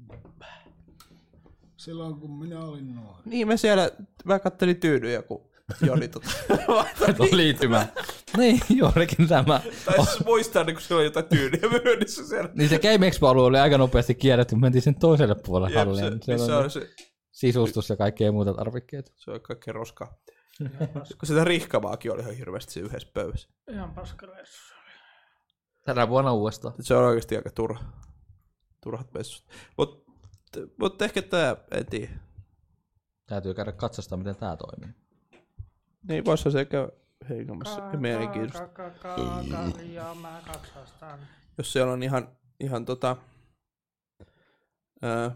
Silloin kun minä olin nuori. Niin me siellä, mä kattelin tyydyjä, kun Joni tota. Tuo liittymä. Niin, juurikin tämä. Tai siis muistaa, niin kun siellä oli jotain tyydyjä myynnissä siellä. Niin se Game Expo oli aika nopeasti kierretty, kun mentiin sen toiselle puolelle Jep, halliin. se, Siellä missä on on se, sisustus ja kaikkea muuta tarvikkeita. se on kaikkea roskaa. Kun sitä rihkamaakin oli ihan hirveästi siinä yhdessä pöydässä. Ihan paskareissu. Tänä vuonna uudestaan. Se on oikeasti aika turha. Turhat messut. Mutta mut ehkä tää, en tiedä. Täytyy käydä katsastaa, miten tää toimii. Niin voisi se käydä heikomassa. Mielenkiintoista. Karjaa mä kaksastaan. Jos siellä on ihan, ihan tota... Ää,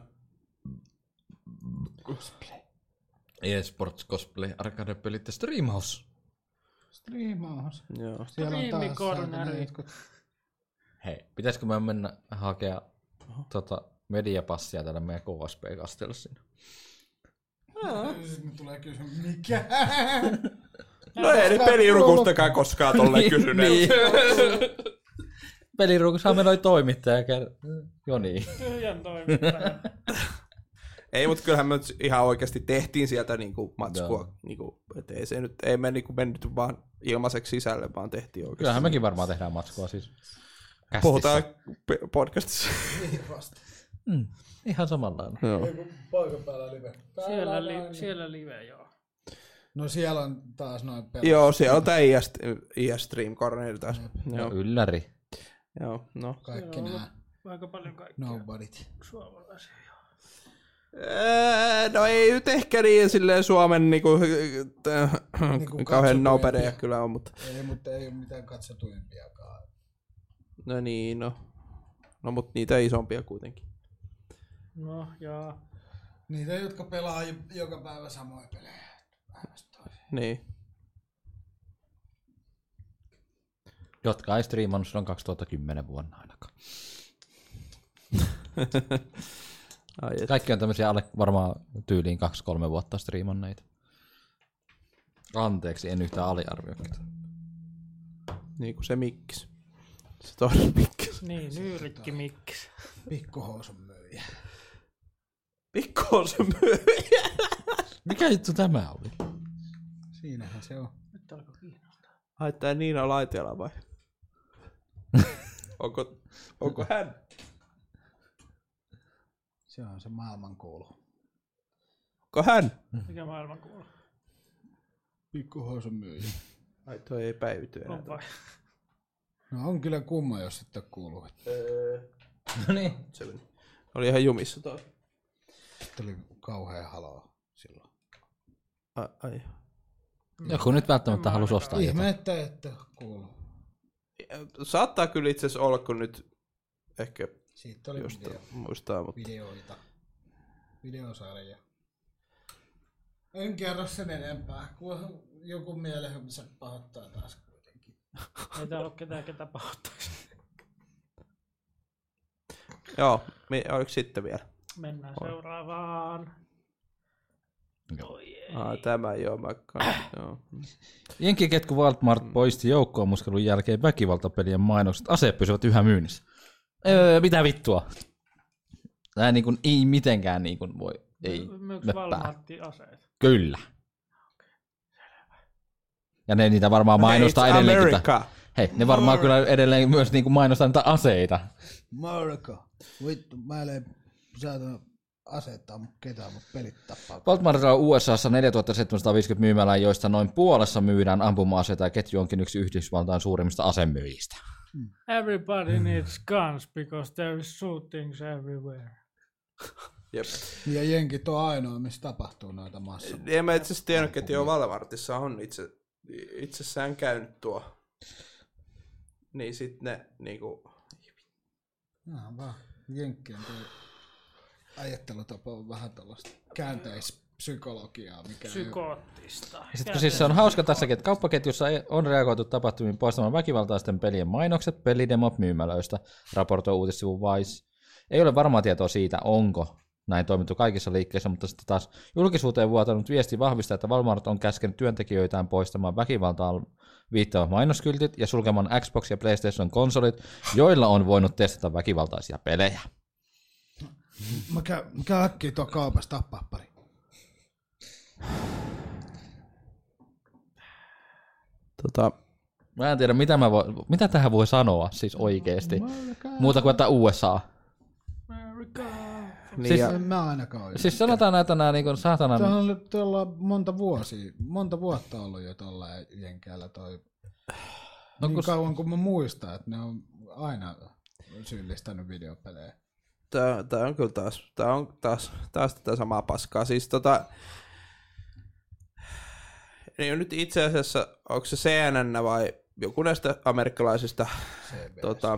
eSports, cosplay, arcade-pelit ja streamaus. Striimaus. joo. Siellä on taas Striimikorneri. saatu jotkut. Hei, pitäisikö mä mennä hakea tota, mediapassia tällä meidän K S P-kastella siinä? Sitten tulee kysymys, mikä? No ei nyt pelirukustakaan koskaan tolleen kysyneet. Niin. Peliruukussahan me noi toimittaja käydä. Joo niin. Tyhjän toimittaja. Ei, mutta kyllähän me nyt ihan oikeasti tehtiin sieltä niinku matskua. Joo. Niinku, et ei se nyt, ei me niinku mennyt vaan ilmaiseksi sisälle, vaan tehtiin oikeasti. Kyllähän mekin varmaan tehdään matskua siis. Kästissä. Puhutaan pe- podcastissa. Mm, ihan samanlainen. Joo. Paikan päällä live. Siellä, li, siellä live, joo. No siellä on taas noin pelat. Joo, siellä on tää I S, I S Stream Corner taas. Joo. Ylläri. Joo, no. Kaikki Siellä on nää aika paljon kaikkia nobodyt. suomalaisia, joo. Ää, no ei nyt ehkä niin silleen Suomen niinku, äh, Niinku kauhean katsotuimpia. nopedeja kyllä on, mutta Ei, mutta ei ole mitään katsotuimpiakaan. no niin, no. No mut niitä isompia kuitenkin. No, joo. Niitä, jotka pelaa jo- joka päivä samoja pelejä. Päivästä toiseen. Niin. Jotka ei striimannut silloin kaksituhattakymmenen vuonna ainakaan. Ai et. Kaikki on tämmöisiä alle varmaan tyyliin kaksi kolme vuotta striimanneita. Anteeksi, en yhtään aliarvioi. Niin kuin se mikkis. Se toinen mikkis. Niin, Nyyrikki Mikkis. Pikkuhousun myyjä. Pikku on se myyjä. Mikä juttu tämä oli? Siinähän se on. Nyt alkoi kiinnostaa. Ai tää Niina Laitiala vai? onko, onko hän? Se on se maailmankuulu. Onko hän? Mikä maailman kuuluu? Pikkuhousun myyjä. Ai toi ei päivity enää. On vai? No on kyllä kumma, jos sitten kuuluu. No niin. Se meni. Oli ihan jumissa toi. Sitten oli kauhea haloo silloin. Ai, ai. Joku nyt välttämättä halusi ostaa Ihme, jotain. että ette kuulu. Saattaa kyllä itse asiassa olla, kun nyt ehkä Siitä oli jostain video, muistaa, mutta videoita. Videosarja. En kerro sen enempää, kun joku mielensä pahoittaa taas kuitenkin. Ei täällä ole ketään, ketä pahoittaisi. joo, me, oliko sitten vielä? Mennään seuraavaan. Oi ei. Ah, tämä joo, mä kan... joo. Jenkiketku Walmart poisti joukkoamuskelun jälkeen väkivaltapelien mainokset. Aseet pysyvät yhä myynnissä. Öö, mitä vittua? Tää niin kuin, ei mitenkään niin kuin voi. Ei. Myyks möppää. Walmartti aseet? Kyllä. Ja ne niitä varmaan mainostaa It's edelleenkin. America. Hei, ne varmaan kyllä edelleen myös niin kuin mainostaa niitä aseita. Marko, vittu, mä olen saatana asettaa mut ketään, mut pelit tappaa. Baltimoreilla on U S A:ssa neljätuhattaseitsemänsataaviisikymmentä myymälää, joista noin puolessa myydään ampuma-aseita ja ketju onkin yksi Yhdysvaltain suurimmista asemyyjistä. Everybody needs guns because there is shootings everywhere. Jep. Ja jenkit on ainoa, missä tapahtuu noita massa. En mä itse asiassa tiennyt, että jo Valvartissa on itse, itsessään käynyt tuo. Niin sit ne niinku... Nämä vaan jenkkien toi ajattelutapa on vähän tällaista käänteispsykologiaa, mikä Psykoottista. Sitten siis se on hauska tässäkin, että kauppaketjussa on reagoitu tapahtumiin poistamaan väkivaltaisten pelien mainokset pelidemot myymälöistä, raportoi uutissivu Vice. Ei ole varmaa tietoa siitä, onko näin toimittu kaikissa liikkeissä, mutta sitten taas julkisuuteen vuotanut viesti vahvistaa, että Walmart on käskenyt työntekijöitään poistamaan väkivaltaan viittaavat mainoskyltit ja sulkemaan Xbox- ja PlayStation-konsolit, joilla on voinut testata väkivaltaisia pelejä. Mä käyn, mä käyn äkkiä tuo kaupassa tappaa pari. Tota, Mä en tiedä, mitä, mä voi, mitä tähän voi sanoa siis oikeesti. Muuta kuin, että U S A. niin Siis- ja, En mä ainakaan ole. Siis sanotaan näitä nää niinku saatanan... Tämä on ollut tuolla monta vuosia, monta vuotta ollut jo tuolla jenkeillä toi. No, Niin kun- kauan kuin mä muistan, että ne on aina syyllistänyt videopelejä. tää, tää on kyllä taas, tää on taas, taas tätä samaa paskaa. Siis tota, niin nyt itse asiassa, onko se C N N vai joku näistä amerikkalaisista tota,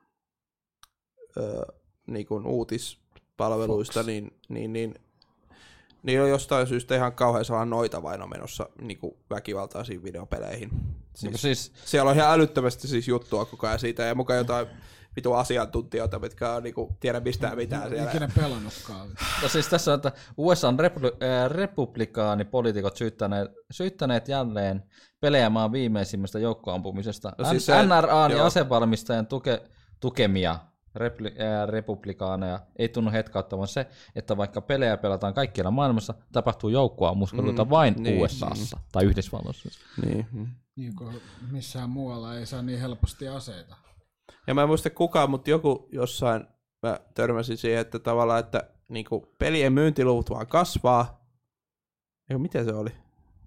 ö, niin kuin uutispalveluista, niin, niin, niin niillä on jostain syystä ihan kauhean sellainen noitavaino menossa niin kuin väkivaltaisiin videopeleihin. Siis, Siis, siis, siellä on ihan älyttömästi siis juttua koko ajan siitä, ja mukaan jotain vitu asiantuntijoita, mitkä on niinku tiedä mistään mitään siellä. Ikinä pelannutkaan. no siis tässä on, että U S A:n repli- äh, republikaanipoliitikot syyttäneet, syyttäneet jälleen pelejä maan viimeisimmästä joukkoampumisesta. No siis N- se- N R A:n ja joo. asevalmistajan tuke, tukemia repli- äh, republikaaneja ei tunnu hetkauttavan se, että vaikka pelejä pelataan kaikkialla maailmassa, tapahtuu joukkoammuskeluita Mm, vain niin, U S A:ssa tai Yhdysvalloissa. Niin. Niin kuin missään muualla ei saa niin helposti aseita. Ja mä en muista kukaan, mutta joku jossain mä törmäsin siihen, että tavallaan, että niinku pelien myyntiluvut vaan kasvaa. Eikö, miten se oli?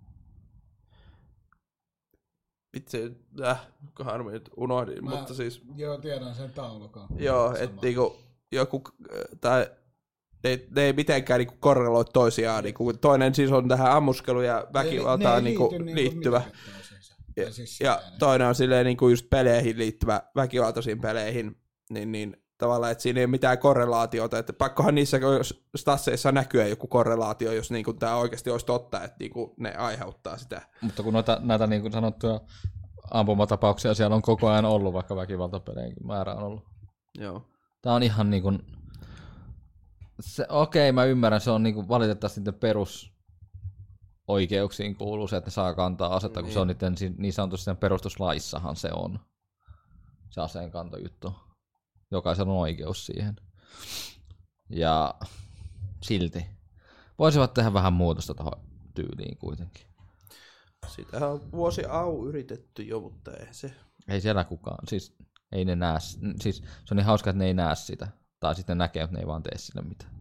Itse, äh, harmi nyt unohdin, Mä- mutta siis, Joo, tiedän sen taulukon. joo, Sama. että niinku joku, äh, tai ne, ne ei mitenkään niinku korreloi toisiaan. Niinku, toinen siis on tähän ammuskeluun ja väkivaltaan Ne ei niinku liity liittyvä. mitenkään toisiinsa. Ja, Tai siis ja silleen, toinen on silleen niin kuin just peleihin liittyvä, väkivaltaisiin peleihin, niin, niin tavallaan, että siinä ei ole mitään korrelaatiota, että pakkohan niissä jos stasseissa näkyy joku korrelaatio, jos niin kuin tämä oikeasti olisi totta, että niin kuin ne aiheuttaa sitä. Mutta kun noita, näitä niin kuin sanottuja ampumatapauksia siellä on koko ajan ollut, vaikka väkivaltapelejä määrä on ollut. Joo. Tää on ihan niin kuin, se, okei, mä ymmärrän, se on niin kuin valitettavasti niiden perusoikeuksiin kuuluu se, että ne saa kantaa asetta, kun Niin. se on niiden, niin sanotusti sen perustuslaissahan se on, se aseen kantojuttu. Jokaisella on oikeus siihen. Ja silti voisivat tehdä vähän muutosta tuohon tyyliin kuitenkin. Sitähän on vuosi au yritetty jo, mutta ei se. Ei siellä kukaan, siis ei ne näe, siis se on niin hauska, että ne ei näe sitä. Tai sitten ne näkee, että ne ei vaan tee sille mitään.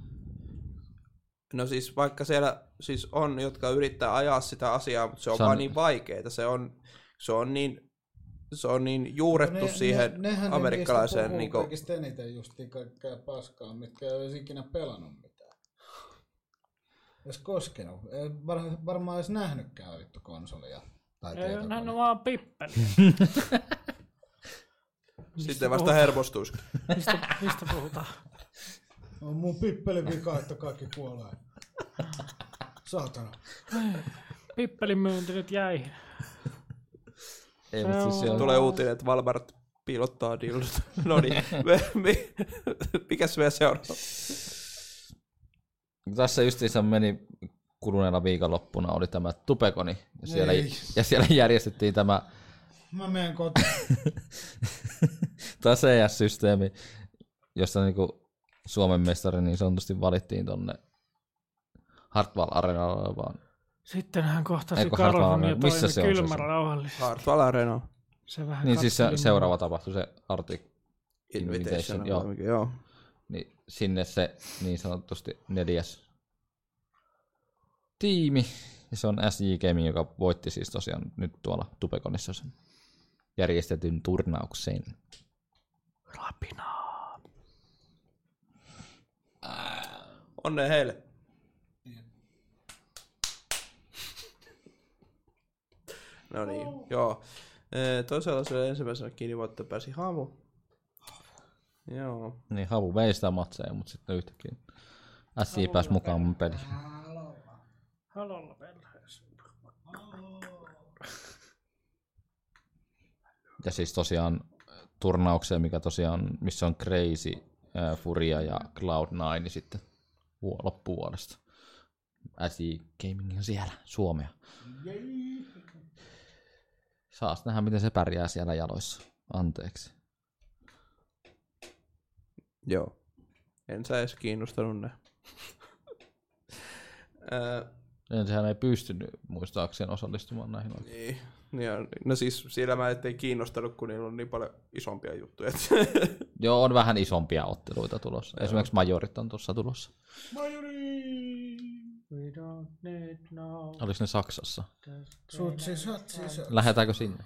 No siis vaikka siellä siis on, jotka yrittää ajaa sitä asiaa, mutta se on, Se on- vaan niin vaikeaa. Se on, se on niin se on niin juurettu siihen nehän amerikkalaiseen ne niinku, kaikista eniten justiin kaikkea paskaa, mitkä ei olisi ikinä pelannut mitään. Edes koskenut. Ei var, varmaan edes nähnytkään vittu konsolia. Tai Ei, tietokonea. näin on vaan pippeliä. sitten vasta hermostuisi. Mistä, mistä puhutaan? On mun pippeli vika, että kaikki kuolee. Saatana. Pippelin myynti nyt jäi. Ei, Se mutta siis se on, Tulee uutinen, että Walmart piilottaa dildot. No niin, me, me, mikäs meidän seuraava? tässä justiinsa meni kuluneella viikonloppuna oli tämä Tupekoni, ja siellä, Ei. ja siellä järjestettiin tämä Mä menen kotiin. tämä C S-systeemi, josta niinku Suomen mestari niin sanotusti valittiin tonne Hartwall Arenalla olevaan. Sitten hän kohtasi Eikö Hartwall karhun ja Arena? Missä toimi se on se kylmän sun? rauhallisesti. Hartwall Arena Se vähän Niin siis se katseli seuraava tapahtui, se Arctic Invitation. Invitation, joo. joo. Niin sinne se niin sanotusti neljäs tiimi. Ja se on S J Gaming, joka voitti siis tosiaan nyt tuolla Tupekonissa sen järjestetyn turnauksen. Rapinaa. Onnea heille. No niin, joo. Toisella se ensimmäisenä kiinni voitta pääsi Hamu. Joo. Niin, Havu vei sitä matseja, mutta sitten yhtäkkiä S J pääsi mukaan mun peliin. Halolla perheessä. Ja siis tosiaan turnaukseen, mikä tosiaan, missä on Crazy, äh, Furia ja Cloud nine, niin sitten loppuvuodesta. S J Gaming on siellä, Suomea. Saas nähdä, miten se pärjää siellä jaloissa. Anteeksi. Joo. En sä edes kiinnostanut ne. En, sehän ei pystynyt muistaakseen osallistumaan näihin oikein. Niin. Ja, no siis siellä mä ettei kiinnostanut, kun niillä on niin paljon isompia juttuja. Joo, on vähän isompia otteluita tulossa. Joo. Esimerkiksi Majorit on tuossa tulossa. Majori! We don't need no. Oliko ne Saksassa? Sutsi, sutsi, sutsi. Lähetäänkö sinne?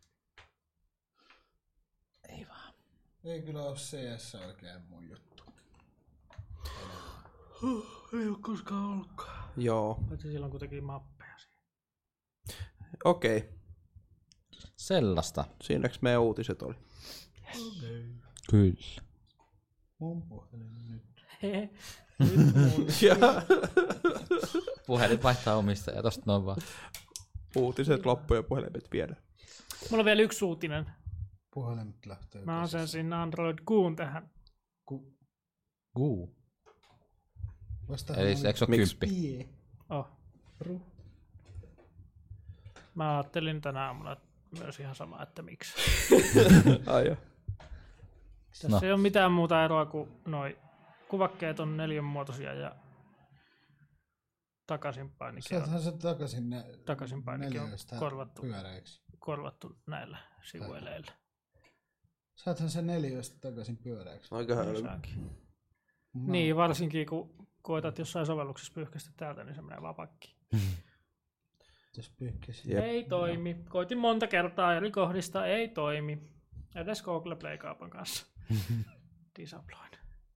Ei vaan. Ei kyllä ole C S oikein mun juttu. Ei ole koskaan ollutkaan. Joo. Paitsi silloin kuitenkin mappeja siinä. Okei. Okay. Sellaista. Siinäks meidän uutiset oli? Okay. Kyllä. Mun puhelin nyt. Nyt mun. Puhelin vaihtaa omistajaa, tosta noin vaan. Uutiset loppu ja puhelimet viedä. Mulla on vielä yksi uutinen. Puhelimet lähtee. Mä asensin Android Goon tähän. Ku... Guu. Vastahan Eli oli... eikö se ole Miksi? kymppi? Oh. Ru. Mä ajattelin tänä aamuna myös ihan sama, että miksi. Ai jo. Tässä No. ei ole mitään muuta eroa kuin noi kuvakkeet on neljänmuotoisia ja takaisinpainike on, Saathan se takaisin, ne... takaisinpainike on neliöistä korvattu, pyöreiksi. korvattu näillä sivueleillä. Saathan se neliöistä takaisin pyöreiksi. Aika hölmö. Saankin. Mä... Niin, varsinkin kun koetat jossain sovelluksessa pyyhkäistä täältä, niin se menee vaan pakkiin. Jos pyyhkäsi. Jep. Ei toimi. Koitin monta kertaa eri kohdista, ei toimi. Edes Google Play-kaupan kanssa. Disabloin.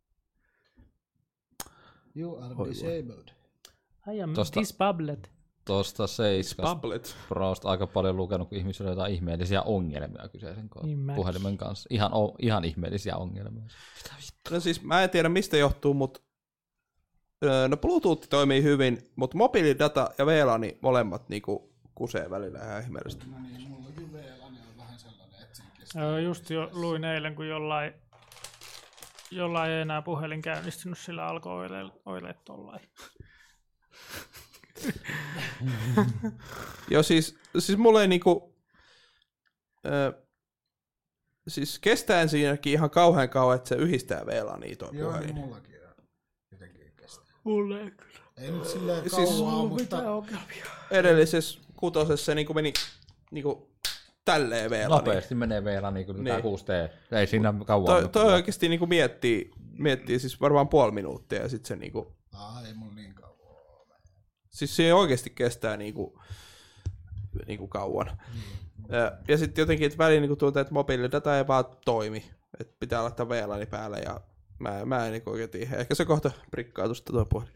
You are Oi, disabled. I am Tosta- disablet. Tuosta seiskas Tablet. Prosta aika paljon lukenut, kun ihmisillä on jotain ihmeellisiä ongelmia kyseisen ko- Niin mäkin. puhelimen kanssa. Ihan, o- ihan ihmeellisiä ongelmia. No siis mä en tiedä mistä johtuu, mutta öö, no Bluetooth toimii hyvin, mutta mobiilidata ja V LAN molemmat niinku kusee välillä ihan ihmeellisesti. No niin, mullakin V LAN on vähän sellainen, että siinä kestää. Joo, just jo luin eilen, kun jollain, jollain ei enää puhelin käynnistynyt, sillä alkoi oileet oile tollain. Joo siis, siis mulla ei niinku, öö, siis kestää siinäkin ihan kauhean kauan, että se yhdistää V LANia toi Joo, puhelin. niin mullakin on. Jotenkin kestää. Mulle ei kyllä. Ei nyt silleen Siis- kauaa, mutta... Mitä ongelmia? Edellisessä kutosessa se niinku meni niinku tälleen V LANiin. Nopeasti menee vielä niin kuin Niin. niin. kuusi T. Ei siinä kauan. Toi, mutta- toi oikeesti niinku miettii, miettii siis varmaan puoli minuuttia ja sit se niinku, Ah, ei mulla niin kauan. siis se oikeesti kestää niinku, niinku kauan. Mm. Ja, ja sitten jotenkin, että väliin niinku tuntuu, että mobiilidata ei vaan toimi. Että pitää laittaa V LAN päälle ja mä, mä en niinku oikein tiedä. Ehkä se kohta prikkaa tuosta tuo puhelin.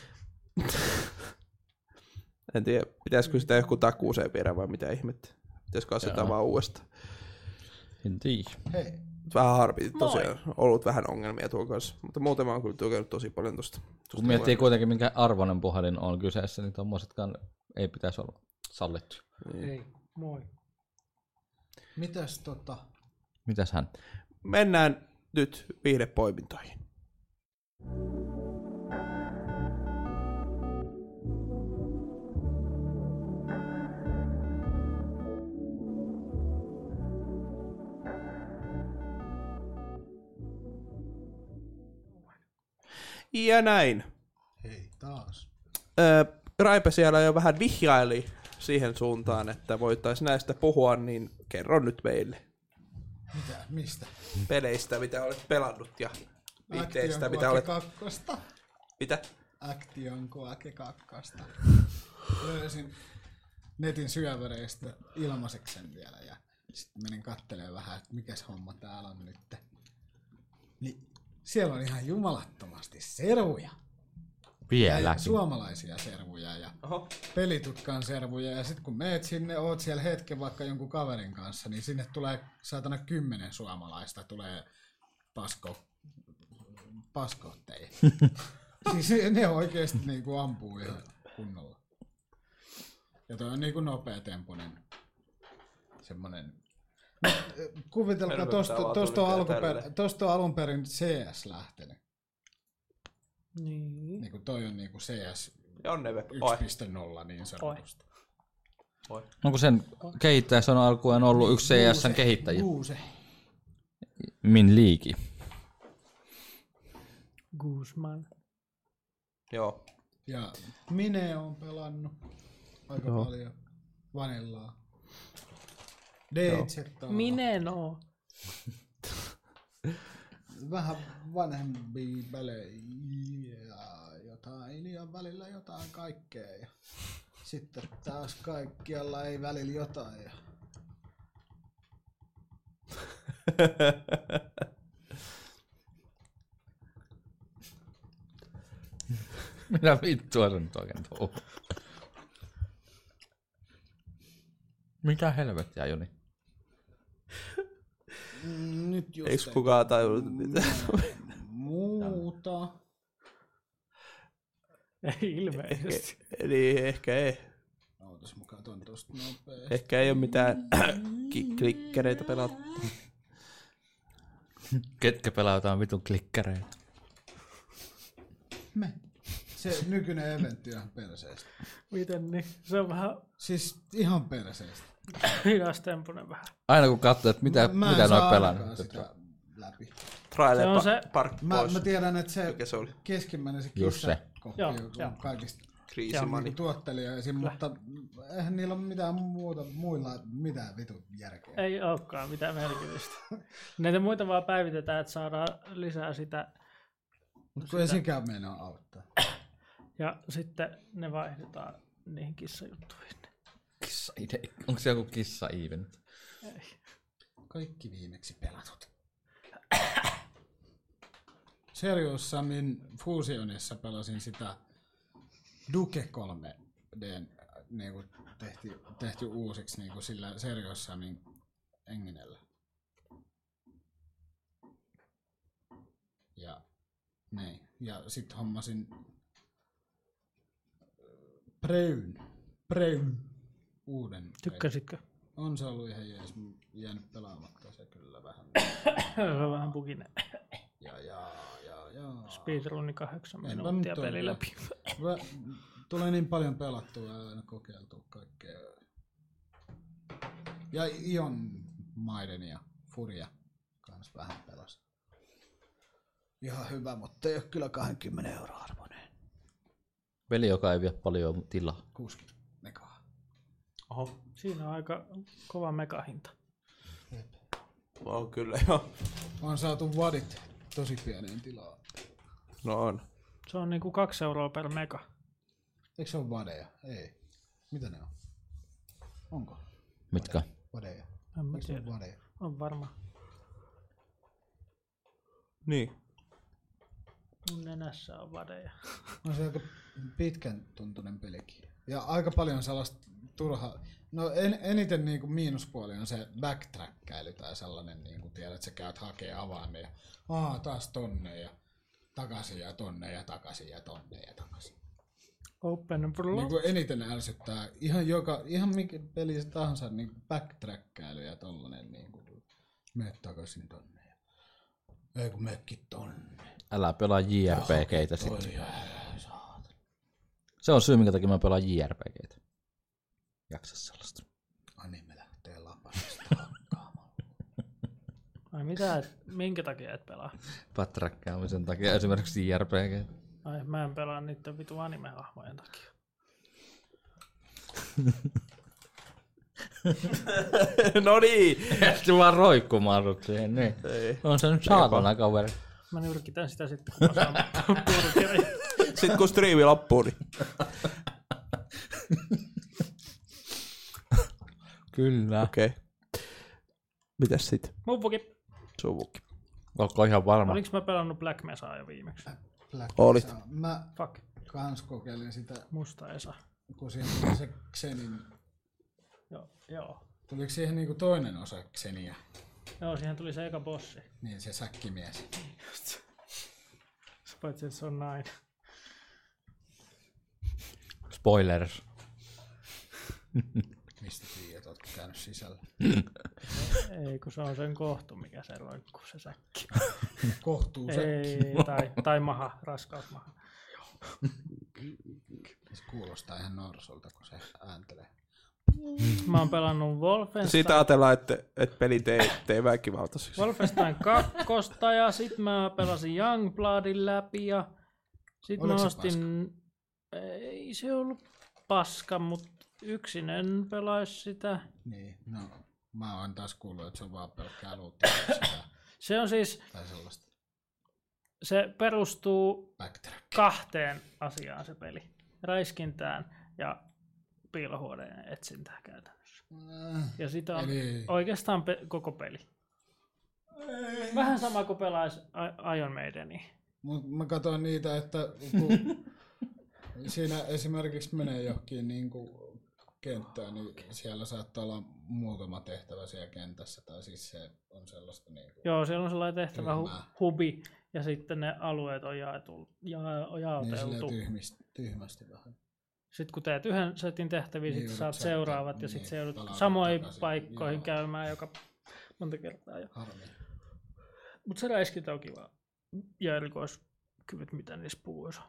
En tiedä, pitäisikö sitä joku takuuseen viedä vai mitä ihmettä. Pitäisikö asettaa Joo. vaan uudestaan. En tiedä. Hei, Vähän harmi, tosiaan ollut vähän ongelmia tuon kanssa. Mutta muuten mä oon kyllä tukenut tosi paljon tosta. Kun miettii kuitenkin, minkä arvoinen puhelin on kyseessä, niin tommosetkaan ei pitäisi olla sallittu. Ei, moi. mitäs tota... Mitäs hän? Mennään nyt viihdepoimintoihin. Ja näin. Hei, taas. Öö, Raipe siellä jo vähän vihjaili siihen suuntaan, että voitaisiin näistä puhua, niin kerro nyt meille Mitä? Mistä? peleistä, mitä olet pelannut ja viihteistä, Action mitä olet... kakkosta. Mitä? Action Quake kakkosta. Löysin netin syövereistä ilmaiseksen vielä ja sitten menin kattelemaan vähän, että mikäs homma täällä on nyt. Niin siellä on ihan jumalattomasti servuja. Vieläkin. Suomalaisia servuja ja Oho. pelitutkan servuja. Ja sitten kun meet sinne, oot siellä hetken vaikka jonkun kaverin kanssa, niin sinne tulee saatana kymmenen suomalaista tulee pasko, paskotteihin. Siis ne oikeesti niinku ampuu ihan kunnolla. Ja toi on niinku nopeatempoinen semmonen... No, kuvitelkaa, tosta, tosta, on alkuper, tosta on alun perin C S lähtenyt. Niin. Niinku toi on niinku C S Oi. yksi piste nolla niin sanotusti. Oi. Onko sen kehittäjässä on alkuun ollut yksi C S:n kehittäjä? Guuse. Min liiki. Guzman. Joo. Ja Mine on pelannut aika Joo. paljon. Vanillaa. D Z on Mineno. vähän vanhempia pelejä, jotain ja välillä jotain kaikkea. Ja sitten taas kaikkialla ei välillä jotain. Ja Mitä vittua se nyt oikein tuo? Mitä helvettiä, Joni? nyt just Eiks kukaan tajunnut mitään? muuta. Ei ilmeisesti. Ehkä, niin, ehkä ei. Ootas mä katon tosta nopeesti. Ehkä ei oo mitään ki- klikkereitä pelattu. Ketkä pelaataan vitun klikkäreitä? Me. Se nykyinen eventti on ihan perseestä. Miten niin? Se on vähän Siis ihan perseestä. hidastempoinen vähän. Aina kun katsoo, että mitä, Mä en mitä saa noin pelaa. ainakaan sitä läpi. Trailer Se on pa- se- Park Mä, Boys. mä tiedän, että se, Mikä se oli? keskimmäinen se Just se. kissakoppi Joo, on joo. kaikista Kriisimani. niinku tuottelijoisin, mutta eihän niillä ole mitään muuta, muilla mitään vitun järkeä. Ei olekaan mitään merkitystä. Näitä muita vaan päivitetään, että saadaan lisää sitä. Mutta kun ei sekään meinaa auttaa. Ja sitten ne vaihdetaan niihin kissajuttuihin. Kissa ide. Onko se joku kissa even? Kaikki viimeksi pelatut. Serious Samin Fusionissa pelasin sitä Duke kolme D niinku tehty, tehty uusiksi niinku sillä Serious Samin enginellä. Ja niin. Ja sit hommasin Preyn. Preyn. Uuden. Tykkäsitkö? On se ollut ihan jees, jäänyt pelaamatta se kyllä vähän. Se on vähän pukinen. Ja ja ja ja. Speedrunni kahdeksan Enpä minuuttia nyt ole peli vielä. läpi. Vä- Tulee niin paljon pelattua ja aina kokeiltua kaikkea. Ja Ion Maiden ja Furia kans vähän pelas. Ihan hyvä, mutta ei ole kyllä kaksikymmentä euroa arvoinen. Peli, joka ei vie paljon tilaa. kuusikymmentä megaa. Oho. Siinä on aika kova megahinta. On kyllä joo. On saatu vadit tosi pieneen tilaan. No on. Se on niinku kaksi euroa per mega. Eikö se ole vadeja? Ei. Mitä ne on? Onko Mitkä? vadeja? En mä Eikö se ole tiedä. vadeja? On varma. Niin. Mun nenässä on vadeja. On se aika pitkän tuntunen pelikin. Ja aika paljon sellaista turhaa. No en, eniten niinku miinuspuoli on se backtrackkailu tai sellainen, niinku tiedät, että sä käyt hakee avaimen ja aa, taas tonne ja takaisin ja tonne ja takaisin ja tonne ja takaisin. Open Pro. Niinku eniten ärsyttää ihan joka, ihan mikä peli tahansa niinku backtrackkailu ja tollanen niinku mene takaisin tonne ja ei kun menekin tonne. Älä pelaa J R P G:tä sitten. Toi jää, saatana. Se on syy, minkä takia mä pelaan J R P G:tä. Jaksa sellaista. Anime lähtee lapasesta hakkaamaan. Ai mitä, et, minkä takia et pelaa? Patrakkaamisen takia esimerkiksi J R P G. Ai mä en pelaa niiden vitu anime-hahmojen takia. No niin. Se vaan roikkumaan sut siihen, niin. Ei. On se nyt saatana kaveri. Mä nyrkitän sitä sitten, kun mä saan burgerin. Sitten kun striimi loppuu, niin... Kyllä. Okei. Okay. Mitäs sit? Muppuki. Suvukki. Olko ihan varma? Olinko mä pelannut Black Mesaa jo viimeksi? Black Olit. Mesa. Mä Fuck. kans kokeilin sitä, Musta Esa. kun siinä tuli se Xenin. Joo. Joo. Tuliko siihen niinku toinen osa Xenia? Joo, siihen tuli se eka bossi. Niin, se säkkimies. Just. Paitsi, että se on nainen. Spoilers. Mistä tiedät, ootko käynyt sisällä? Ei, kun se on sen kohtu, mikä se roikkuu, se säkki. Kohtuu säkki. Ei, tai, tai maha, raskausmaha. Se kuulostaa ihan norsolta, kun se ääntelee. Mä oon pelannut Wolfenstein. Siitä ajatellaan, että, että pelit ei tee väkivaltaisiksi. Wolfenstein kakkosta ja sit mä pelasin Youngbloodin läpi ja sit Oliko mä se ostin... Ei se ollut paska, mut yksin en pelaisi sitä. Niin, no. Mä oon taas kuullut, että se on vaan pelkkää luuttia Se on siis... tai sellaista. Se perustuu Backtrack. kahteen asiaan se peli. Räiskintään ja piilohuoneen etsintään käytännössä. Ja sitä on Eli- oikeastaan pe- koko peli. Vähän sama kuin pelaisi I- Iron Maidenia. Mut mä katsoin niitä, että kun siinä esimerkiksi menee johonkin niinku kenttään, niin siellä saattaa olla muutama tehtävä siellä kentässä, tai siis se on sellaista niinku... Joo, siellä on sellainen tehtävä hu- Tyhmää. hubi, ja sitten ne alueet on jaetu, ja, Niin jaoteltu. silleen tyhmistä, tyhmästi vähän. Sitten kun teet yhden setin tehtäviä, Niin, sitten joudut saat sä- seuraavat, ja niin, sitten se joudut palautat samoihin takaisin. paikkoihin Joo. käymään joka monta kertaa. Harmi. Mutta se räiskintä on kiva. Ja erikoiskyvyt, mitä niissä puhuisi.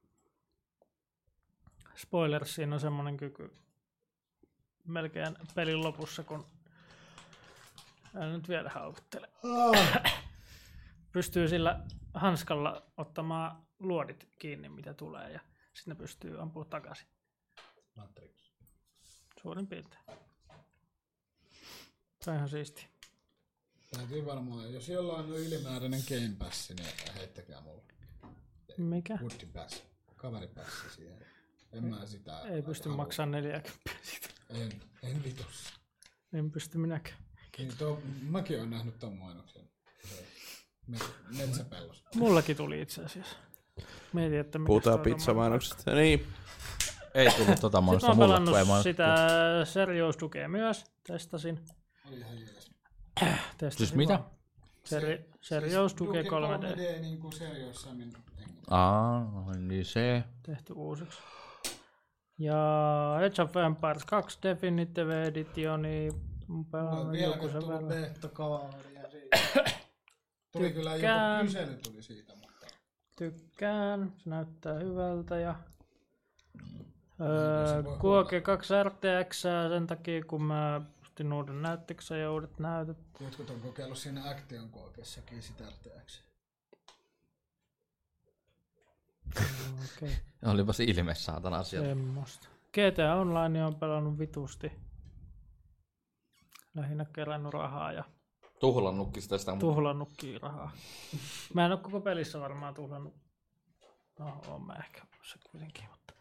Spoilers, siinä on semmonen kyky melkein pelin lopussa, kun en nyt vielä haukuttele. Pystyy sillä hanskalla ottamaan luodit kiinni, mitä tulee, ja sitten ne pystyy ampumaan takaisin. Matrix. Suurin piirtein. Se on ihan siistiä. Täytyy varmaan, jos jollain on ylimääräinen Game Pass, niin heittäkää mulle. Mikä? Woody Pass. Kaveripassi siihen. En mä sitä... Ei pysty halua. maksamaan neljäkymmentä siitä. En, en vitussa. En pysty minäkään. Niin tuo, mäkin olen nähnyt ton mainoksen. Se met- Metsäpellos. Mullakin tuli itse asiassa. Mietin, että mikäs Puhutaan toi pizzamainoksesta. Niin. Ei tullut tota Sitten mainosta mä oon mulle, kun ei pelannut mainostettu. sitä Serious Dukea myös. Testasin. Oli ihan jees. Testasin Siis mitä? vaan. Seri, Serious Duke kolme D. kolme D niin kuin Serious Samin hengen. Aa, niin se. Tehty uusiksi. Ja Age of Empires kaksi Definitive Editioni. Mun No, pelannut vielä joku kun sen tuli verran. beta-kavaria siitä. Tuli kyllä joku Tykkään. kysely tuli siitä, mutta... Tykkään. Se näyttää hyvältä ja... se Öö, voi Quake kaksi R T X sen takia, kun mä ostin uuden näyttöksen ja uudet näytöt. Jotkut on kokeillut siinä Action Quakessakin sitä R T X. Okei. Olipa se ilme saatana asia. Semmosta. G T A Online on pelannut vitusti. Lähinnä kerännyt rahaa ja Tuhlannutkin sitä sitä. tuhlannutkin rahaa. Mä en oo koko pelissä varmaan tuhlannut. No, oon mä ehkä se kuitenkin, mutta...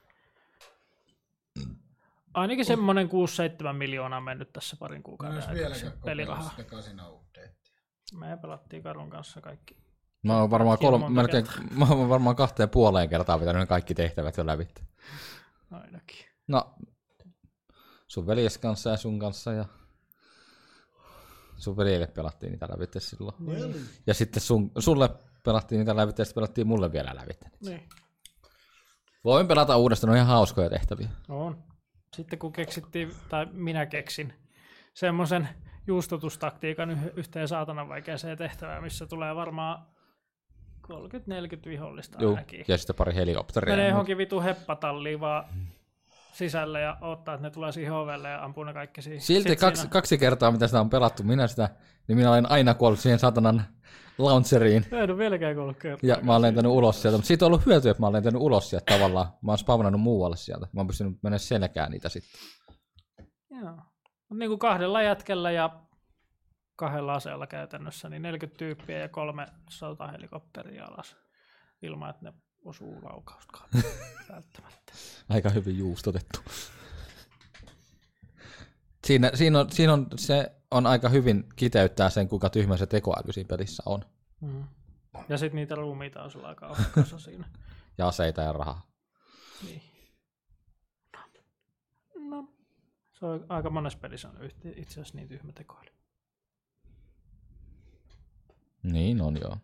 Ainakin semmonen kuusi seitsemän miljoonaa mennyt tässä parin Mä kuukauden ois aikana vieläkään kokeillut pelirahaa. sitä kasina updatea. Me pelattiin Karun kanssa kaikki. Mä oon varmaan, Kiva kolme, monta melkein, mä oon varmaan kahteen puoleen kertaa pitänyt ne kaikki tehtävät jo läpi. Ainakin. No, sun veljes kanssa ja sun kanssa ja sun veljelle pelattiin niitä läpi silloin. Niin. Ja sitten sun, sulle pelattiin niitä läpi ja sitten pelattiin mulle vielä läpi. Niin. Voin pelata uudestaan, ne on ihan hauskoja tehtäviä. On. Sitten kun keksittiin, tai minä keksin, semmoisen juustotustaktiikan yh- yhteen saatanan vaikeaseen tehtävään, missä tulee varmaan kolmekymmentä neljäkymmentä vihollista Juu, ainakin. ja sitten pari helikopteria. Menee johonkin vitu heppatalliin vaan sisälle ja odottaa, että ne tulee siihen ovelle ja ampuu ne kaikki siihen. Silti Sitten kaksi, siinä- kaksi kertaa, mitä sitä on pelattu, minä sitä, niin minä olen aina kuollut siihen satanan launcheriin. Mä en ole vieläkään kuullut kertaa. Ja mä oon lentänyt ulos sieltä, mutta siitä on ollut hyötyä, että mä oon lentänyt ulos sieltä tavallaan. Mä oon spawnannut muualle sieltä. Mä oon pystynyt mennä selkään niitä sitten. Joo. Mut niin kuin kahdella jätkellä ja kahdella aseella käytännössä, niin neljäkymmentä tyyppiä ja kolme sotahelikopteria alas ilman, että ne osuu laukaustakaan välttämättä. Aika hyvin juustotettu. Siinä, siinä, on, siinä on, se on aika hyvin kiteyttää sen, kuinka tyhmä se tekoäly siinä pelissä on. Mm. Ja sitten niitä ruumiita on sulla aika ohkassa siinä. Ja aseita ja rahaa. Niin. No, se on aika monessa pelissä on itse asiassa niin tyhmä tekoäly. Niin on joo.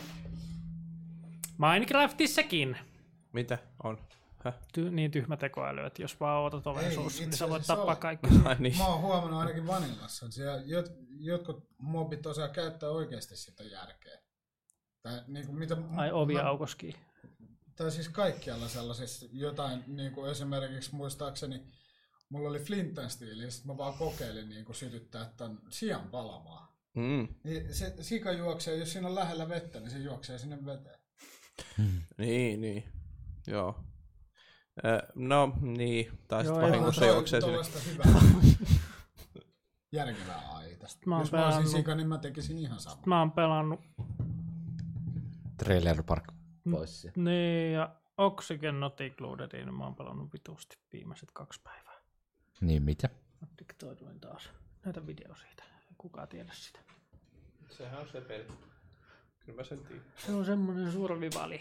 Minecraftissakin. Mitä on? Häh? Ty- niin tyhmä tekoäly, että jos vaan otat oven Ei, suussa, niin itse sä voit asiassa tappaa on. kaikki. Ai niin. Mä oon huomannut ainakin Vanillassa. Siellä jot, jotkut mobit osaa käyttää oikeasti sitä järkeä. Tai, niin kuin mitä, Ai ovi mä- aukoski. Tai siis kaikkialla sellaisissa jotain, niin kuin esimerkiksi muistaakseni, mulla oli Flintan stiili, ja sitten mä vaan kokeilin niin kuin sytyttää tämän sian palamaan. Mm. Niin se sika juoksee, jos siinä on lähellä vettä, niin se juoksee sinne veteen. Niin, niin. Joo. Ö, no niin, tai Joo, sitten ei vahingossa Toi- juoksee sinne. tollaista hyvää, järkevää A I tästä. Mä oon Jos mä olisin pelannut- sika, niin mä tekisin ihan samaa. Mä oon pelannut Trailer Park pois. sieltä. niin ja Oxygen Not Included, niin mä oon pelannut vitusti viimeiset kaksi päivää. Niin mitä? Mä diktouduin taas näitä video siitä. Ei kukaan tiedä sitä. Sehän on se peli. Kyllä mä sen tiedän. Se on semmonen survivali.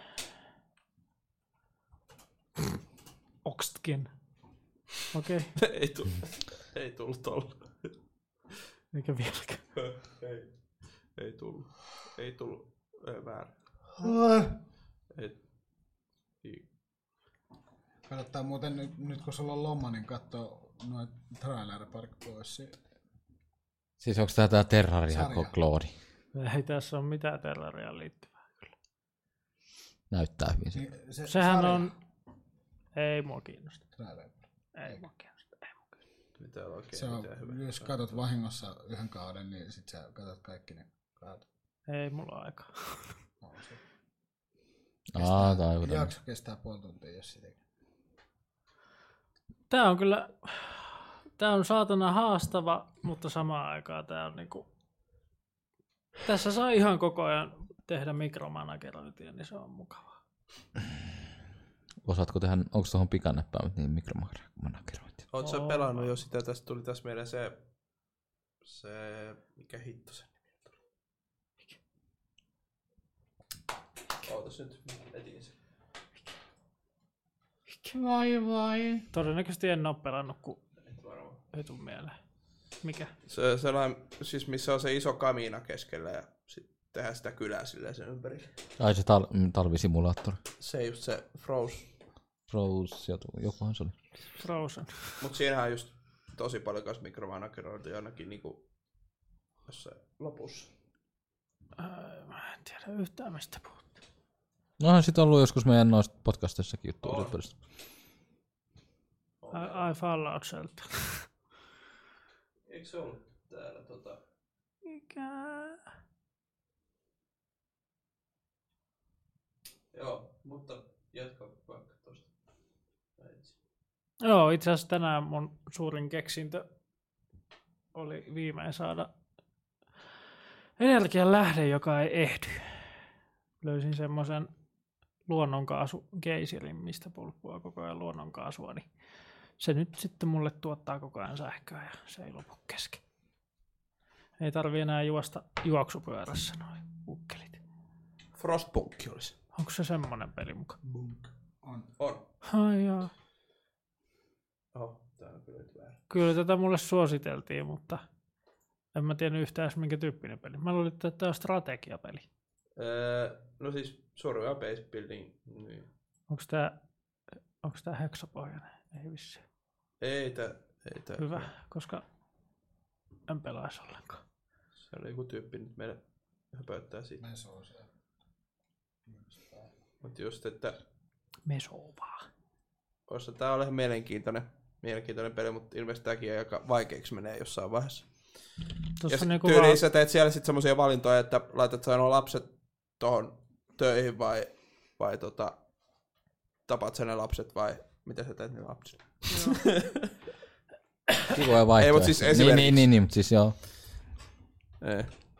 Oxygen. Okei, okay. Ei tullut. Ei tullut tolla. eikä vieläkään. Ei. Ei tullut. Ei tullut. Ei väärin. Ei. Ei. Kannattaa muuten nyt, nyt kun sulla on loma, niin katsoo noin Trailer Park Boysia. Siis onko tää tää Terraria Sarja. klooni? Ei tässä ole mitään terrariaan liittyvää. Näyttää hyvin se. Niin se Sehän sarja- on... Ei mua kiinnosta. Trailer Park. Ei mua kiinnosta. Ei mua kiinnosta. Mitä oikein? Se on, Mitä hyvä. jos katot vahingossa yhden kauden, niin sit sä katot kaikki ne kaudet. Ei mulla aikaa. On se. Aa, tää on joku Jakso kestää puoli tuntia, jos sitäkin. Tää on kyllä... Tää on saatana haastava, mutta samaan aikaan tää on niinku... Tässä saa ihan koko ajan tehdä mikromanagerointia, niin se on mukavaa. Osaatko tehdä, onko tuohon pikannäppäimet niin mikromanagerointi? Oot sä Oo. pelannut jo sitä? Tästä tuli tässä mieleen se... Se... Mikä hitto sen nimi tuli? Ootas nyt, etin sen. Vai vai. Todennäköisesti en oo pelannut, kun Et varmaan. ei tuu mieleen. Mikä? Se sellainen, siis missä on se iso kamiina keskellä ja sitten tehdään sitä kylää silleen sen ympärille. Ai se tal- mm, talvisimulaattori. Se just se Froze. Rose, joku- jokuhan se oli. Frozen. Mut siinähän on just tosi paljon kanssa mikromanagerointia ainakin niinku jossain lopussa. Ää, mä en tiedä yhtään mistä puhut. No on sit ollut joskus meidän noista podcastissakin juttuja. On. siitä pelistä. Ai, ai Fallout Shelter. Eikö se ollut täällä tota... Mikä? Joo, mutta jatka vaikka tosta. Joo, itse asiassa tänään mun suurin keksintö oli viimein saada energian lähde, joka ei ehdy. Löysin semmoisen luonnonkaasukeisirin, mistä pulppua koko ajan luonnonkaasua, niin se nyt sitten mulle tuottaa koko ajan sähköä ja se ei lopu kesken. Ei tarvi enää juosta juoksupyörässä noin ukkelit. Frostpunk olisi. Onko se semmonen peli muka? On. On. Ai jaa. Oho, tää on kyllä nyt väärin. Kyllä tätä mulle suositeltiin, mutta en mä tiennyt yhtään minkä tyyppinen peli. Mä luulin, että tämä on strategiapeli. Öö, no siis survival base building. Niin. Onko tää, onko tää heksapohjainen? Ei vissi. Ei tää, ei tää. Hyvä, koska en pelaisi ollenkaan. Se oli joku tyyppi nyt meille höpöttää siitä. Me soo siellä. Mut just, että Mesovaa. oissa tää on ihan mielenkiintoinen, mielenkiintoinen peli, mutta ilmeisesti tääkin aika vaikeaksi menee jossain vaiheessa. Ja Tuossa sit niinku tyyliin vaan, sä teet siellä sit semmosia valintoja, että laitat sä nuo lapset tohon töihin vai, vai tota, tapat sä ne lapset vai mitä sä teet ne lapsille. Kivoja vaihtoehtoja. mut siis niin, esimerkiksi- niin, niin, niin, mutta siis joo. Ei.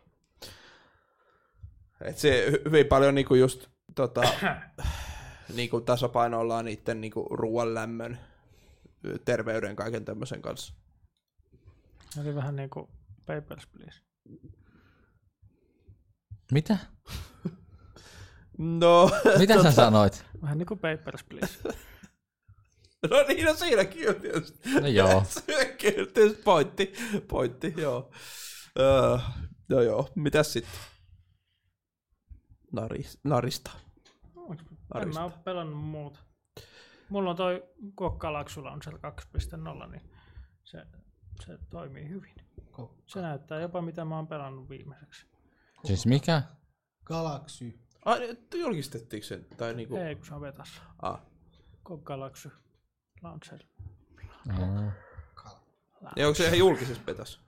Et se hyvin paljon niinku just tota, niinku tasapainoillaan niiden niinku ruoan, lämmön, terveyden, kaiken tämmöisen kanssa. Eli vähän niinku Papers, Please. Mitä? No, Mitä sä sanoit? Vähän niinku Papers, Please. no niin, no siinäkin on tietysti. No joo. Siinäkin on tietysti pointti, pointti, joo. Uh, no joo, mitäs sitten? Naris, narista. En mä oo pelannut muuta. Mulla on toi Kokkalaksu Launcher kaksi piste nolla, niin se, se toimii hyvin. Se näyttää jopa mitä mä oon pelannut viimeiseksi. Siis mikä? Galaxy. Ai, julkistettiinko se? Tai niinku... Ei, kun se on vetassa. Ah. Kokkalaksu Launcher. Mm. Ja onko se ihan julkisessa betassa?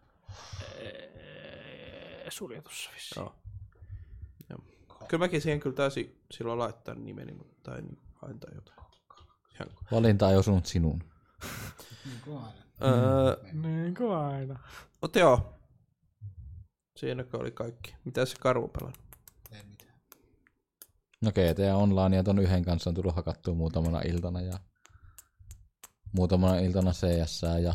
Eee, suljetussa vissiin. Joo. Joo. Kyllä mäkin siihen kyllä taisin silloin laittaa nimeni, mutta tai niin, aina tai jotain. Ihan... Valinta ei osunut sinuun. Niin kuin aina. Öö, Niin kuin aina. mutta joo. Siinäkö oli kaikki. Mitä se Karu pelannut? Ei mitään. No G T A Online ja ton yhden kanssa on tullut hakattua muutamana iltana ja muutamana iltana C S ja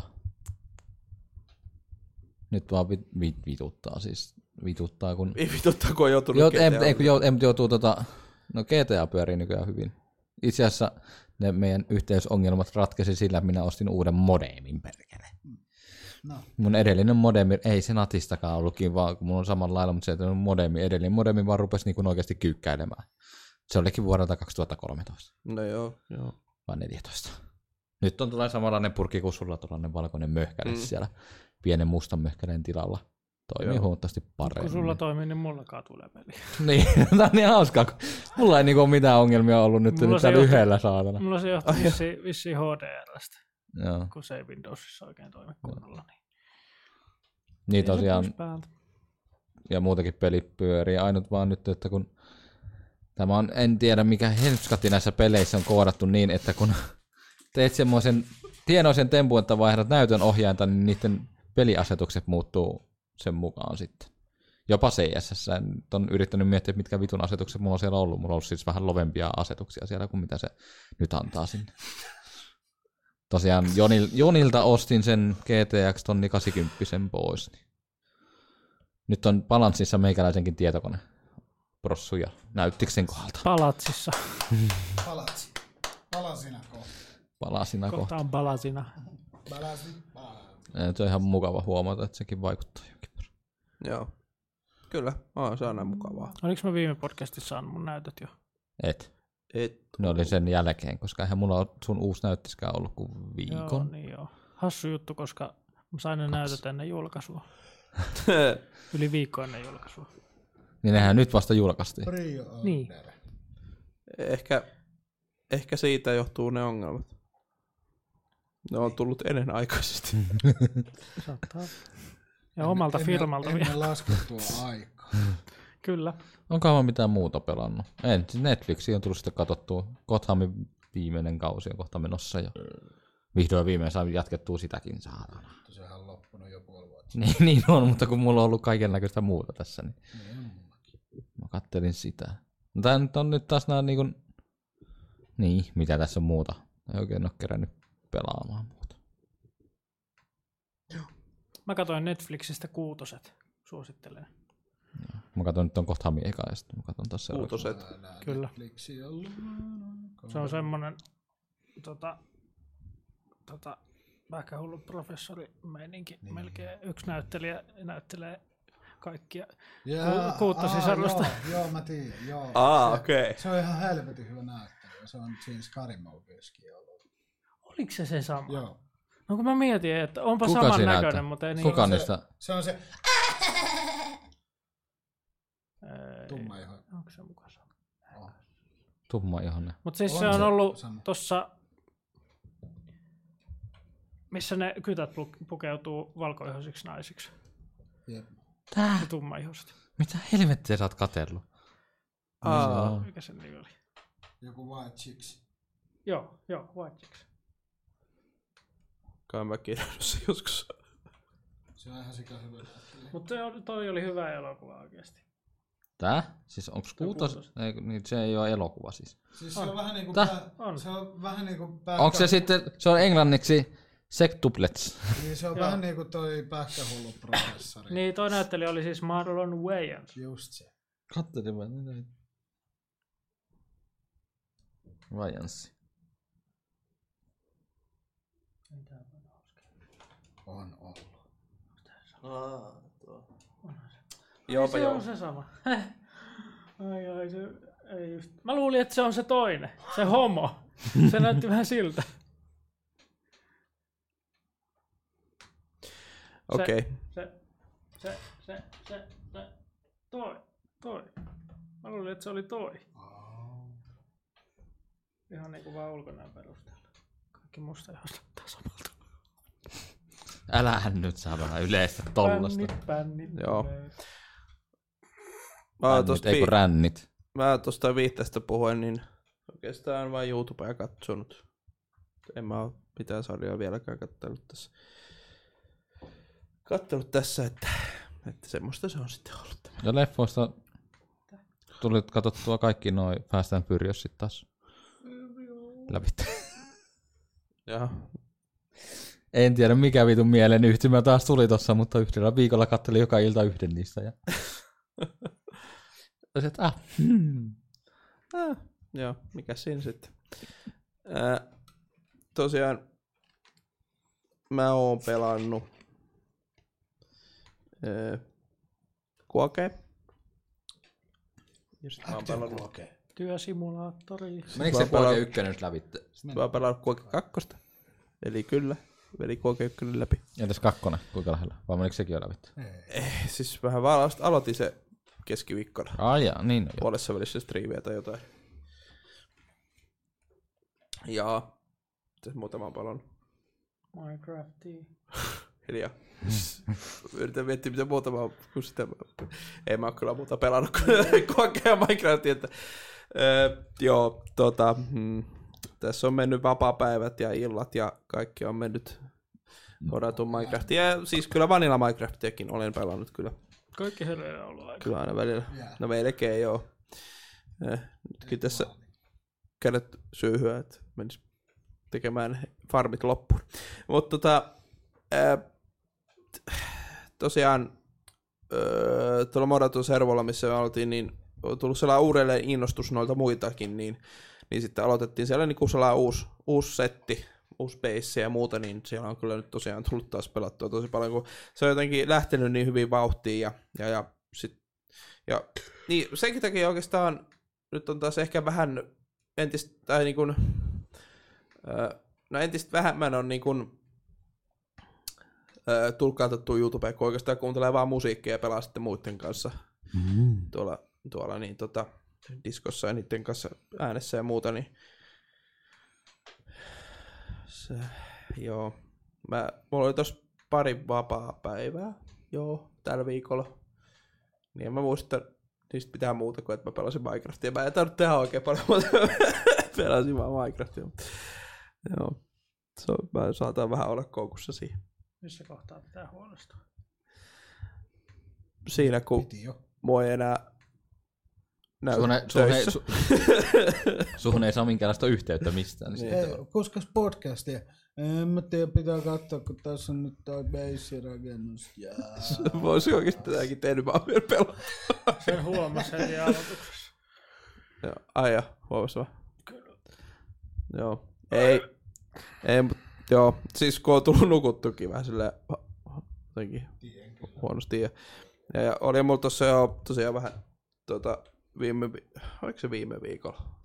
nyt vaan vit, vit, vituttaa siis. Vituttaa kun... Ei vituttaa, kun on joutunut Jo, G T A. ei, ei, kun jou, ei, joutuu tota... No G T A pyörii nykyään hyvin. Itse asiassa ne meidän yhteysongelmat ratkesi sillä, että minä ostin uuden modemin perkele. No. Mun edellinen modemi, ei se natistakaan ollutkin, vaan kun mulla on saman lailla, mutta se on modemi. Edellinen modemi vaan rupesi niin kuin oikeasti kyykkäilemään. Se olikin vuodelta kaksituhattakolmetoista. No joo, joo. Vai neljätoista. Nyt on tuollainen samanlainen purkki kuin sulla tuollainen valkoinen möhkäle mm. siellä pienen mustan möhkäleen tilalla. Toimii Joo. huomattavasti paremmin. Kun sulla toimii, niin mullakaan tulee peli. Niin, tää on niin hauskaa, kun mulla ei niinku ole mitään ongelmia ollut nyt, Mulla nyt se täällä johtuu- yhdellä saatana. Mulla se johtuu vissiin, vissiin H D R:stä, Joo. kun se ei Windowsissa oikein toimi kunnolla. Niin, Niin Ei se tosiaan, pois päältä. ja muutakin pelit pyörii. Ainut vaan nyt, että kun tämä on, en tiedä mikä henskatti näissä peleissä on koodattu niin, että kun teet semmoisen tienoisen tempun, että vaihdat näytön ohjainta, niin niiden peliasetukset muuttuu sen mukaan sitten. Jopa C S S. Nyt on yrittänyt miettiä, mitkä vitun asetukset mulla on siellä ollut. Mulla on ollut siis vähän lovempia asetuksia siellä kuin mitä se nyt antaa sinne. Tosiaan Jonil, Jonilta ostin sen G T X tonni kahdeksankymmentä pois. Niin. Nyt on balanssissa meikäläisenkin tietokone. Prossuja. Näyttikö sen kohdalta? Palatsissa. Palatsi. Palasina kohta. Palasina Kohta kohta. on Palasina. Palasi. Palasi. Se on ihan mukava huomata, että sekin vaikuttaa jonkin verran. Joo. Kyllä, on se aina mukavaa. Oliko mä viime podcastissa saanut mun näytöt jo? Et. Et, Ne oli sen jälkeen, koska eihän mulla ole sun uusi näyttiskään ollut kuin viikon. Joo, niin joo. Hassu juttu, koska mä sain ne näytöt ennen julkaisua. Yli viikko ennen julkaisua. Niin nehän nyt vasta julkaistiin. Prio Niin. ehkä, ehkä siitä johtuu ne ongelmat. Ne on tullut ennenaikaisesti. Saattaa. Ja omalta Ennen- firmalta ennen vielä. laskettua aikaa. Kyllä. Onkohan mä mitään muuta pelannut? En, siis Netflixiin on tullut sitten katsottua. Gothamin viimeinen kausi on kohta menossa ja vihdoin viimein saa jatkettua sitäkin saatana. Sehän on loppunut jo puoli vuotta. Niin, niin on, mutta kun mulla on ollut kaikennäköistä muuta tässä, niin Niin on mullakin. mä kattelin sitä. No tää nyt on nyt taas nää niinku... Niin, mitä tässä on muuta? Ei oikein ole kerännyt pelaamaan muuta. Mä katsoin Netflixistä Kuutoset. Suosittelen. Mä katson nyt on Gothamin eka ja sitten mä katson taas seuraavaksi. Kuutoset. Älä Kyllä. Netflixi ollut aikaa. Se on semmonen tota, tota, vähän hullu professori meininki. Niin. Melkein yksi näyttelijä näyttelee kaikkia Jaa, ku- kuutta aa, sisällöstä. Joo, joo, mä tiedän. Joo. Aa, Se- okei. Okay. Se on ihan helvetin hyvä näyttelijä. Se on James Carimoviskin ollut. Oliko se se sama? Joo. No kun mä mietin, että onpa Kuka saman siinä näköinen, näyttää? mutta ei Kuka niin. niistä? Se on se Ei, tumma iho. onko se mukaan sama? Oh. Tumma ihonen. Mutta siis On se on se ollut sama. tossa, missä ne kytät pu- pukeutuu valkoihoisiksi naisiksi. Jep. Tää? Ja tummaihoiset. Mitä helvettiä sä oot katsellut? Aa, Joo. Mikä sen nimi oli? Joku White Chicks. Joo, joo, White Chicks. kai mäkin nähnyt se joskus. Se on ihan sika hyvä näyttelijä. Mutta toi oli hyvä elokuva oikeesti. Tää? Siis onks kuutos? kuutos. Ei, niin se ei oo elokuva siis. Siis se on vähän niinku Tää? pää, On. se on vähän niinku pähkä, Onko se sitten, se on englanniksi Sectuplets. niin se on Joo. vähän niinku toi pähkähullu professori. Niin toi näyttelijä oli siis Marlon Wayans. Just se. Kattelin mä niitä. Vajanssi. On ollut. Joopa se joo. on se sama. Ai ai se ei just. Mä luulin, että se on se toinen. Se homo. Se näytti vähän siltä. Okei. Okay. Se, se, se, se, se, toi, toi. Mä luulin, että se oli toi. Ihan niinku vaan ulkonäön perusteella. Kaikki musta ihan näyttää samalta. Älähän nyt saa vähän yleistä tollasta. Pännit, pännit. Joo. tulee. Mä Rännit, tosta, ei kun vi- rännit. mä tosta viihteestä puhuen, niin oikeastaan vain YouTubea katsonut. En mä oo mitään sarjaa vieläkään kattelut tässä. Kattelut tässä, että, että semmoista se on sitten ollut tämä. Ja leffoista tuli katsottua kaikki noi Fast and Furious sit taas läpi. Jaha. En tiedä mikä vitun mielen yhtymä taas tuli tossa, mutta yhdellä viikolla kattelin joka ilta yhden niistä. Ja... ja sit, ah, hmm. Ah, joo, mikä siinä sitten. Ää, tosiaan mä oon pelannut ää, Quake. Ja sit mä oon pelannut, Okei. Työsimulaattori. Menikö se Mä pelaan- Quake ykkönen nyt läpi? mä oon pelannut Quake kaksi. Eli kyllä, veli Quake yksi läpi. Entäs kakkonen? Kuinka lähellä? Vai menikö sekin jo läpi? Eh, siis vähän vaan aloit- aloitin se keskiviikkona. Ai jaa, niin. Joo. Puolessa välissä striimiä tai jotain. Ja tässä muutama palon Minecraftia. hiljaa. Yritän miettiä mitä muuta mä oon, kun sitä mä... Ei mä oo kyllä muuta pelannut kuin Quakea Minecraftia, että... Öö, joo, tota... Hmm, tässä on mennyt vapaapäivät ja illat ja kaikki on mennyt hodatun Minecraftia. Ja siis kyllä Vanilla Minecraftiakin olen pelannut kyllä. Kaikki helveellä on ollut aika. Kyllä aina välillä. Yeah. No melkein joo. Eh, nytkin tässä kädet syyhyä, että menis tekemään farmit loppuun. Mutta tota, ää, tosiaan öö, tuolla modatun servolla, missä me oltiin, niin on tullut sellainen uudelleen innostus noilta muitakin, niin, niin sitten aloitettiin siellä niin sellainen uusi, uusi setti, uusi base ja muuta, niin siellä on kyllä nyt tosiaan tullut taas pelattua tosi paljon, kun se on jotenkin lähtenyt niin hyvin vauhtiin ja, ja, ja sit, ja niin senkin takia oikeastaan nyt on taas ehkä vähän entistä, tai niin kuin, öö, no entistä vähemmän on niin kuin, öö, tullut katsottua YouTubea, kun oikeastaan kuuntelee vaan musiikkia ja pelaa sitten muiden kanssa mm. tuolla, tuolla niin, tota, diskossa ja niiden kanssa äänessä ja muuta, niin se, joo. Mä, mulla oli tossa pari vapaa päivää, joo, tällä viikolla. Niin en mä muista niistä pitää muuta kuin, että mä pelasin Minecraftia. Mä en tarvitse tehdä oikein paljon, mutta pelasin vaan Minecraftia. Joo. Se on, mä saatan vähän olla koukussa siihen. Missä kohtaa pitää huolestua? Siinä kun Piti jo. mua ei enää näy Suhun ei, suhun, ei, töissä. su, suhun ei saa minkäänlaista yhteyttä mistään. Niin Ei, sitten koska podcastia. En mä tiedä, pitää katsoa, kun tässä on nyt toi beissirakennus. Yeah. Voisi oikeasti tätäkin tehnyt, mä oon vielä pelannut. Sen huomasi heti aloituksessa. Joo, ai ja, huomasi vaan. Joo, ei, ei, mut joo, siis kun on tullut nukuttukin vähän silleen jotenkin huonosti. Ja, ja, ja oli mulla tossa jo tosiaan vähän tota, viime, vi- oliko se viime viikolla?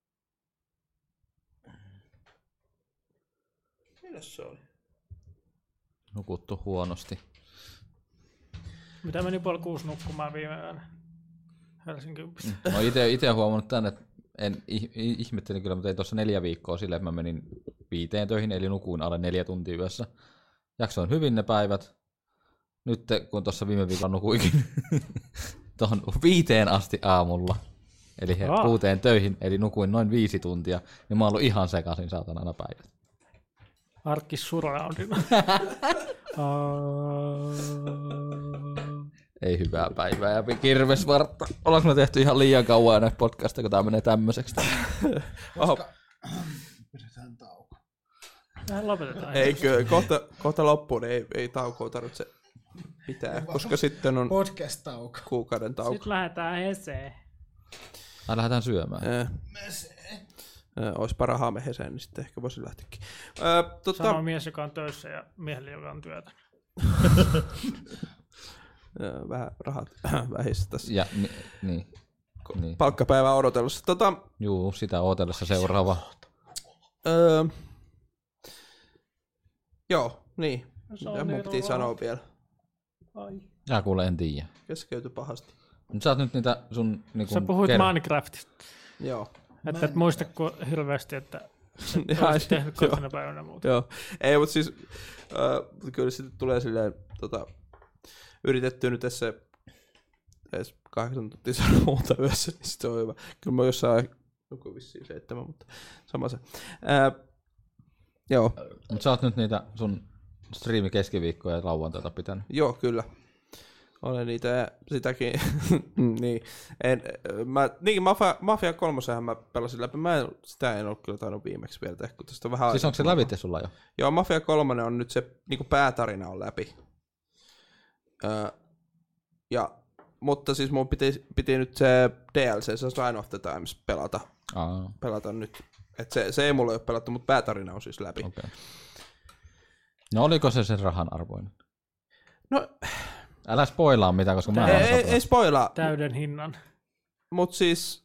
Mitäs se oli? nukuttu huonosti. Mitä meni puoli kuusi nukkumaan viime yönä Helsingin. Mä oon ite, ite huomannut tän, että en ih- ih- ihmettelin kyllä, mutta tein tuossa neljä viikkoa silleen, että mä menin viiteen töihin, eli nukuin alle neljä tuntia yössä. Jaksoin hyvin ne päivät. Nyt kun tuossa viime viikolla nukuikin tuohon viiteen asti aamulla, eli he Aa. kuuteen töihin, eli nukuin noin viisi tuntia, niin mä oon ollut ihan sekaisin saatan aina päivät. Arkkis surroundina. Ei hyvää päivää ja kirvesvartta. Ollaanko me tehty ihan liian kauan näitä podcasteja, kun tää menee tämmöiseksi? Koska pidetään tauko. Tähän lopetetaan. Eikö, kohta, kohta loppuun ei, ei taukoa tarvitse pitää, koska sitten on Podcast-tauko. kuukauden tauko. Sitten lähdetään Heseen. Ai lähdetään syömään. Äh, äh, Oispa rahaa me Heseen, niin sitten ehkä voisi lähteäkin. Äh, tota, Sano mies, joka on töissä ja miehelle, joka on työtä. äh, vähän rahat vähissä tässä. Ja, ni, niin. niin. Palkkapäivää odotellessa. Tota, Juu, sitä ootellessa seuraava. öö, joo, niin. Se on Ja mun niin piti ruokaa. sanoa vielä. Ai. Ja kuule, en tiedä. Keskeytyi pahasti. Mutta sä oot nyt niitä sun niinku, Sä puhuit ker- Minecraftista. Joo. Että et muista kun hirveästi, että Jaa, olisit tehnyt joo. kolmena päivänä muuta. Joo. Ei, mutta siis äh, kyllä sitten tulee silleen tota, yritetty nyt tässä edes kahdeksan tuntia saada muuta yössä, niin sitten se on hyvä. Kyllä mä jossain joku vissiin seitsemän, mutta sama se. Äh, joo, Mut sä oot nyt niitä sun striimi keskiviikkoja ja lauantaita pitänyt. joo, kyllä. Olen niitä ja sitäkin. niin. En, mä, niin, Mafia, Mafia kolmosenhan mä pelasin läpi. Mä en, sitä en ole kyllä tainnut viimeksi vielä tehdä, kun tästä on vähän Siis onko se lävite sulla jo? Joo, Mafia kolme on nyt se niinku päätarina on läpi. Öö, ja, mutta siis mun piti, piti nyt se D L C, se Sign of the Times, pelata, Aa, pelata nyt. Et se, se ei mulla ole pelattu, mutta päätarina on siis läpi. okei. Okay. No oliko se sen rahan arvoinen? No, Älä spoilaa mitään, koska mä ei, en ei, osaa. ei spoilaa, Täyden hinnan. mutta siis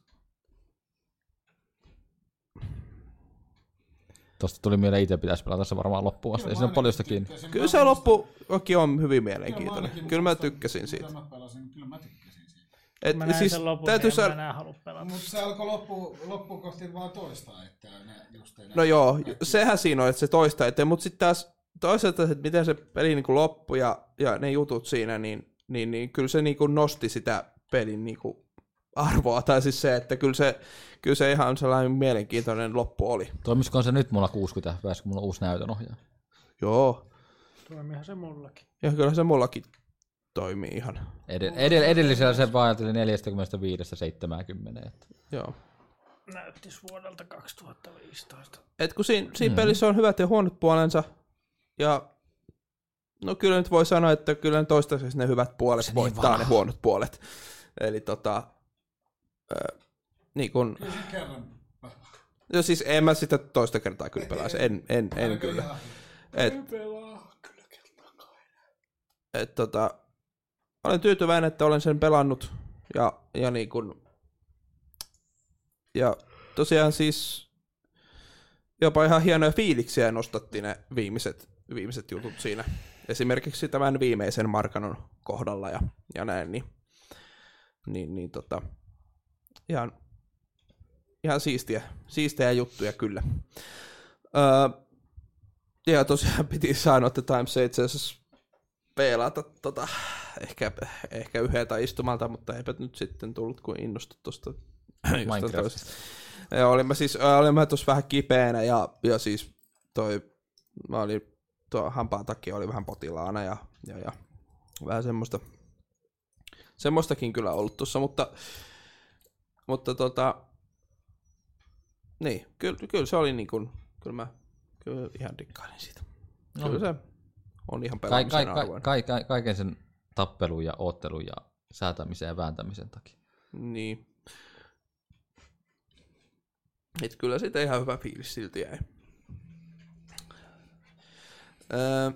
Tosta tuli mieleen, itse pitäisi pelata se varmaan loppuun asti. Ei siinä ole paljon sitä kiinni. kyllä se loppukin on hyvin mielenkiintoinen. Kyllä mä tykkäsin siitä. Kyllä mä pelasin, kyllä mä tykkäsin siitä. Et, Mä näin siis sen lopun, täytyy niin en saada... mä enää halua pelata. Mutta se alkoi loppu, loppukohti vaan toistaa, että ne just ei No joo, sehän siinä on, että se toista eteen, mutta sitten taas toisaalta, että miten se peli niin loppui ja, ja ne jutut siinä, niin, niin, niin kyllä se niin nosti sitä pelin niin arvoa. Tai siis se, että kyllä se, kyllä se ihan sellainen mielenkiintoinen loppu oli. Toimisiko se nyt mulla kuusikymmentä F P S, kun mulla on uusi näytönohjaaja? Joo, Toimiihan se mullakin. ja kyllä se mullakin toimii ihan. Edell- edell- edellisellä se vaelteli neljäkymmentäviisi seitsemänkymmentä. Että. Joo. Näyttis vuodelta kaksituhattaviisitoista. Et kun siinä, siinä mm. pelissä on hyvät ja huonot puolensa, ja no kyllä nyt voi sanoa, että kyllä toistaiseksi ne hyvät puolet Se voittaa niin ne huonot puolet. Eli tota, äh, niin kun, Kyllä se kerran. no siis en mä sitä toista kertaa kyllä pelaisi, en, en, en kyllä. Et, et tota, olen tyytyväinen, että olen sen pelannut, ja, ja niin kun, ja tosiaan siis jopa ihan hienoja fiiliksiä nostattiin ne viimeiset, viimeiset jutut siinä. Esimerkiksi tämän viimeisen Markanon kohdalla ja, ja näin, niin, niin, niin tota, ihan, ihan siistiä, siistejä juttuja kyllä. Öö, ja tosiaan piti sanoa, että Times itse asiassa pelata tota, ehkä, ehkä yhdeltä istumalta, mutta eipä nyt sitten tullut kuin innostut tuosta Minecraftista. Ja olin mä siis, olin mä tuossa vähän kipeänä ja, ja siis toi, mä olin, tuo hampaan takia oli vähän potilaana ja, ja, ja vähän semmoista, semmoistakin kyllä ollut tuossa, mutta, mutta tota, niin, kyllä, kyllä se oli niin kuin, kyllä mä kyllä ihan dikkailin siitä. No. Kyllä se on ihan Kai, pelaamisen kai, kai, arvoinen. kai, kai, kaiken sen tappelun ja oottelun ja säätämisen ja vääntämisen takia. Niin. Et kyllä siitä ihan hyvä fiilis silti jäi. Öö,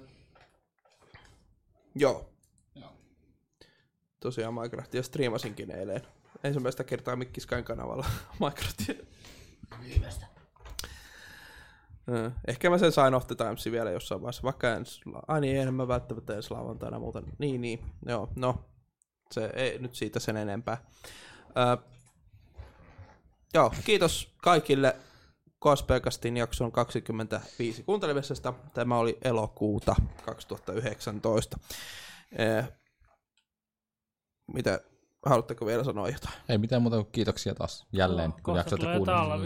joo. Joo. Tosiaan Minecraftia striimasinkin eilen. Ensimmäistä kertaa Mikki Skyn kanavalla Minecraftia. Viimeistä. Öö, ehkä mä sen Sign of the Timesin vielä jossain vaiheessa, vaikka en, ai niin, en mä välttämättä edes lauantaina muuten. Niin, niin, joo, no, se ei nyt siitä sen enempää. Öö, joo, kiitos kaikille Koaspelkastin jakson kaksikymmentäviisi kuuntelemisesta. Tämä oli elokuuta kaksituhattayhdeksäntoista. Öö, mitä, haluatteko vielä sanoa jotain? Ei mitään muuta kuin kiitoksia taas jälleen, No, kun kohta jaksoitte tulee kuunnella. talvi.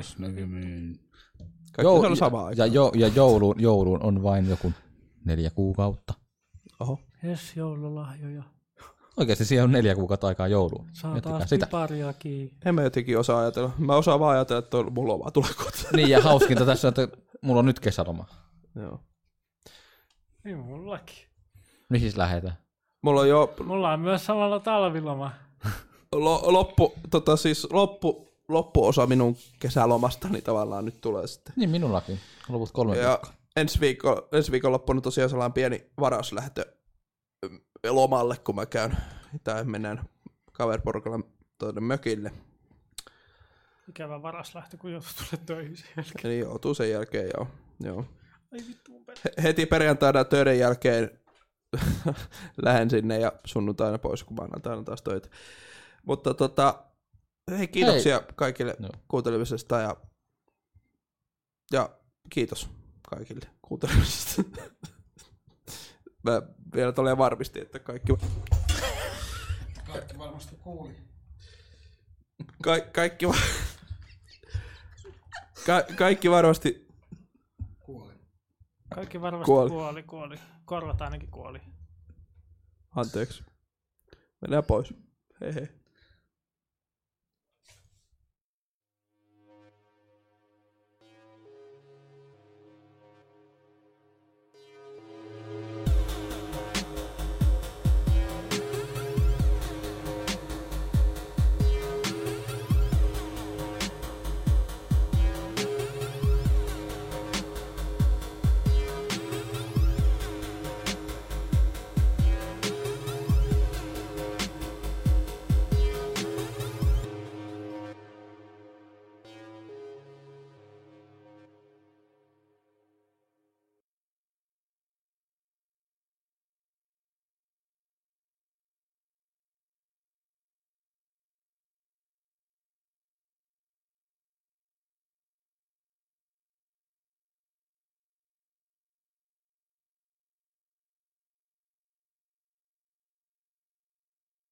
Kaikki Jou- on samaan ja, aikaan. jo, ja jouluun, jouluun on vain joku neljä kuukautta. Oho. Jes, joululahjoja. Oikeasti siihen on neljä kuukautta aikaa jouluun. Saa Miettikää taas sitä. pipariakin. En mä jotenkin osaa ajatella. Mä osaan vaan ajatella, että mulla on vaan tulee kotiin. Niin, ja hauskinta tässä, että mulla on nyt kesäloma. Joo. Niin mullakin. Mihin lähetään? Mulla on jo Mulla on myös samalla talviloma. lo, loppu, tota siis loppu, loppuosa minun kesälomastani tavallaan nyt tulee sitten. Niin, minullakin. Loput kolme Ja viikkoa. ensi, viikko, ensi viikonloppuna tosiaan sellainen pieni varauslähtö lomalle, kun mä käyn, tai mennään kaveriporukalla tuonne mökille. Ikävä varaslähtö, kun joutuu tulla töihin sen jälkeen. Eli joutuu sen jälkeen, joo. joo. Ai vittu mun perhe. He- heti perjantaina töiden jälkeen lähden sinne ja sunnuntaina pois, kun maanantaina taas töitä. Mutta tota, hei, kiitoksia hei. kaikille Joo. kuuntelemisesta ja, ja kiitos kaikille kuuntelemisesta. Mä vielä tolleen varmistin, että kaikki... Kaikki varmasti kuuli. Ka- kaikki, va- Ka- kaikki varmasti Kuoli. Kaikki varmasti Kuoli. kuoli. kuoli, kuoli. Korvat ainakin kuoli. anteeksi. Mennään pois. Hei hei.